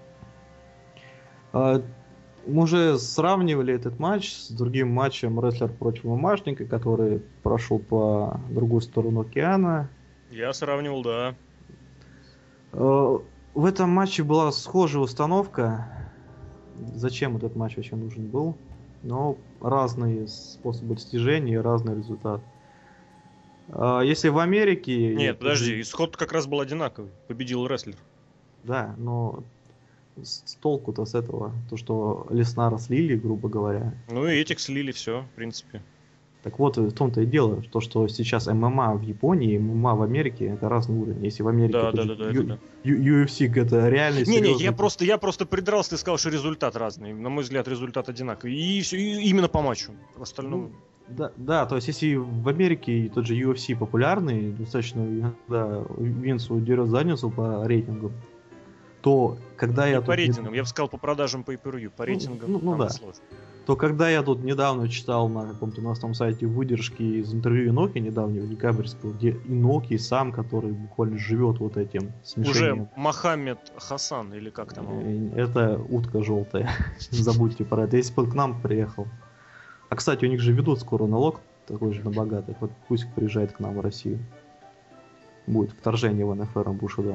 [SPEAKER 4] Мы уже сравнивали этот матч с другим матчем рестлер против ММАшника, который прошел по другую сторону океана.
[SPEAKER 2] Я сравнивал, да.
[SPEAKER 4] В этом матче была схожая установка. Зачем этот матч вообще нужен был? Но разные способы достижения и разный результат. Если в Америке...
[SPEAKER 2] Нет, подожди, исход как раз был одинаковый. Победил рестлер.
[SPEAKER 4] Да, но... толку-то с этого, то что Леснара слили, грубо говоря.
[SPEAKER 2] И этих слили, все, в принципе.
[SPEAKER 4] Так вот, в том-то и дело, то, что сейчас ММА в Японии и ММА в Америке это разный уровень. Если в Америке UFC это реально серьезно.
[SPEAKER 2] Я просто придрался, ты сказал, что результат разный. На мой взгляд, результат одинаковый. И все, и именно по матчу. В остальном...
[SPEAKER 4] Да, то есть если в Америке тот же UFC популярный, достаточно иногда Винсу дерет задницу по рейтингу, то когда я...
[SPEAKER 2] По рейтингам, я бы сказал, по продажам pay-per-view, по рейтингам
[SPEAKER 4] да.
[SPEAKER 2] Сложно.
[SPEAKER 4] То когда я тут недавно читал на каком-то новостном сайте выдержки из интервью Inoki недавнего, декабрьского, где Inoki сам, который буквально живет вот этим смешением.
[SPEAKER 2] Уже Мохаммед Хасан, или как там он?
[SPEAKER 4] Это утка желтая. Забудьте про это. Если бы он к нам приехал. А, кстати, у них же ведут скоро налог такой же на богатых. Вот пусть приезжает к нам в Россию. Будет вторжение в НФР Бушидо.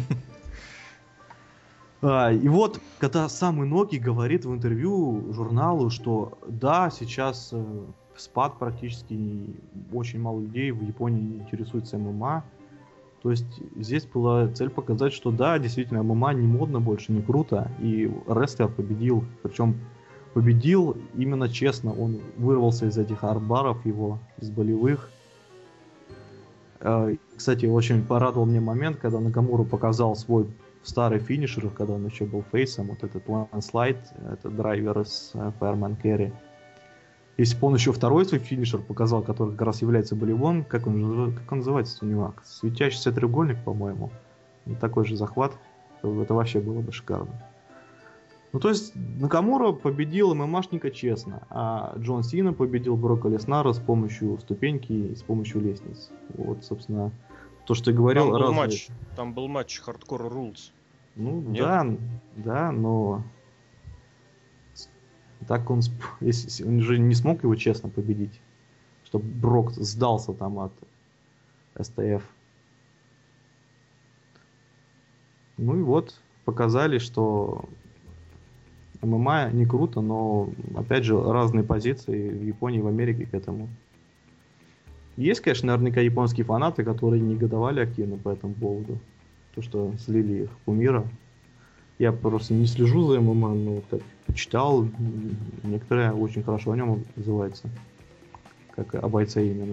[SPEAKER 4] И вот, когда сам Inoki говорит в интервью журналу, что да, сейчас спад практически, очень мало людей в Японии интересуется ММА. То есть здесь была цель показать, что да, действительно, ММА не модно больше, не круто. И рестлер победил. Причем победил именно честно. Он вырвался из этих арбаров его, из болевых. Кстати, очень порадовал мне момент, когда Накамура показал свой старый финишер, когда он еще был фейсом, вот этот landslide, это драйвер с Fireman Carry. Если бы он еще второй свой финишер показал, который как раз является болевым, как он называется у него? Светящийся треугольник, по-моему. И такой же захват. Это вообще было бы шикарно. То есть Накамура победил ММАшника честно, а Джон Сина победил Брока Леснара с помощью ступеньки и с помощью лестниц. Вот, собственно, то, что я говорил.
[SPEAKER 2] Там был матч Hardcore Rules.
[SPEAKER 4] Да, но так он же не смог его честно победить, чтобы Брок сдался там от СТФ. И вот, показали, что ММА не круто, но, опять же, разные позиции в Японии и в Америке к этому. Есть, конечно, наверняка японские фанаты, которые негодовали активно по этому поводу. То, что слили их кумира. Я просто не слежу за ММА, но так почитал. Некоторые очень хорошо о нем отзываются. Как о бойце именно.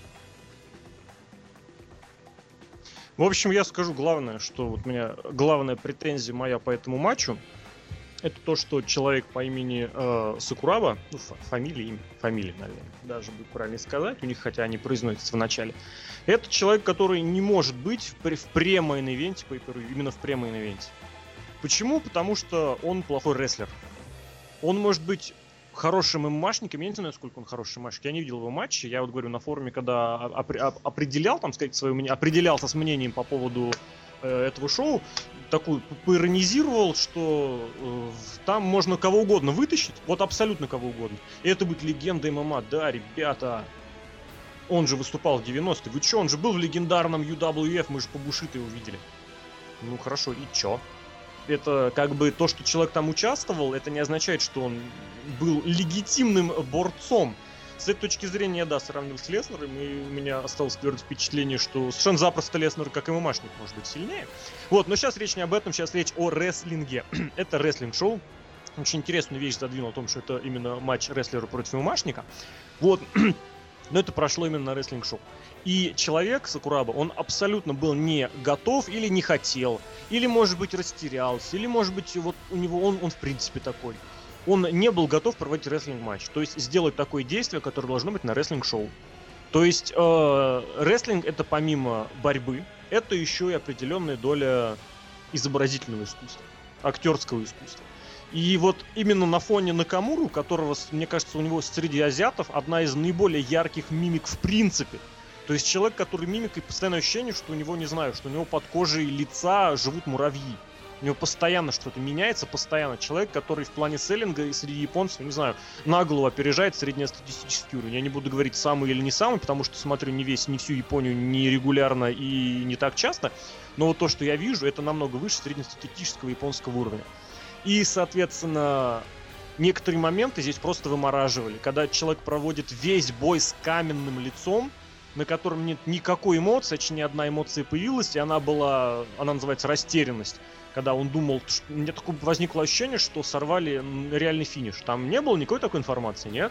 [SPEAKER 2] В общем, я скажу главное, что вот у меня главная претензия моя по этому матчу, это то, что человек по имени Сакурава, ну, фамилия, наверное, даже будет правильно сказать, у них, хотя они произносятся в начале, это человек, который не может быть в пре-мейн-ивенте, именно в пре-мейн-ивенте. Почему? Потому что он плохой рестлер. Он может быть хорошим ММАшником, я не знаю, сколько он хороший ММАшник, я не видел его матча, я вот говорю на форуме, когда определял, там, сказать, свое мнение, определялся с мнением по поводу этого шоу, такую поиронизировал, что там можно кого угодно вытащить, вот абсолютно кого угодно. И это будет легенда ММА. Да, ребята, он же выступал в 90-е. Вы чё, он же был в легендарном UWF, мы же по Бушито его видели. Ну хорошо, и чё? Это как бы то, что человек там участвовал, это не означает, что он был легитимным борцом. С этой точки зрения я, да, сравнил с Леснером, и у меня осталось твердое впечатление, что совершенно запросто Леснер, как и ММАшник, может быть сильнее. Вот, но сейчас речь не об этом, сейчас речь о рестлинге. Это рестлинг-шоу. Очень интересную вещь задвинул о том, что это именно матч рестлера против ММАшника. Вот, но это прошло именно на рестлинг-шоу. И человек, Сакураба, он абсолютно был не готов или не хотел, или, может быть, растерялся, или, может быть, вот у него он в принципе такой. Он не был готов проводить рестлинг-матч, то есть сделать такое действие, которое должно быть на рестлинг-шоу. То есть рестлинг — это помимо борьбы, это еще и определенная доля изобразительного искусства, актерского искусства. И вот именно на фоне Накамуру, у которого, мне кажется, у него среди азиатов одна из наиболее ярких мимик в принципе. То есть человек, который мимикой, постоянное ощущение, что у него, не знаю, что у него под кожей лица живут муравьи. У него постоянно что-то меняется, постоянно. Человек, который в плане селлинга и среди японцев, не знаю, на голову опережает среднестатистический уровень. Я не буду говорить самый или не самый, потому что смотрю не всю Японию не регулярно и не так часто. Но вот то, что я вижу, это намного выше среднестатистического японского уровня. И, соответственно, некоторые моменты здесь просто вымораживали. Когда человек проводит весь бой с каменным лицом, на котором нет никакой эмоции, точнее, ни одна эмоция появилась, и она называется растерянность. Когда он думал, у меня такое возникло ощущение, что сорвали реальный финиш. Там не было никакой такой информации, нет?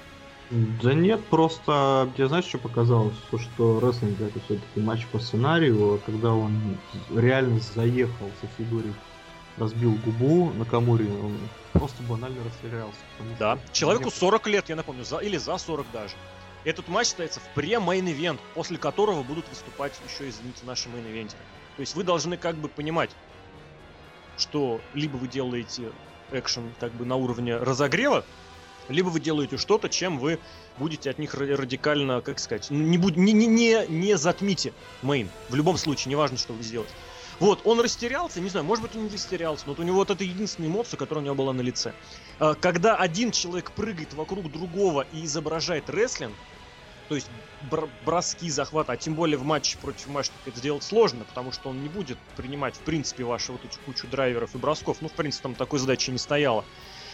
[SPEAKER 4] Да нет, просто тебе знаешь, что показалось? То, что рестлинг — это все-таки матч по сценарию, а когда он реально заехал со Фигури, разбил губу на Камури, он просто банально растерялся.
[SPEAKER 2] Да, человеку 40 лет, я напомню, или за 40 даже. Этот матч считается в пре-мейн-ивент, после которого будут выступать еще, извините, наши мейн-ивентеры. То есть вы должны как бы понимать, что либо вы делаете экшен как бы на уровне разогрева, либо вы делаете что-то, чем вы будете от них радикально, как сказать, не затмите мейн. В любом случае, неважно, что вы сделаете. Вот, он растерялся, не знаю, может быть, он не растерялся, но вот у него вот это единственная эмоция, которая у него была на лице. Когда один человек прыгает вокруг другого и изображает рестлинг, то есть броски, захваты, а тем более в матче против ММАшника это сделать сложно, потому что он не будет принимать, в принципе, вашу вот эту кучу драйверов и бросков. Ну, в принципе, там такой задачи не стояло.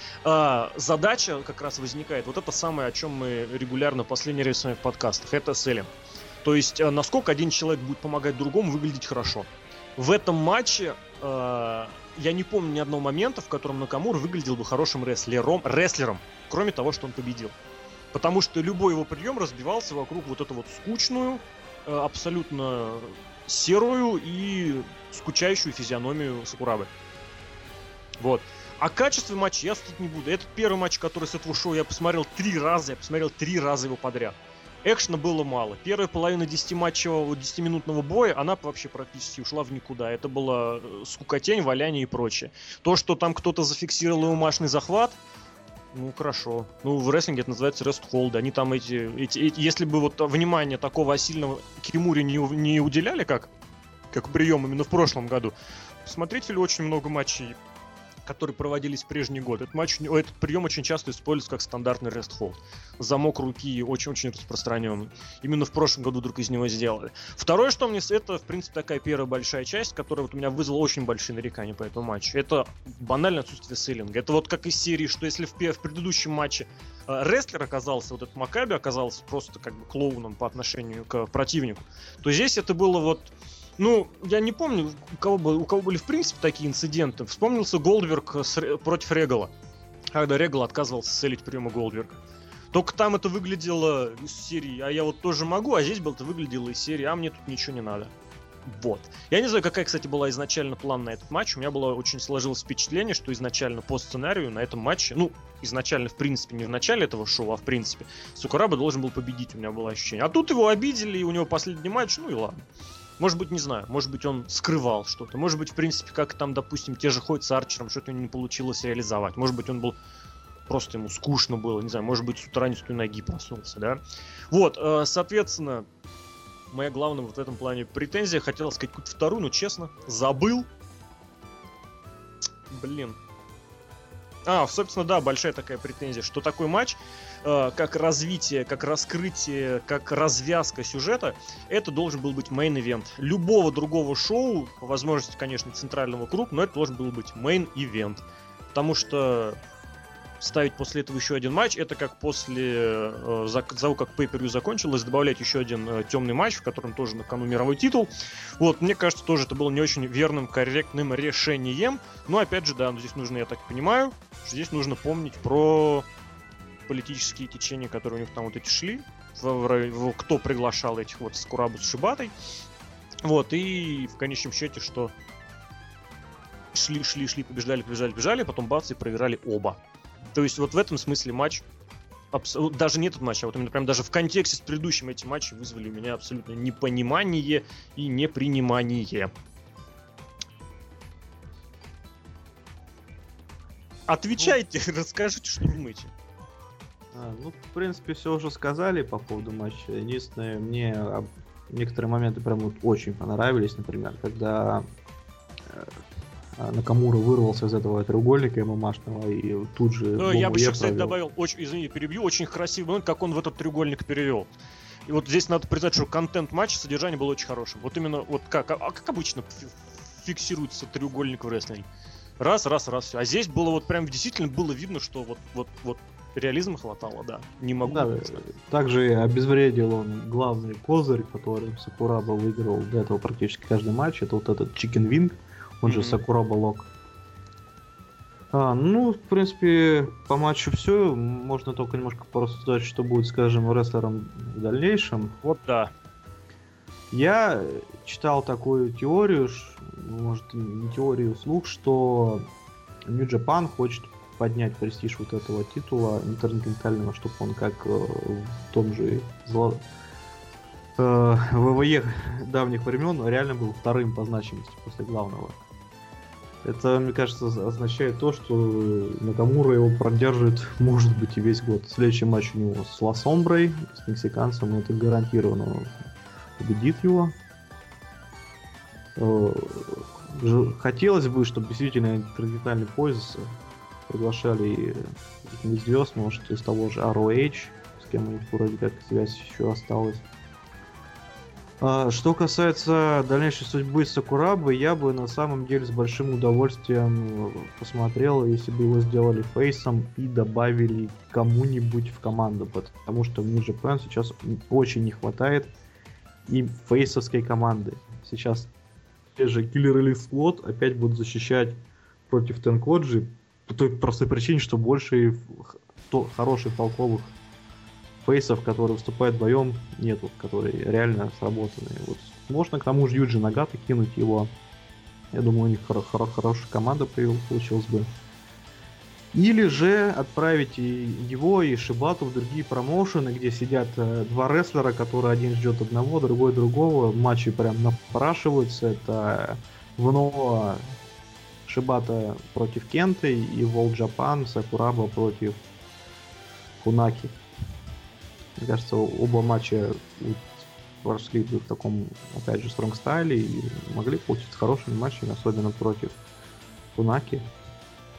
[SPEAKER 2] Задача как раз возникает, вот это самое, о чем мы регулярно в последнее время с вами в подкастах, это селлинг. То есть, насколько один человек будет помогать другому выглядеть хорошо. В этом матче я не помню ни одного момента, в котором Накамура выглядел бы хорошим рестлером, кроме того, что он победил. Потому что любой его прием разбивался вокруг вот эту вот скучную, абсолютно серую и скучающую физиономию Сакурабы. Вот. О качестве матча я судить не буду. Этот первый матч, который с этого шоу я посмотрел 3 раза, его подряд. Экшена было мало. Первая половина 10-минутного боя, она вообще практически ушла в никуда. Это было скукотень, валяние и прочее. То, что там кто-то зафиксировал ММАшный захват, ну хорошо. Ну в рестлинге это называется рестхолд. Они там если бы вот внимание такого сильного Кимури не уделяли, как прием именно в прошлом году, посмотрите ли очень много матчей которые проводились в прежний год. Этот прием очень часто используется как стандартный rest-hold. Замок руки очень-очень распространенный. Именно в прошлом году вдруг из него сделали. Второе, что мне... Это, в принципе, такая первая большая часть, которая вот у меня вызвала очень большие нарекания по этому матчу. Это банальное отсутствие селлинга. Это вот как из серии, что если в предыдущем матче рестлер оказался, вот этот Макаби оказался просто как бы клоуном по отношению к противнику, то здесь это было вот... Ну, я не помню, у кого были в принципе такие инциденты. Вспомнился Голдберг против Регала, когда Регал отказывался селить приемы Голдберга. Только там это выглядело из серии «А я вот тоже могу», а здесь это выглядело из серии «А мне тут ничего не надо». Вот. Я не знаю, какая, кстати, была изначально план на этот матч. У меня было очень сложилось впечатление, что изначально по сценарию на этом матче, ну, изначально, в принципе, не в начале этого шоу, а в принципе, Сакураба должен был победить, у меня было ощущение. А тут его обидели, и у него последний матч, ну и ладно. Может быть, не знаю, может быть, он скрывал что-то. Может быть, в принципе, как там, допустим, те же ходят с Арчером, что-то у него не получилось реализовать. Может быть, он был... Просто ему скучно было, не знаю, может быть, с утра не с той ноги проснулся, да? Вот, соответственно, моя главная вот в этом плане претензия, хотел сказать какую-то вторую, но, честно, забыл. Блин. Собственно, да, большая такая претензия, что такой матч, как развитие, как раскрытие, как развязка сюжета, это должен был быть мейн-ивент. Любого другого шоу, по возможности, конечно, центрального круга, но это должен был быть мейн-ивент. Потому что ставить после этого еще один матч, это как после того, как Pay-Per-View закончилось, добавлять еще один темный матч, в котором тоже на кону мировой титул. Вот, мне кажется, тоже это было не очень верным, корректным решением. Но, опять же, да, здесь нужно, я так понимаю, что здесь нужно помнить про политические течения, которые у них там вот эти шли, кто приглашал этих вот Сакурабу с Шибатой. Вот, и в конечном счете, что шли, побеждали, потом бац, и проиграли оба. То есть вот в этом смысле матч, даже не этот матч, а вот именно прям даже в контексте с предыдущим эти матчи вызвали у меня абсолютно непонимание и непринимание. Отвечайте, расскажите, что думаете.
[SPEAKER 4] Ну, в принципе, все уже сказали по поводу матча. Единственное, мне некоторые моменты прям вот очень понравились, например, когда Накамура вырвался из этого треугольника ММАшного и тут же...
[SPEAKER 2] Я бы еще, кстати, добавил, извини, перебью, очень красивый момент, как он в этот треугольник перевел. И вот здесь надо признать, что контент матча, содержание было очень хорошим. Вот именно, вот как обычно фиксируется треугольник в рестлинге. Раз, все. А здесь было вот прям действительно было видно, что вот реализма хватало, да. Не могу. Да,
[SPEAKER 4] также обезвредил он главный козырь, которым Сакураба выиграл до этого практически каждый матч. Это вот этот Chicken Wing, он же Сакураба Лок. Ну, в принципе, по матчу все. Можно только немножко порассуждать, что будет, скажем, рестлером в дальнейшем.
[SPEAKER 2] Вот да.
[SPEAKER 4] Я читал такую теорию, может, не теорию вслух, что New Japan хочет поднять престиж вот этого титула интерконтинентального, чтобы он как в том же ВВЕ давних времен реально был вторым по значимости после главного. Это, мне кажется, означает то, что Накамура его продержит, может быть, и весь год. Следующий матч у него с Ла Сомброй, с мексиканцем, это гарантированно победит его. Хотелось бы, чтобы действительно интерконтинентальный пояс приглашали каких-нибудь звезд, может, из того же ROH, с кем у них вроде как связь еще осталась. Что касается дальнейшей судьбы Сакурабы, я бы на самом деле с большим удовольствием посмотрел, если бы его сделали фейсом и добавили кому-нибудь в команду, потому что в New Japan сейчас очень не хватает и фейсовской команды. Сейчас те же Killer Elite Squad опять будут защищать против Тенкоджи по той простой причине, что больше хороших толковых фейсов, которые выступают вдвоем, нету, которые реально сработаны. Вот. Можно к тому же Юджи Нагата кинуть его. Я думаю, у них хорошая команда получилась бы. Или же отправить его и Шибату в другие промоушены, где сидят два рестлера, которые один ждет одного, другой другого. Матчи прям напрашиваются. Это Вно Шибата против Кенты и Волл Джапан Сакураба против Фунаки. Мне кажется, оба матча прошли в таком, опять же, стронг-стайле и могли получиться хорошими матчами, особенно против Фунаки.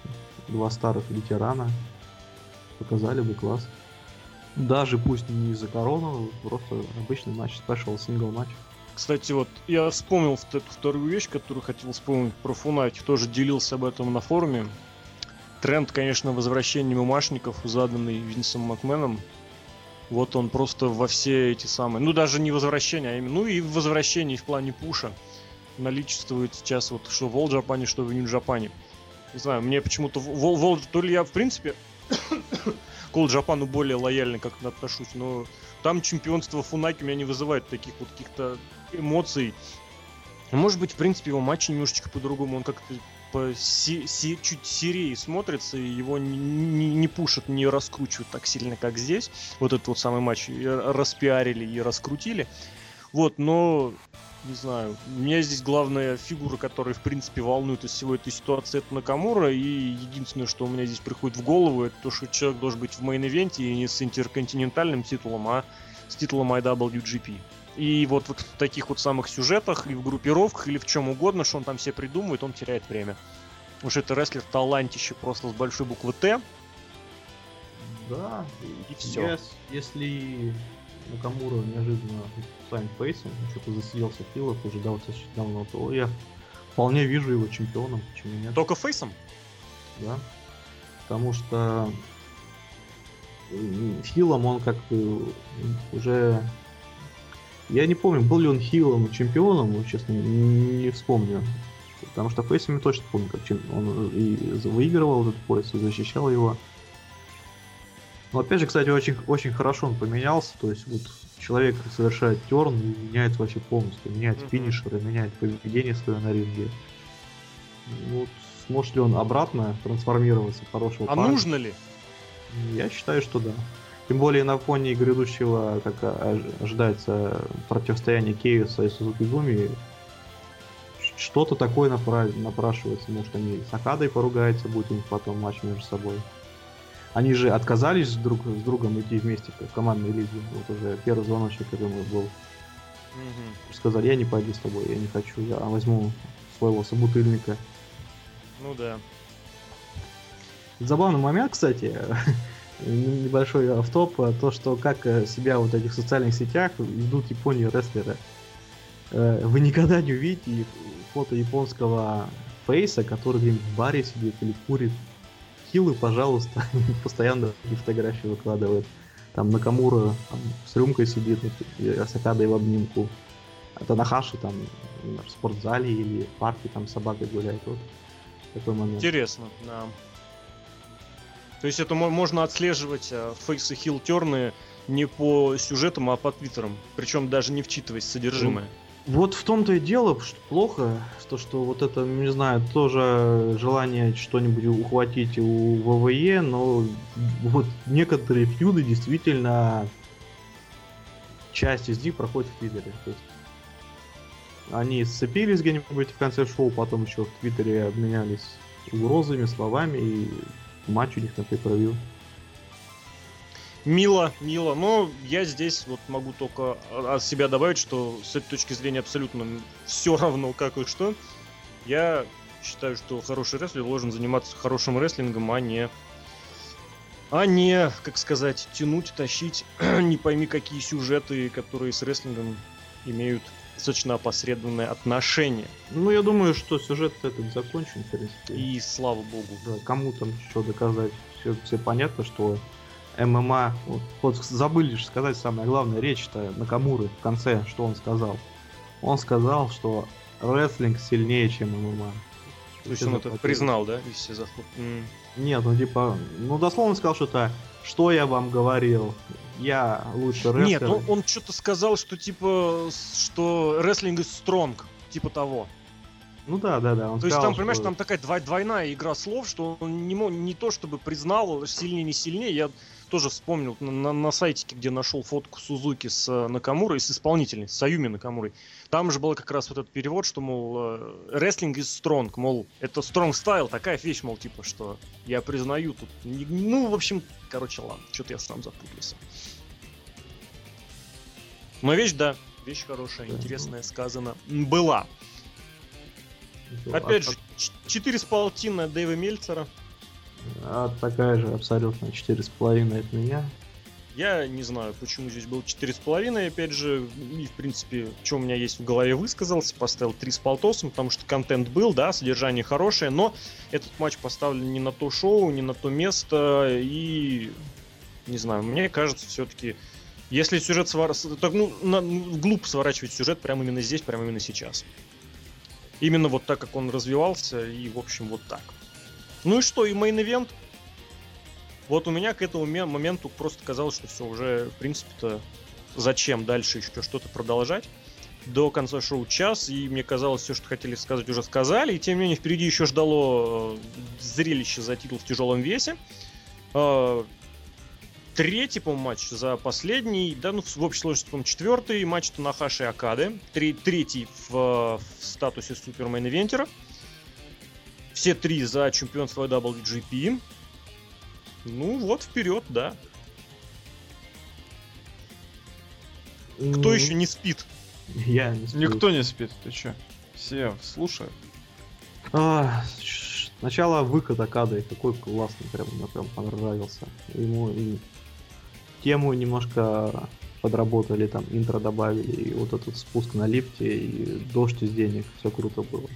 [SPEAKER 4] два старых ветерана. Показали бы класс. Даже пусть не за корону, просто обычный матч, спешл, сингл матч.
[SPEAKER 2] Кстати, вот я вспомнил эту вторую вещь, которую хотел вспомнить про Фунатик, тоже делился об этом на форуме. Тренд, конечно, возвращения мемашников, заданный Винсом Макменом. Вот он просто во все эти самые... Ну, даже не возвращение, а именно... Ну, и возвращение в плане пуша наличествует сейчас вот что в All Japan, что в New Japan. Не знаю, мне почему-то... То ли я, в принципе, к All Japan более лояльно как-то отношусь, но там чемпионство Фунаки меня не вызывает таких вот каких-то эмоций. Может быть, в принципе, его матчи немножечко по-другому. Он как-то чуть серее смотрится, и его не пушат, не раскручивают так сильно, как здесь. Вот этот вот самый матч распиарили и раскрутили. Вот, но, не знаю, меня здесь главная фигура, которая, в принципе, волнует из всего этой ситуации, это Накамура. И единственное, что у меня здесь приходит в голову, это то, что человек должен быть в мейн-ивенте и не с интерконтинентальным титулом, а с титулом IWGP. И вот в таких вот самых сюжетах, и в группировках, или в чем угодно, что он там себе придумывает, он теряет время. Уж это рестлер талантище просто с большой буквы Т.
[SPEAKER 4] Да,
[SPEAKER 2] и все.
[SPEAKER 4] Если Накамура неожиданно станет фейсом, что-то засиделся в хилах уже достаточно давно, то я вполне вижу его чемпионом, почему нет.
[SPEAKER 2] Только фейсом?
[SPEAKER 4] Да. Потому что хилом он как-то уже... Я не помню, был ли он хилом и чемпионом, честно, не вспомню. Потому что фейсами точно помню, как он и выигрывал этот пояс, и защищал его. Но опять же, кстати, очень хорошо он поменялся. То есть вот человек совершает терн и меняет вообще полностью. Меняет финишеры, меняет поведение свое на ринге. Вот сможет ли он обратно трансформироваться в хорошего парня?
[SPEAKER 2] А нужно ли?
[SPEAKER 4] Я считаю, что да. Тем более на фоне грядущего, как ожидается, противостояния Кейоса и Сузуки-Гуми, что-то такое напрашивается. Может, они с Окадой поругаются, будет у них потом матч между собой. Они же отказались друг с другом идти вместе в командной лиге. Вот уже первый звоночек, который был. Сказали, я не пойду с тобой, я не хочу, я возьму своего собутыльника.
[SPEAKER 2] Ну да.
[SPEAKER 4] Забавный момент, кстати, небольшой автоп, то, что как себя вот в этих социальных сетях ведут в Японии рестлеры. Вы никогда не увидите фото японского фейса, который где-нибудь в баре сидит или курит. Хилы, пожалуйста, постоянно фотографии выкладывают. Там Накамура там, с рюмкой сидит, с Окадой в обнимку. А Танахаши там в спортзале или в парке там с собакой гуляет. Вот такой момент.
[SPEAKER 2] Интересно, да. То есть это можно отслеживать фейсы хил терны не по сюжетам, а по твиттерам. Причем даже не вчитываясь в содержимое.
[SPEAKER 4] Вот в том-то и дело, что плохо, что вот это, не знаю, тоже желание что-нибудь ухватить у ВВЕ, но вот некоторые фьюды действительно часть из них проходит в Твиттере. То есть они сцепились где-нибудь в конце шоу, потом еще в Твиттере обменялись угрозами, словами, и матч у них на pay-per-view.
[SPEAKER 2] Мило, но я здесь вот могу только от себя добавить, что с этой точки зрения абсолютно все равно как и что. Я считаю, что хороший рестлер должен заниматься хорошим рестлингом, а не, как сказать, тянуть, тащить не пойми какие сюжеты, которые с рестлингом имеют достаточно опосредованное отношение.
[SPEAKER 4] Ну, я думаю, что сюжет этот закончен, в принципе.
[SPEAKER 2] И слава богу.
[SPEAKER 4] Да, кому там что доказать. Все понятно, что ММА... Вот забыли же сказать самое главное, речь-то Накамуры в конце, что он сказал. Он сказал, что рестлинг сильнее, чем ММА.
[SPEAKER 2] То есть он это признал, да?
[SPEAKER 4] Нет, дословно сказал что-то, что я вам говорил, я лучше рестлер.
[SPEAKER 2] Нет, он что-то сказал, что типа, что рестлинг is strong, типа того.
[SPEAKER 4] Ну да. Он
[SPEAKER 2] то есть там, понимаешь, там такая двойная игра слов, что он не то чтобы признал, сильнее, не сильнее. Я тоже вспомнил на сайтике, где нашел фотку Сузуки с Накамурой, с исполнительницей, с Аюми Накамурой. Там же был как раз вот этот перевод, что, мол, wrestling is strong, мол, это strong style, такая вещь, мол, типа, что я признаю тут. Ну, в общем, короче, ладно, что-то я сам запутался. Но вещь, да, вещь хорошая, интересная, сказана была. Опять же, 4,5 Дэйва Мельцера.
[SPEAKER 4] Такая же абсолютно 4,5 от меня.
[SPEAKER 2] Я не знаю, почему здесь был 4,5. Опять же, и в принципе, что у меня есть в голове, высказался. Поставил 3 с полтосом, потому что контент был, да, содержание хорошее. Но этот матч поставлен не на то шоу, не на то место. И, не знаю, мне кажется, все-таки, если сюжет глупо сворачивать сюжет прямо именно здесь, прямо именно сейчас. Именно вот так, как он развивался, и, в общем, вот так. Ну и что, и мейн-ивент? Вот у меня к этому моменту просто казалось, что все, уже, в принципе-то, зачем дальше еще что-то продолжать? До конца шоу час, и мне казалось, все, что хотели сказать, уже сказали. И тем не менее, впереди еще ждало зрелище за титул в тяжелом весе. Третий, по-моему, матч за последний, да, ну, в общей сложности, по-моему, четвертый матч Танахаши и Окады. Третий в статусе супер-мейн-ивентера. Все три за чемпионство WGP. Ну, вот вперед, да. Кто еще не спит?
[SPEAKER 4] Я не сплю.
[SPEAKER 1] Никто не спит, ты чё? Все слушают.
[SPEAKER 4] Сначала выкат Окады, какой классный, мне прям понравился. Ему и тему немножко подработали, там интро добавили, и вот этот спуск на лифте, и дождь из денег, все круто было.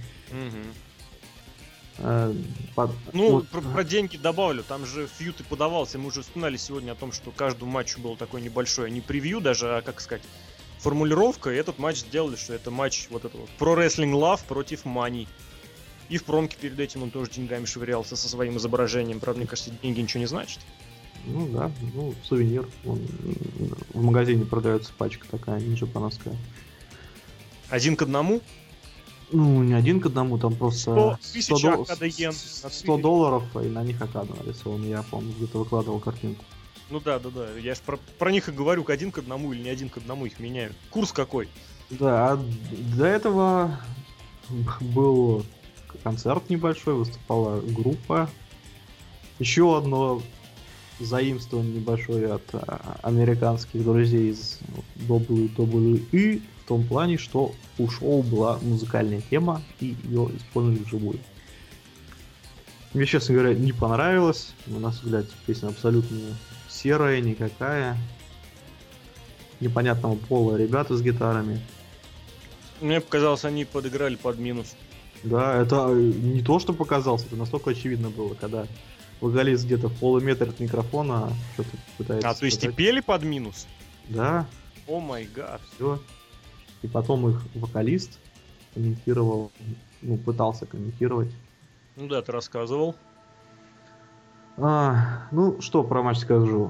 [SPEAKER 2] Про деньги добавлю, там же фьюд и подавался, мы уже вспоминали сегодня о том, что каждому матчу было такое небольшое, не превью даже, а, как сказать, формулировка, и этот матч сделали, что это матч вот этого Pro Wrestling Love против Money. И в промке перед этим он тоже деньгами швырялся со своим изображением, правда, мне кажется, деньги ничего не значат.
[SPEAKER 4] Ну да, сувенир, в магазине продается пачка такая, не жапоновская.
[SPEAKER 2] 1 к 1?
[SPEAKER 4] Ну, не 1 к 1, там просто
[SPEAKER 2] 100 Окада йен.
[SPEAKER 4] $100, и на них Окада нарисован. Я, по-моему, где-то выкладывал картинку.
[SPEAKER 2] Ну да. Я же про них и говорю, 1 к 1 или не 1 к 1 их меняют. Курс какой?
[SPEAKER 4] Да, а до этого был концерт небольшой, выступала группа. Еще одно заимствование небольшое от американских друзей из WWE. В том плане, что у шоу была музыкальная тема, и ее использовали вживую. Мне, честно говоря, не понравилось. На наш взгляд, песня абсолютно серая, никакая. Непонятного пола ребята с гитарами.
[SPEAKER 2] Мне показалось, они подыграли под минус.
[SPEAKER 4] Да, это не то, что показалось, это настолько очевидно было, когда вокалист где-то в полуметре от микрофона что-то пытается...
[SPEAKER 2] то есть и пели под минус?
[SPEAKER 4] Да.
[SPEAKER 2] О май гад.
[SPEAKER 4] Все. И потом их вокалист комментировал, пытался комментировать.
[SPEAKER 2] Ну да, ты рассказывал.
[SPEAKER 4] Что про матч скажу.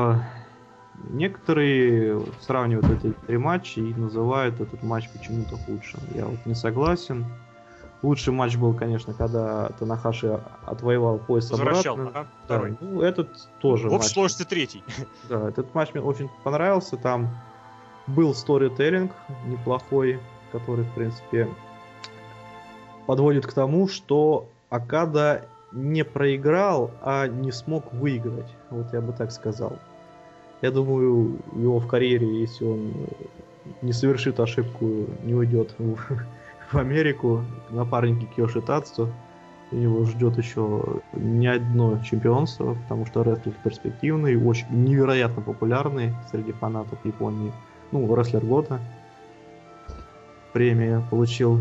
[SPEAKER 4] Некоторые сравнивают эти три матча и называют этот матч почему-то худшим. Я вот не согласен. Лучший матч был, конечно, когда Танахаши отвоевал пояс
[SPEAKER 2] возвращал,
[SPEAKER 4] обратно.
[SPEAKER 2] Второй.
[SPEAKER 4] Да, этот тоже
[SPEAKER 2] в
[SPEAKER 4] матч.
[SPEAKER 2] общей сложности третий.
[SPEAKER 4] Да, этот матч мне очень понравился. Там был сторителлинг неплохой, который, в принципе, подводит к тому, что Окада не проиграл, а не смог выиграть. Вот я бы так сказал. Я думаю, его в карьере, если он не совершит ошибку, не уйдет в Америку, напарники Киоши Тацу, его ждет еще не одно чемпионство, потому что рестлер перспективный, очень невероятно популярный среди фанатов Японии. Рестлер года. Премию получил.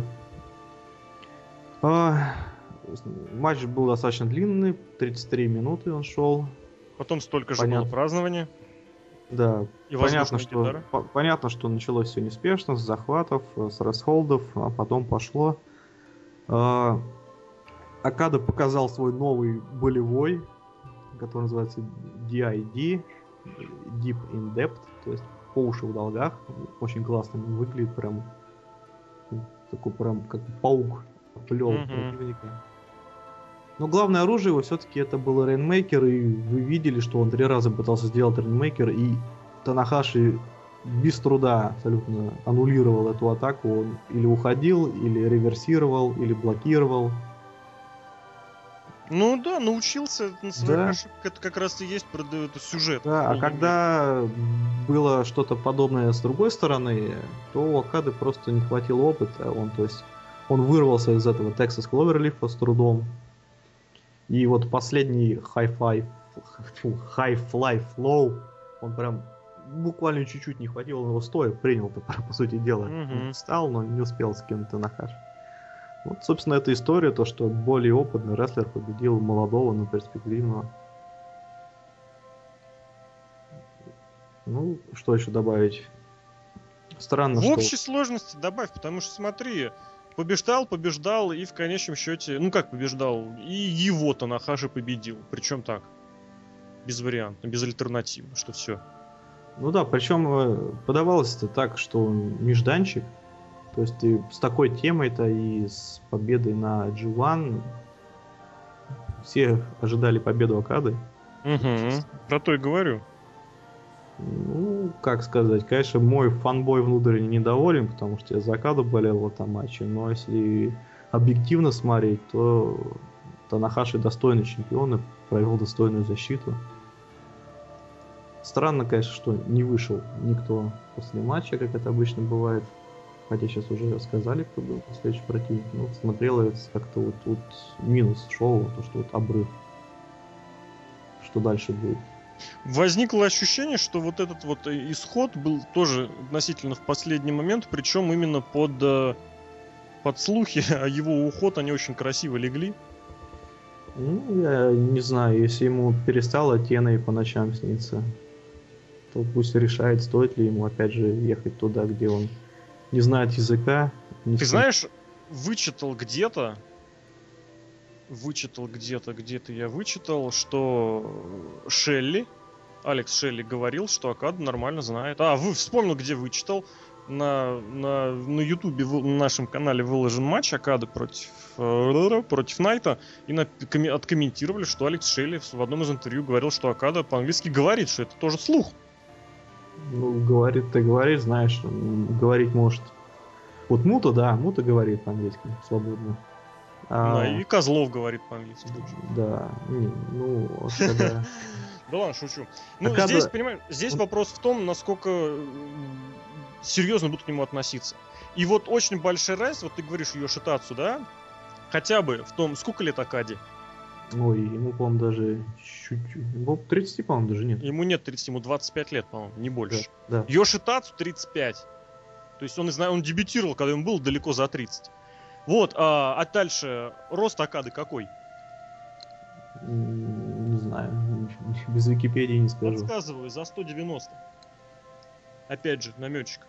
[SPEAKER 4] Матч был достаточно длинный, 33 минуты он шел.
[SPEAKER 2] Потом столько же было празднования.
[SPEAKER 4] Да,
[SPEAKER 2] и
[SPEAKER 4] понятно, что началось все неспешно, с захватов, с расхолдов, а потом пошло. Окада показал свой новый болевой, который называется DID, Deep in Depth, то есть по уши в долгах. Очень классно выглядит, прям такой прям как паук оплел противника. Но главное оружие его все-таки это был Рейнмейкер, и вы видели, что он 3 раза пытался сделать Рейнмейкер, и Танахаши без труда абсолютно аннулировал эту атаку. Он или уходил, или реверсировал, или блокировал.
[SPEAKER 2] Ну да, научился на своих ошибках, это как раз и есть сюжет.
[SPEAKER 4] Да, а когда было что-то подобное с другой стороны, то у Окады просто не хватило опыта. Он вырвался из этого Texas Cloverleaf с трудом. И вот последний High Fly Flow, он прям буквально чуть-чуть не хватило, он его стоя принял, по сути дела. Он встал, но не успел скинуть Танахаши. Вот, собственно, эта история, то, что более опытный рестлер победил молодого, но перспективного. Ну, что еще добавить? Странно,
[SPEAKER 2] в
[SPEAKER 4] что...
[SPEAKER 2] общей сложности добавь, потому что смотри, побеждал, и в конечном счете, ну как побеждал, и его Танахаши победил. Причем так, без вариантов, без альтернативы, что все.
[SPEAKER 4] Ну да, причем подавалось это так, что нежданчик. То есть и с такой темой-то и с победой на G1 все ожидали победу Окады.
[SPEAKER 2] Угу, про то и говорю.
[SPEAKER 4] Ну, как сказать, конечно, мой фанбой внутренне недоволен, потому что я за Окаду болел в этом матче, но если объективно смотреть, то Танахаши достойный чемпион и провел достойную защиту. Странно, конечно, что не вышел никто после матча, как это обычно бывает. Хотя сейчас уже сказали, кто был следующий противник. Ну, смотрелось как-то вот минус шоу, то, что вот обрыв. Что дальше будет?
[SPEAKER 2] Возникло ощущение, что вот этот вот исход был тоже относительно в последний момент, причем именно под слухи, а его уход они очень красиво легли.
[SPEAKER 4] Ну, я не знаю, если ему перестало TNA по ночам сниться, то пусть решает, стоит ли ему опять же ехать туда, где он не знает языка.
[SPEAKER 2] Ты знаешь, вычитал где-то, что Алекс Шелли говорил, что Окада нормально знает. Вспомнил, где вычитал. На Ютубе на нашем канале выложен матч Окады против Найта. И откомментировали, что Алекс Шелли в одном из интервью говорил, что Окада по-английски говорит, что это тоже слух.
[SPEAKER 4] Ну, говорит, знаешь, говорить может. Вот Мута говорит по-английски свободно.
[SPEAKER 2] Да, и Козлов говорит по-английски.
[SPEAKER 4] Да, ну, когда...
[SPEAKER 2] Да ладно, шучу. Ну, здесь, понимаешь, здесь вопрос в том, насколько серьезно будут к нему относиться. И вот очень большая разница, вот ты говоришь Йошитацу, да? Хотя бы в том, сколько лет Окаде?
[SPEAKER 4] Ой, ему, по-моему, даже чуть-чуть... Ему 30, по-моему, даже нет.
[SPEAKER 2] Ему нет 30, ему 25 лет, по-моему, не больше.
[SPEAKER 4] Да.
[SPEAKER 2] Йошитацу 35. То есть он дебютировал, когда ему было далеко за 30. Вот, а дальше рост Окады какой?
[SPEAKER 4] Не знаю, без Википедии не скажу.
[SPEAKER 2] Подсказываю, за 190. Опять же, наметчик.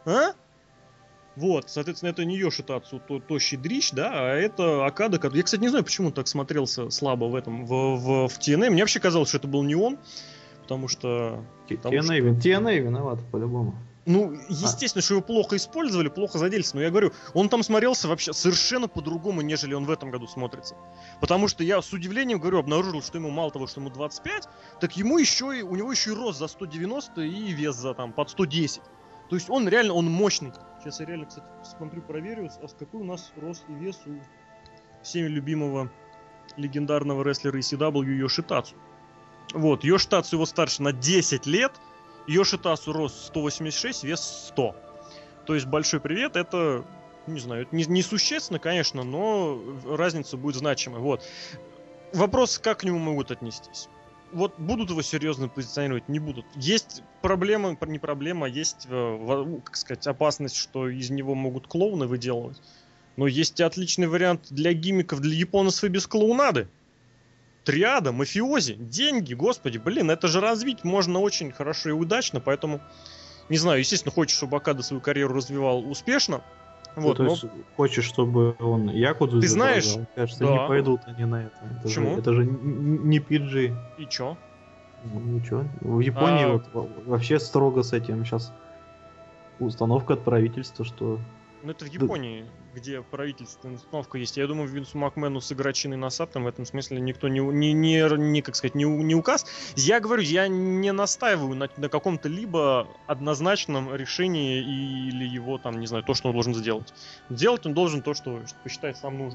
[SPEAKER 2] Вот, соответственно, это не Йошитацу, тощий дрищ, да, а это Окада. Я, кстати, не знаю, почему он так смотрелся слабо в этом, в TNA. Мне вообще казалось, что это был не он, потому что...
[SPEAKER 4] TNA виноват, по-любому.
[SPEAKER 2] Ну, естественно, что его плохо использовали, плохо заделись, но я говорю, он там смотрелся вообще совершенно по-другому, нежели он в этом году смотрится. Потому что я с удивлением, говорю, обнаружил, что ему мало того, что ему 25, так ему еще и, у него еще и рост за 190 и вес за там под 110. То есть он реально, он мощный. Сейчас я реально, кстати, смотрю, проверю, какой у нас рост и вес у всеми любимого легендарного рестлера ECW Йошитацу. Вот, Йошитацу его старше на 10 лет, Йошитацу рост 186, вес 100. То есть большой привет, это, не знаю, это не существенно, конечно, но разница будет значимой. Вот. Вопрос, как к нему могут отнестись. Вот будут его серьезно позиционировать, не будут. Есть проблема, не проблема, есть, как сказать, опасность, что из него могут клоуны выделывать. Но есть отличный вариант для гиммиков, для японцев и без клоунады. Триада, мафиози, деньги, господи, блин, это же развить можно очень хорошо и удачно, поэтому, не знаю, естественно, хочешь, чтобы Окада свою карьеру развивал успешно. Вот,
[SPEAKER 4] то есть хочешь, чтобы он Якудзу
[SPEAKER 2] ты знаешь,
[SPEAKER 4] кажется,
[SPEAKER 2] да.
[SPEAKER 4] не пойдут они на это.
[SPEAKER 2] Почему?
[SPEAKER 4] Это же не PG.
[SPEAKER 2] И чё?
[SPEAKER 4] Ну, ничего. В Японии вот вообще строго с этим сейчас установка от правительства, что...
[SPEAKER 2] Ну это в Японии, где правительственная установка есть. Я думаю, Винсу Макмену с игрочиной на САП там в этом смысле никто как сказать, не указ. Я говорю, я не настаиваю на каком-то либо однозначном решении или его там, не знаю, то, что он должен сделать. Делать он должен то, что посчитает сам нужным.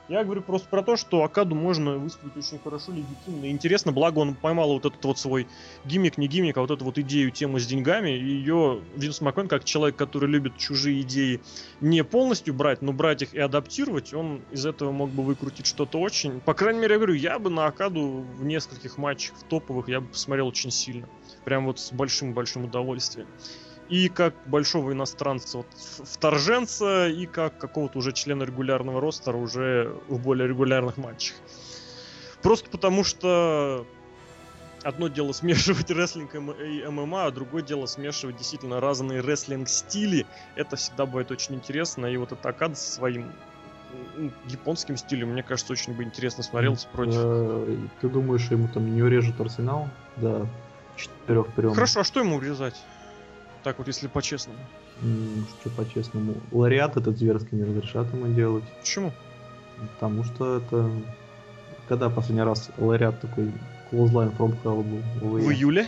[SPEAKER 2] Я говорю просто про то, что Окаду можно выставить очень хорошо, легитимно и интересно, благо он поймал вот этот вот свой гиммик, не гиммик, а вот эту вот идею, тему с деньгами, и ее Винс Макмен, как человек, который любит чужие идеи не полностью брать, но брать их и адаптировать, он из этого мог бы выкрутить что-то очень... По крайней мере, я говорю, я бы на Окаду в нескольких матчах, в топовых, я бы посмотрел очень сильно. Прям вот с большим-большим удовольствием. И как большого иностранца, вот, вторженца, и как какого-то уже члена регулярного ростера уже в более регулярных матчах. Просто потому что одно дело смешивать рестлинг и ММА, а другое дело смешивать действительно разные рестлинг-стили. Это всегда будет очень интересно, и вот эта Окада со своим японским стилем, мне кажется, очень бы интересно смотрелся против.
[SPEAKER 4] Ты думаешь, ему там не урежут Арсенал? Да, 4 приемов.
[SPEAKER 2] Хорошо, а что ему урезать? Так вот, если по-честному.
[SPEAKER 4] Что по-честному? Лариат этот зверский не разрешат ему делать.
[SPEAKER 2] Почему?
[SPEAKER 4] Потому что это... Когда последний раз Лариат такой Clothesline from Hell был?
[SPEAKER 2] В июле?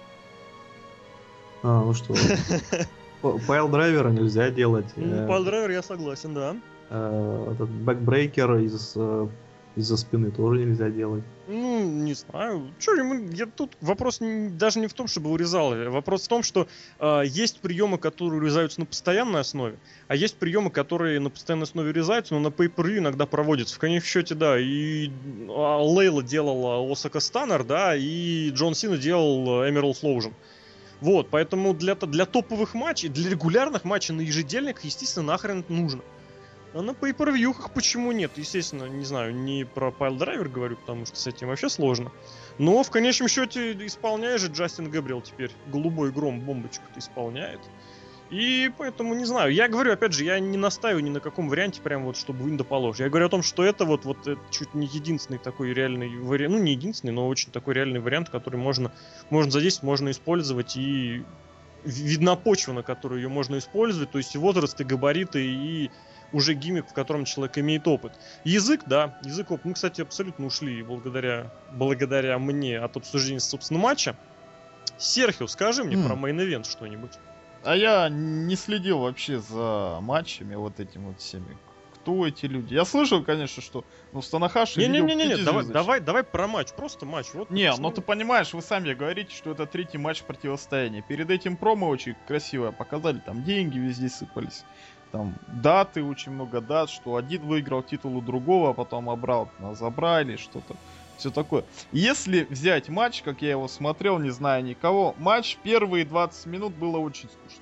[SPEAKER 4] Ну что, пайл-драйвера нельзя делать.
[SPEAKER 2] Пайл-драйвер я согласен, да.
[SPEAKER 4] Этот бэкбрейкер из-за спины тоже нельзя делать.
[SPEAKER 2] Ну, не знаю. Чё, я тут вопрос даже не в том, чтобы урезал. Вопрос в том, что есть приемы, которые урезаются на постоянной основе, а есть приемы, которые на постоянной основе урезаются, но на pay-per-view иногда проводятся. В конечном счете, да, и Лейла делала Осака Станнер, да, и Джон Сина делал Эмерал Флоужен. Вот, поэтому для топовых матчей, для регулярных матчей на ежедельниках, естественно, нахрен это нужно. А на pay-per-view'ах почему нет? Естественно, не знаю, не про пайл-драйвер говорю, потому что с этим вообще сложно. Но в конечном счете исполняет же Джастин Гэбриэл теперь. Голубой гром бомбочку-то исполняет. И поэтому не знаю. Я говорю, опять же, я не настаиваю ни на каком варианте, прям вот, чтобы вин да положь. Я говорю о том, что это вот чуть не единственный такой реальный вариант. Ну, не единственный, но очень такой реальный вариант, который можно задействовать, можно использовать. И видна почва, на которую ее можно использовать. То есть и возраст, и габариты, и уже гиммик, в котором человек имеет опыт. Язык, да, опыт. Мы, кстати, абсолютно ушли благодаря мне от обсуждения, собственно, матча. Серхио, скажи мне про мейн-эвент что-нибудь.
[SPEAKER 1] А я не следил вообще за матчами вот этими вот всеми. Кто эти люди? Я слышал, конечно, что с Танахаши...
[SPEAKER 2] Не, давай про матч, просто матч. Вот,
[SPEAKER 1] не, ну ты понимаешь, вы сами говорите, что это третий матч противостояния. Перед этим промо очень красиво показали, там деньги везде сыпались. Там даты, очень много дат, что один выиграл титул у другого, а потом обратно забрали, что-то. Все такое. Если взять матч, как я его смотрел, не зная никого, матч первые 20 минут было очень скучно.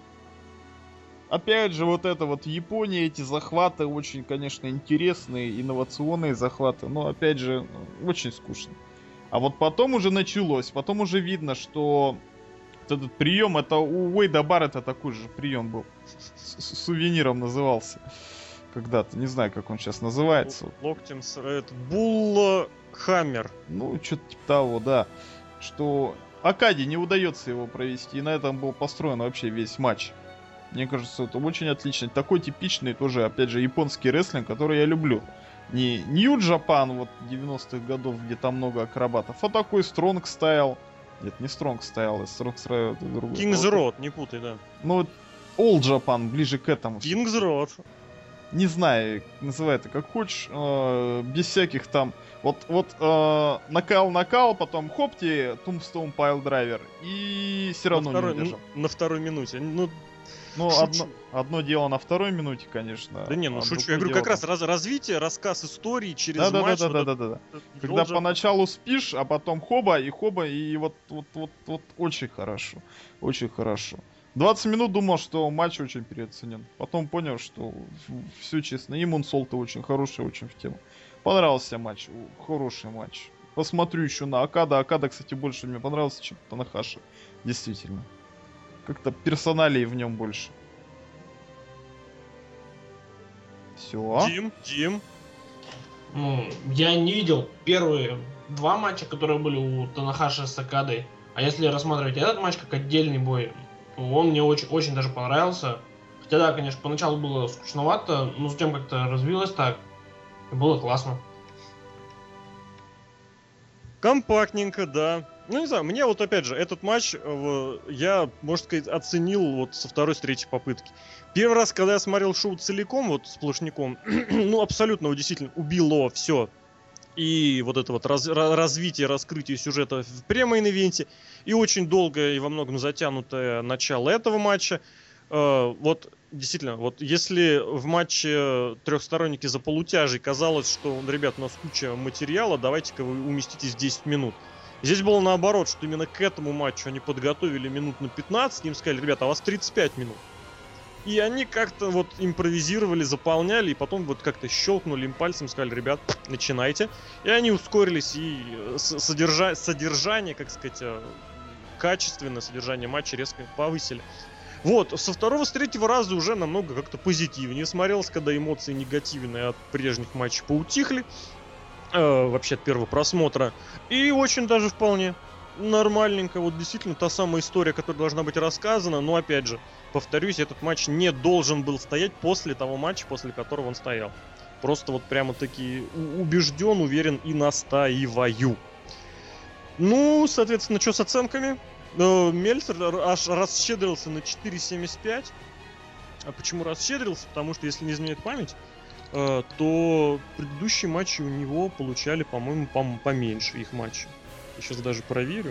[SPEAKER 1] Опять же, вот это вот Япония, эти захваты очень, конечно, интересные, инновационные захваты, но опять же, очень скучно. А вот потом уже началось, потом уже видно, что вот этот прием, это у Уэйда Баррета такой же прием был. С сувениром назывался. Когда-то, не знаю, как он сейчас называется.
[SPEAKER 2] Локтем Булл Хаммер.
[SPEAKER 1] Ну, что-то типа того, да. Что Окаде не удается его провести, и на этом был построен вообще весь матч. Мне кажется, это очень отлично. Такой типичный тоже, опять же, японский рестлинг, который я люблю. Не New Japan вот 90-х годов, где там много акробатов, а такой Strong Style. Нет, не Strong Style, Strong Style это другой.
[SPEAKER 2] King's Road, не путай, да.
[SPEAKER 1] Ну, All Japan, ближе к этому.
[SPEAKER 2] King's Road.
[SPEAKER 1] Не знаю, называй это как хочешь, без всяких там... Вот накал, потом хопти, Tombstone Pile Driver, и все равно не удержал.
[SPEAKER 2] На второй минуте.
[SPEAKER 1] Ну, одно дело на второй минуте, конечно.
[SPEAKER 2] Да не, шучу. Я говорю, как раз развитие, рассказ истории через матч.
[SPEAKER 1] Да. Когда поначалу спишь, а потом хоба, и вот очень хорошо. Очень хорошо. 20 минут думал, что матч очень переоценен. Потом понял, что все честно. И Мунсол-то очень хороший, очень в тему. Понравился матч. Хороший матч. Посмотрю еще на Окада. Окада, кстати, больше мне понравился, чем Танахаши. Действительно. Как-то персоналей в нем больше. Все.
[SPEAKER 2] Дим.
[SPEAKER 3] Ну, я не видел первые два матча, которые были у Танахаши с Окадой. А если рассматривать этот матч как отдельный бой, то он мне очень даже понравился. Хотя да, конечно, поначалу было скучновато, но затем как-то развилось так. И было классно.
[SPEAKER 2] Компактненько, да. Ну, не знаю, мне вот опять же, этот матч я, можно сказать, оценил вот со второй, с третьей попытки. Первый раз, когда я смотрел шоу целиком, вот сплошняком, ну, абсолютно, вот, действительно, убило все. И вот это вот развитие, раскрытие сюжета в премейн-ивенте, и очень долгое и во многом затянутое начало этого матча. Вот, действительно, вот если в матче трехсторонники за полутяжей казалось, что, ребят, у нас куча материала, давайте-ка вы уместитесь в 10 минут. Здесь было наоборот, что именно к этому матчу они подготовили минут на 15, им сказали, ребята, у вас 35 минут. И они как-то вот импровизировали, заполняли, и потом вот как-то щелкнули им пальцем, сказали, ребят, начинайте. И они ускорились, и содержание, как сказать, качественное содержание матча резко повысили. Вот, со второго, с третьего раза уже намного как-то позитивнее смотрелось, когда эмоции негативные от прежних матчей поутихли. Вообще от первого просмотра. И очень даже вполне нормальненько. Вот действительно та самая история, которая должна быть рассказана. Но опять же, повторюсь, этот матч не должен был стоять после того матча, после которого он стоял. Просто вот прямо-таки убежден, уверен и настаиваю. Ну, соответственно, что с оценками? Мельцер аж расщедрился на 4.75. А почему расщедрился? Потому что, если не изменяет память, то предыдущие матчи у него получали, по-моему, поменьше их матчей. Я сейчас даже проверю.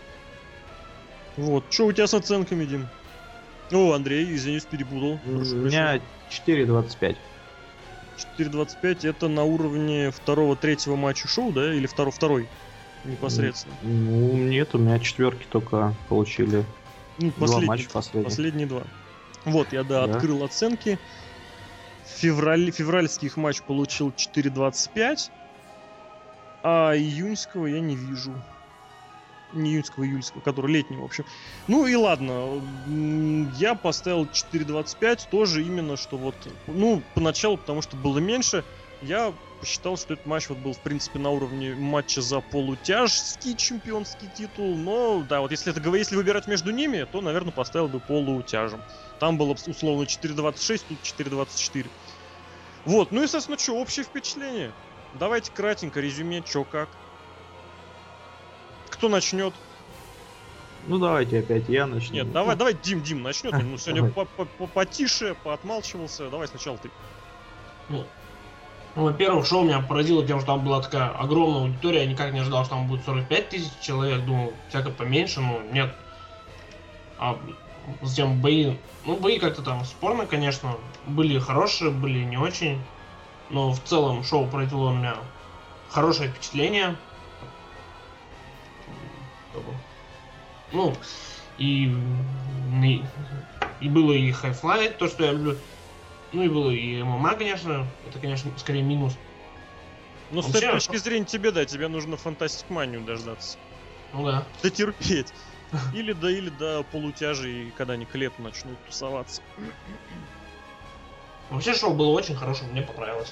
[SPEAKER 2] Вот. Что у тебя с оценками, Дим? О, Андрей, извинясь, перепутал.
[SPEAKER 4] У меня 4.25.
[SPEAKER 2] 4.25 это на уровне второго-третьего матча шоу, да? Или второй непосредственно?
[SPEAKER 4] Ну, нет, у меня четверки только получили.
[SPEAKER 2] Ну,
[SPEAKER 4] два матча последних.
[SPEAKER 2] Последние два. Вот, я, да, открыл оценки. Февральский их матч получил 4.25, а июньского я не вижу. Не июньского, июльского, который летний, в общем. Ну и ладно, я поставил 4.25, тоже именно, что вот, ну, поначалу, потому что было меньше, я посчитал, что этот матч вот был, в принципе, на уровне матча за полутяжский чемпионский титул, но, да, вот если выбирать между ними, то, наверное, поставил бы полутяжем. Там было, условно, 4.26, тут 4.24. Вот, ну и, собственно, что, общее впечатление? Давайте кратенько резюме, чё как. Кто начнет?
[SPEAKER 4] Ну, давайте опять я начну.
[SPEAKER 2] Нет, давай Дим начнет. Он сегодня потише, поотмалчивался. Давай сначала ты.
[SPEAKER 3] Ну, во-первых, шоу меня поразило тем, что там была такая огромная аудитория. Я никак не ожидал, что там будет 45 тысяч человек. Думал, всяко поменьше, но нет. А затем бои. Ну, бои как-то там спорно, конечно. Были хорошие, были не очень. Но в целом шоу произвело у меня хорошее впечатление. Ну, и было и High-Fly, то, что я люблю. Ну и было и ММА, конечно. Это, конечно, скорее минус.
[SPEAKER 2] Ну, с этой точки зрения тебе нужно Фантастик Манию дождаться.
[SPEAKER 3] Ну да.
[SPEAKER 2] Дотерпеть. Или до полутяжей, когда они к лету начнут тусоваться.
[SPEAKER 3] Вообще шоу было очень хорошим, мне понравилось.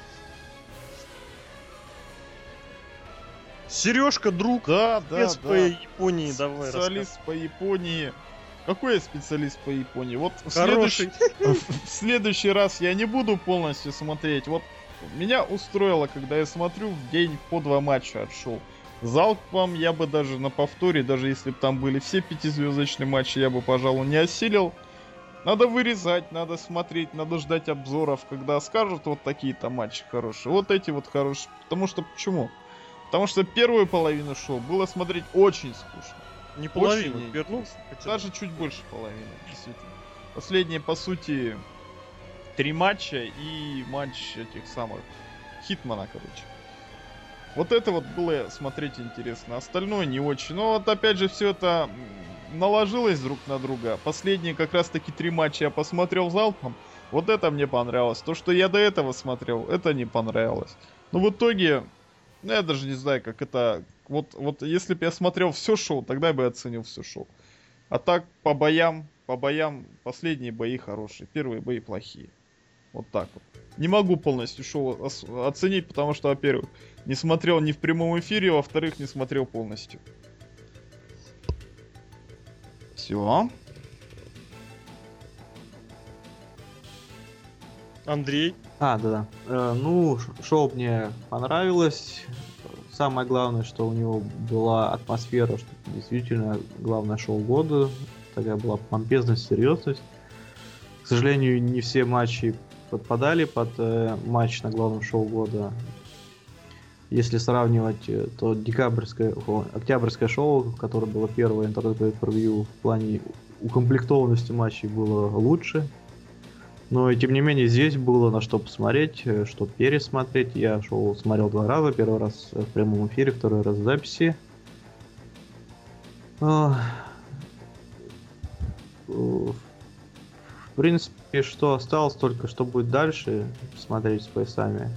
[SPEAKER 2] Сережка, друг, спец по Японии, давай
[SPEAKER 1] специалист по Японии. Какой я специалист по Японии? Вот в следующий раз я не буду полностью смотреть. Вот меня устроило, когда я смотрю в день по 2 матча от шоу. Залпом я бы даже на повторе, даже если бы там были все 5-звездочные матчи, я бы, пожалуй, не осилил. Надо вырезать, надо смотреть, надо ждать обзоров, когда скажут вот такие-то матчи хорошие. Вот эти вот хорошие. Потому что почему? Потому что первую половину шоу было смотреть очень скучно.
[SPEAKER 2] Не половину,
[SPEAKER 1] даже чуть больше половины, действительно. Последние, по сути, 3 матча и матч этих самых Хитмана, короче. Вот это вот было смотреть интересно. Остальное не очень. Но вот опять же все это наложилось друг на друга. Последние как раз таки 3 матча я посмотрел залпом. Вот это мне понравилось. То, что я до этого смотрел, это не понравилось. Но в итоге... Ну, я даже не знаю, как это... Вот если бы я смотрел все шоу, тогда я бы оценил все шоу. А так, по боям, последние бои хорошие, первые бои плохие. Вот так вот. Не могу полностью шоу оценить, потому что, во-первых, не смотрел ни в прямом эфире, во-вторых, не смотрел полностью. Все.
[SPEAKER 2] Андрей.
[SPEAKER 4] Да. Ну, шоу мне понравилось. самое главное, что у него была атмосфера, что действительно главное шоу года. Такая была помпезность, серьезность. К сожалению, не все матчи подпадали под матч на главном шоу года. Если сравнивать, то октябрьское шоу, которое было первое интернет-превью, в плане укомплектованности матчей было лучше. Но и тем не менее здесь было на что посмотреть, что пересмотреть. Я шоу смотрел 2 раза. Первый раз в прямом эфире, второй раз в записи. В принципе, что осталось, только что будет дальше смотреть с поясами.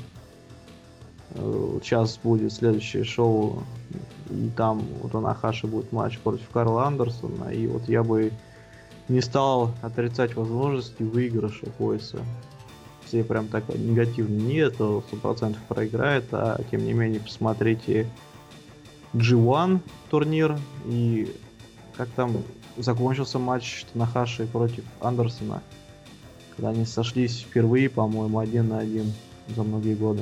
[SPEAKER 4] Сейчас будет следующее шоу, и там у Танахаши будет матч против Карла Андерсона, и вот я бы не стал отрицать возможности выигрыша пояса. Все прям так негативно нет, то 100% проиграет, а тем не менее посмотрите G1 турнир, и как там закончился матч Танахаши против Андерсона, когда они сошлись впервые, по-моему, 1 на 1 за многие годы.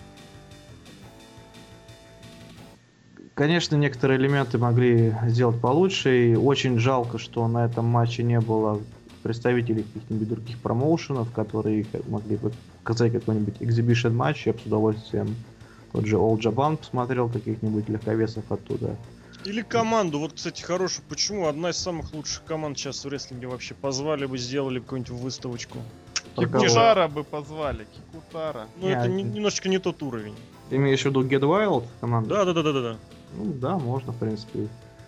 [SPEAKER 4] Конечно, некоторые элементы могли сделать получше, и очень жалко, что на этом матче не было представителей каких-нибудь других промоушенов, которые могли бы показать какой-нибудь экзибишн матч. Я бы с удовольствием тот же All Japan посмотрел, каких-нибудь легковесов оттуда.
[SPEAKER 2] Или команду. Вот, кстати, хорошую. Почему одна из самых лучших команд сейчас в рестлинге вообще позвали бы, сделали какую-нибудь выставочку?
[SPEAKER 1] Кикутара бы позвали, Кикутара.
[SPEAKER 2] Ну, это немножечко не тот уровень.
[SPEAKER 4] Ты имеешь в виду Get Wild команду?
[SPEAKER 2] Да.
[SPEAKER 4] Ну да, можно, в принципе.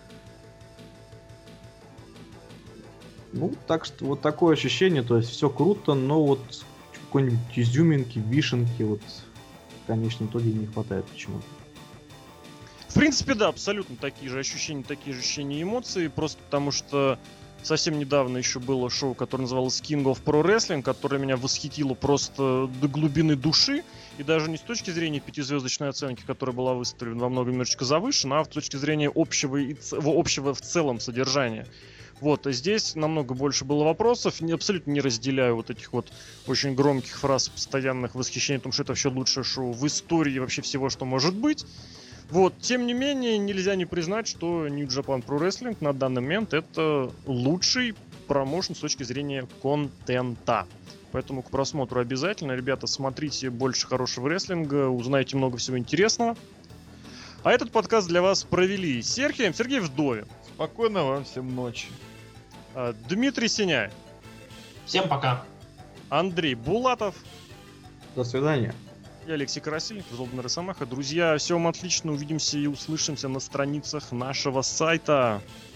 [SPEAKER 4] Ну, так что вот такое ощущение, то есть все круто, но вот какой-нибудь изюминки, вишенки вот в конечном итоге не хватает почему-то.
[SPEAKER 2] В принципе, да, абсолютно такие же ощущения и эмоции, просто потому что совсем недавно еще было шоу, которое называлось King of Pro Wrestling, которое меня восхитило просто до глубины души, и даже не с точки зрения 5-звездочной оценки, которая была выставлена во многом немножечко завышена, а с точки зрения общего в целом содержания. Вот, а здесь намного больше было вопросов, абсолютно не разделяю вот этих вот очень громких фраз, постоянных восхищений о том, что это вообще лучшее шоу в истории вообще всего, что может быть. Вот, тем не менее, нельзя не признать, что New Japan Pro Wrestling на данный момент это лучший промоушен с точки зрения контента. Поэтому к просмотру обязательно. Ребята, смотрите больше хорошего рестлинга, узнаете много всего интересного. А этот подкаст для вас провели Сергей Вдовин.
[SPEAKER 1] Спокойной вам всем ночи.
[SPEAKER 2] Дмитрий Синяй.
[SPEAKER 3] Всем пока.
[SPEAKER 2] Андрей Булатов.
[SPEAKER 4] До свидания.
[SPEAKER 2] И Алексей Карасильников, Золотан Росомаха. Друзья, всем отлично, увидимся и услышимся на страницах нашего сайта.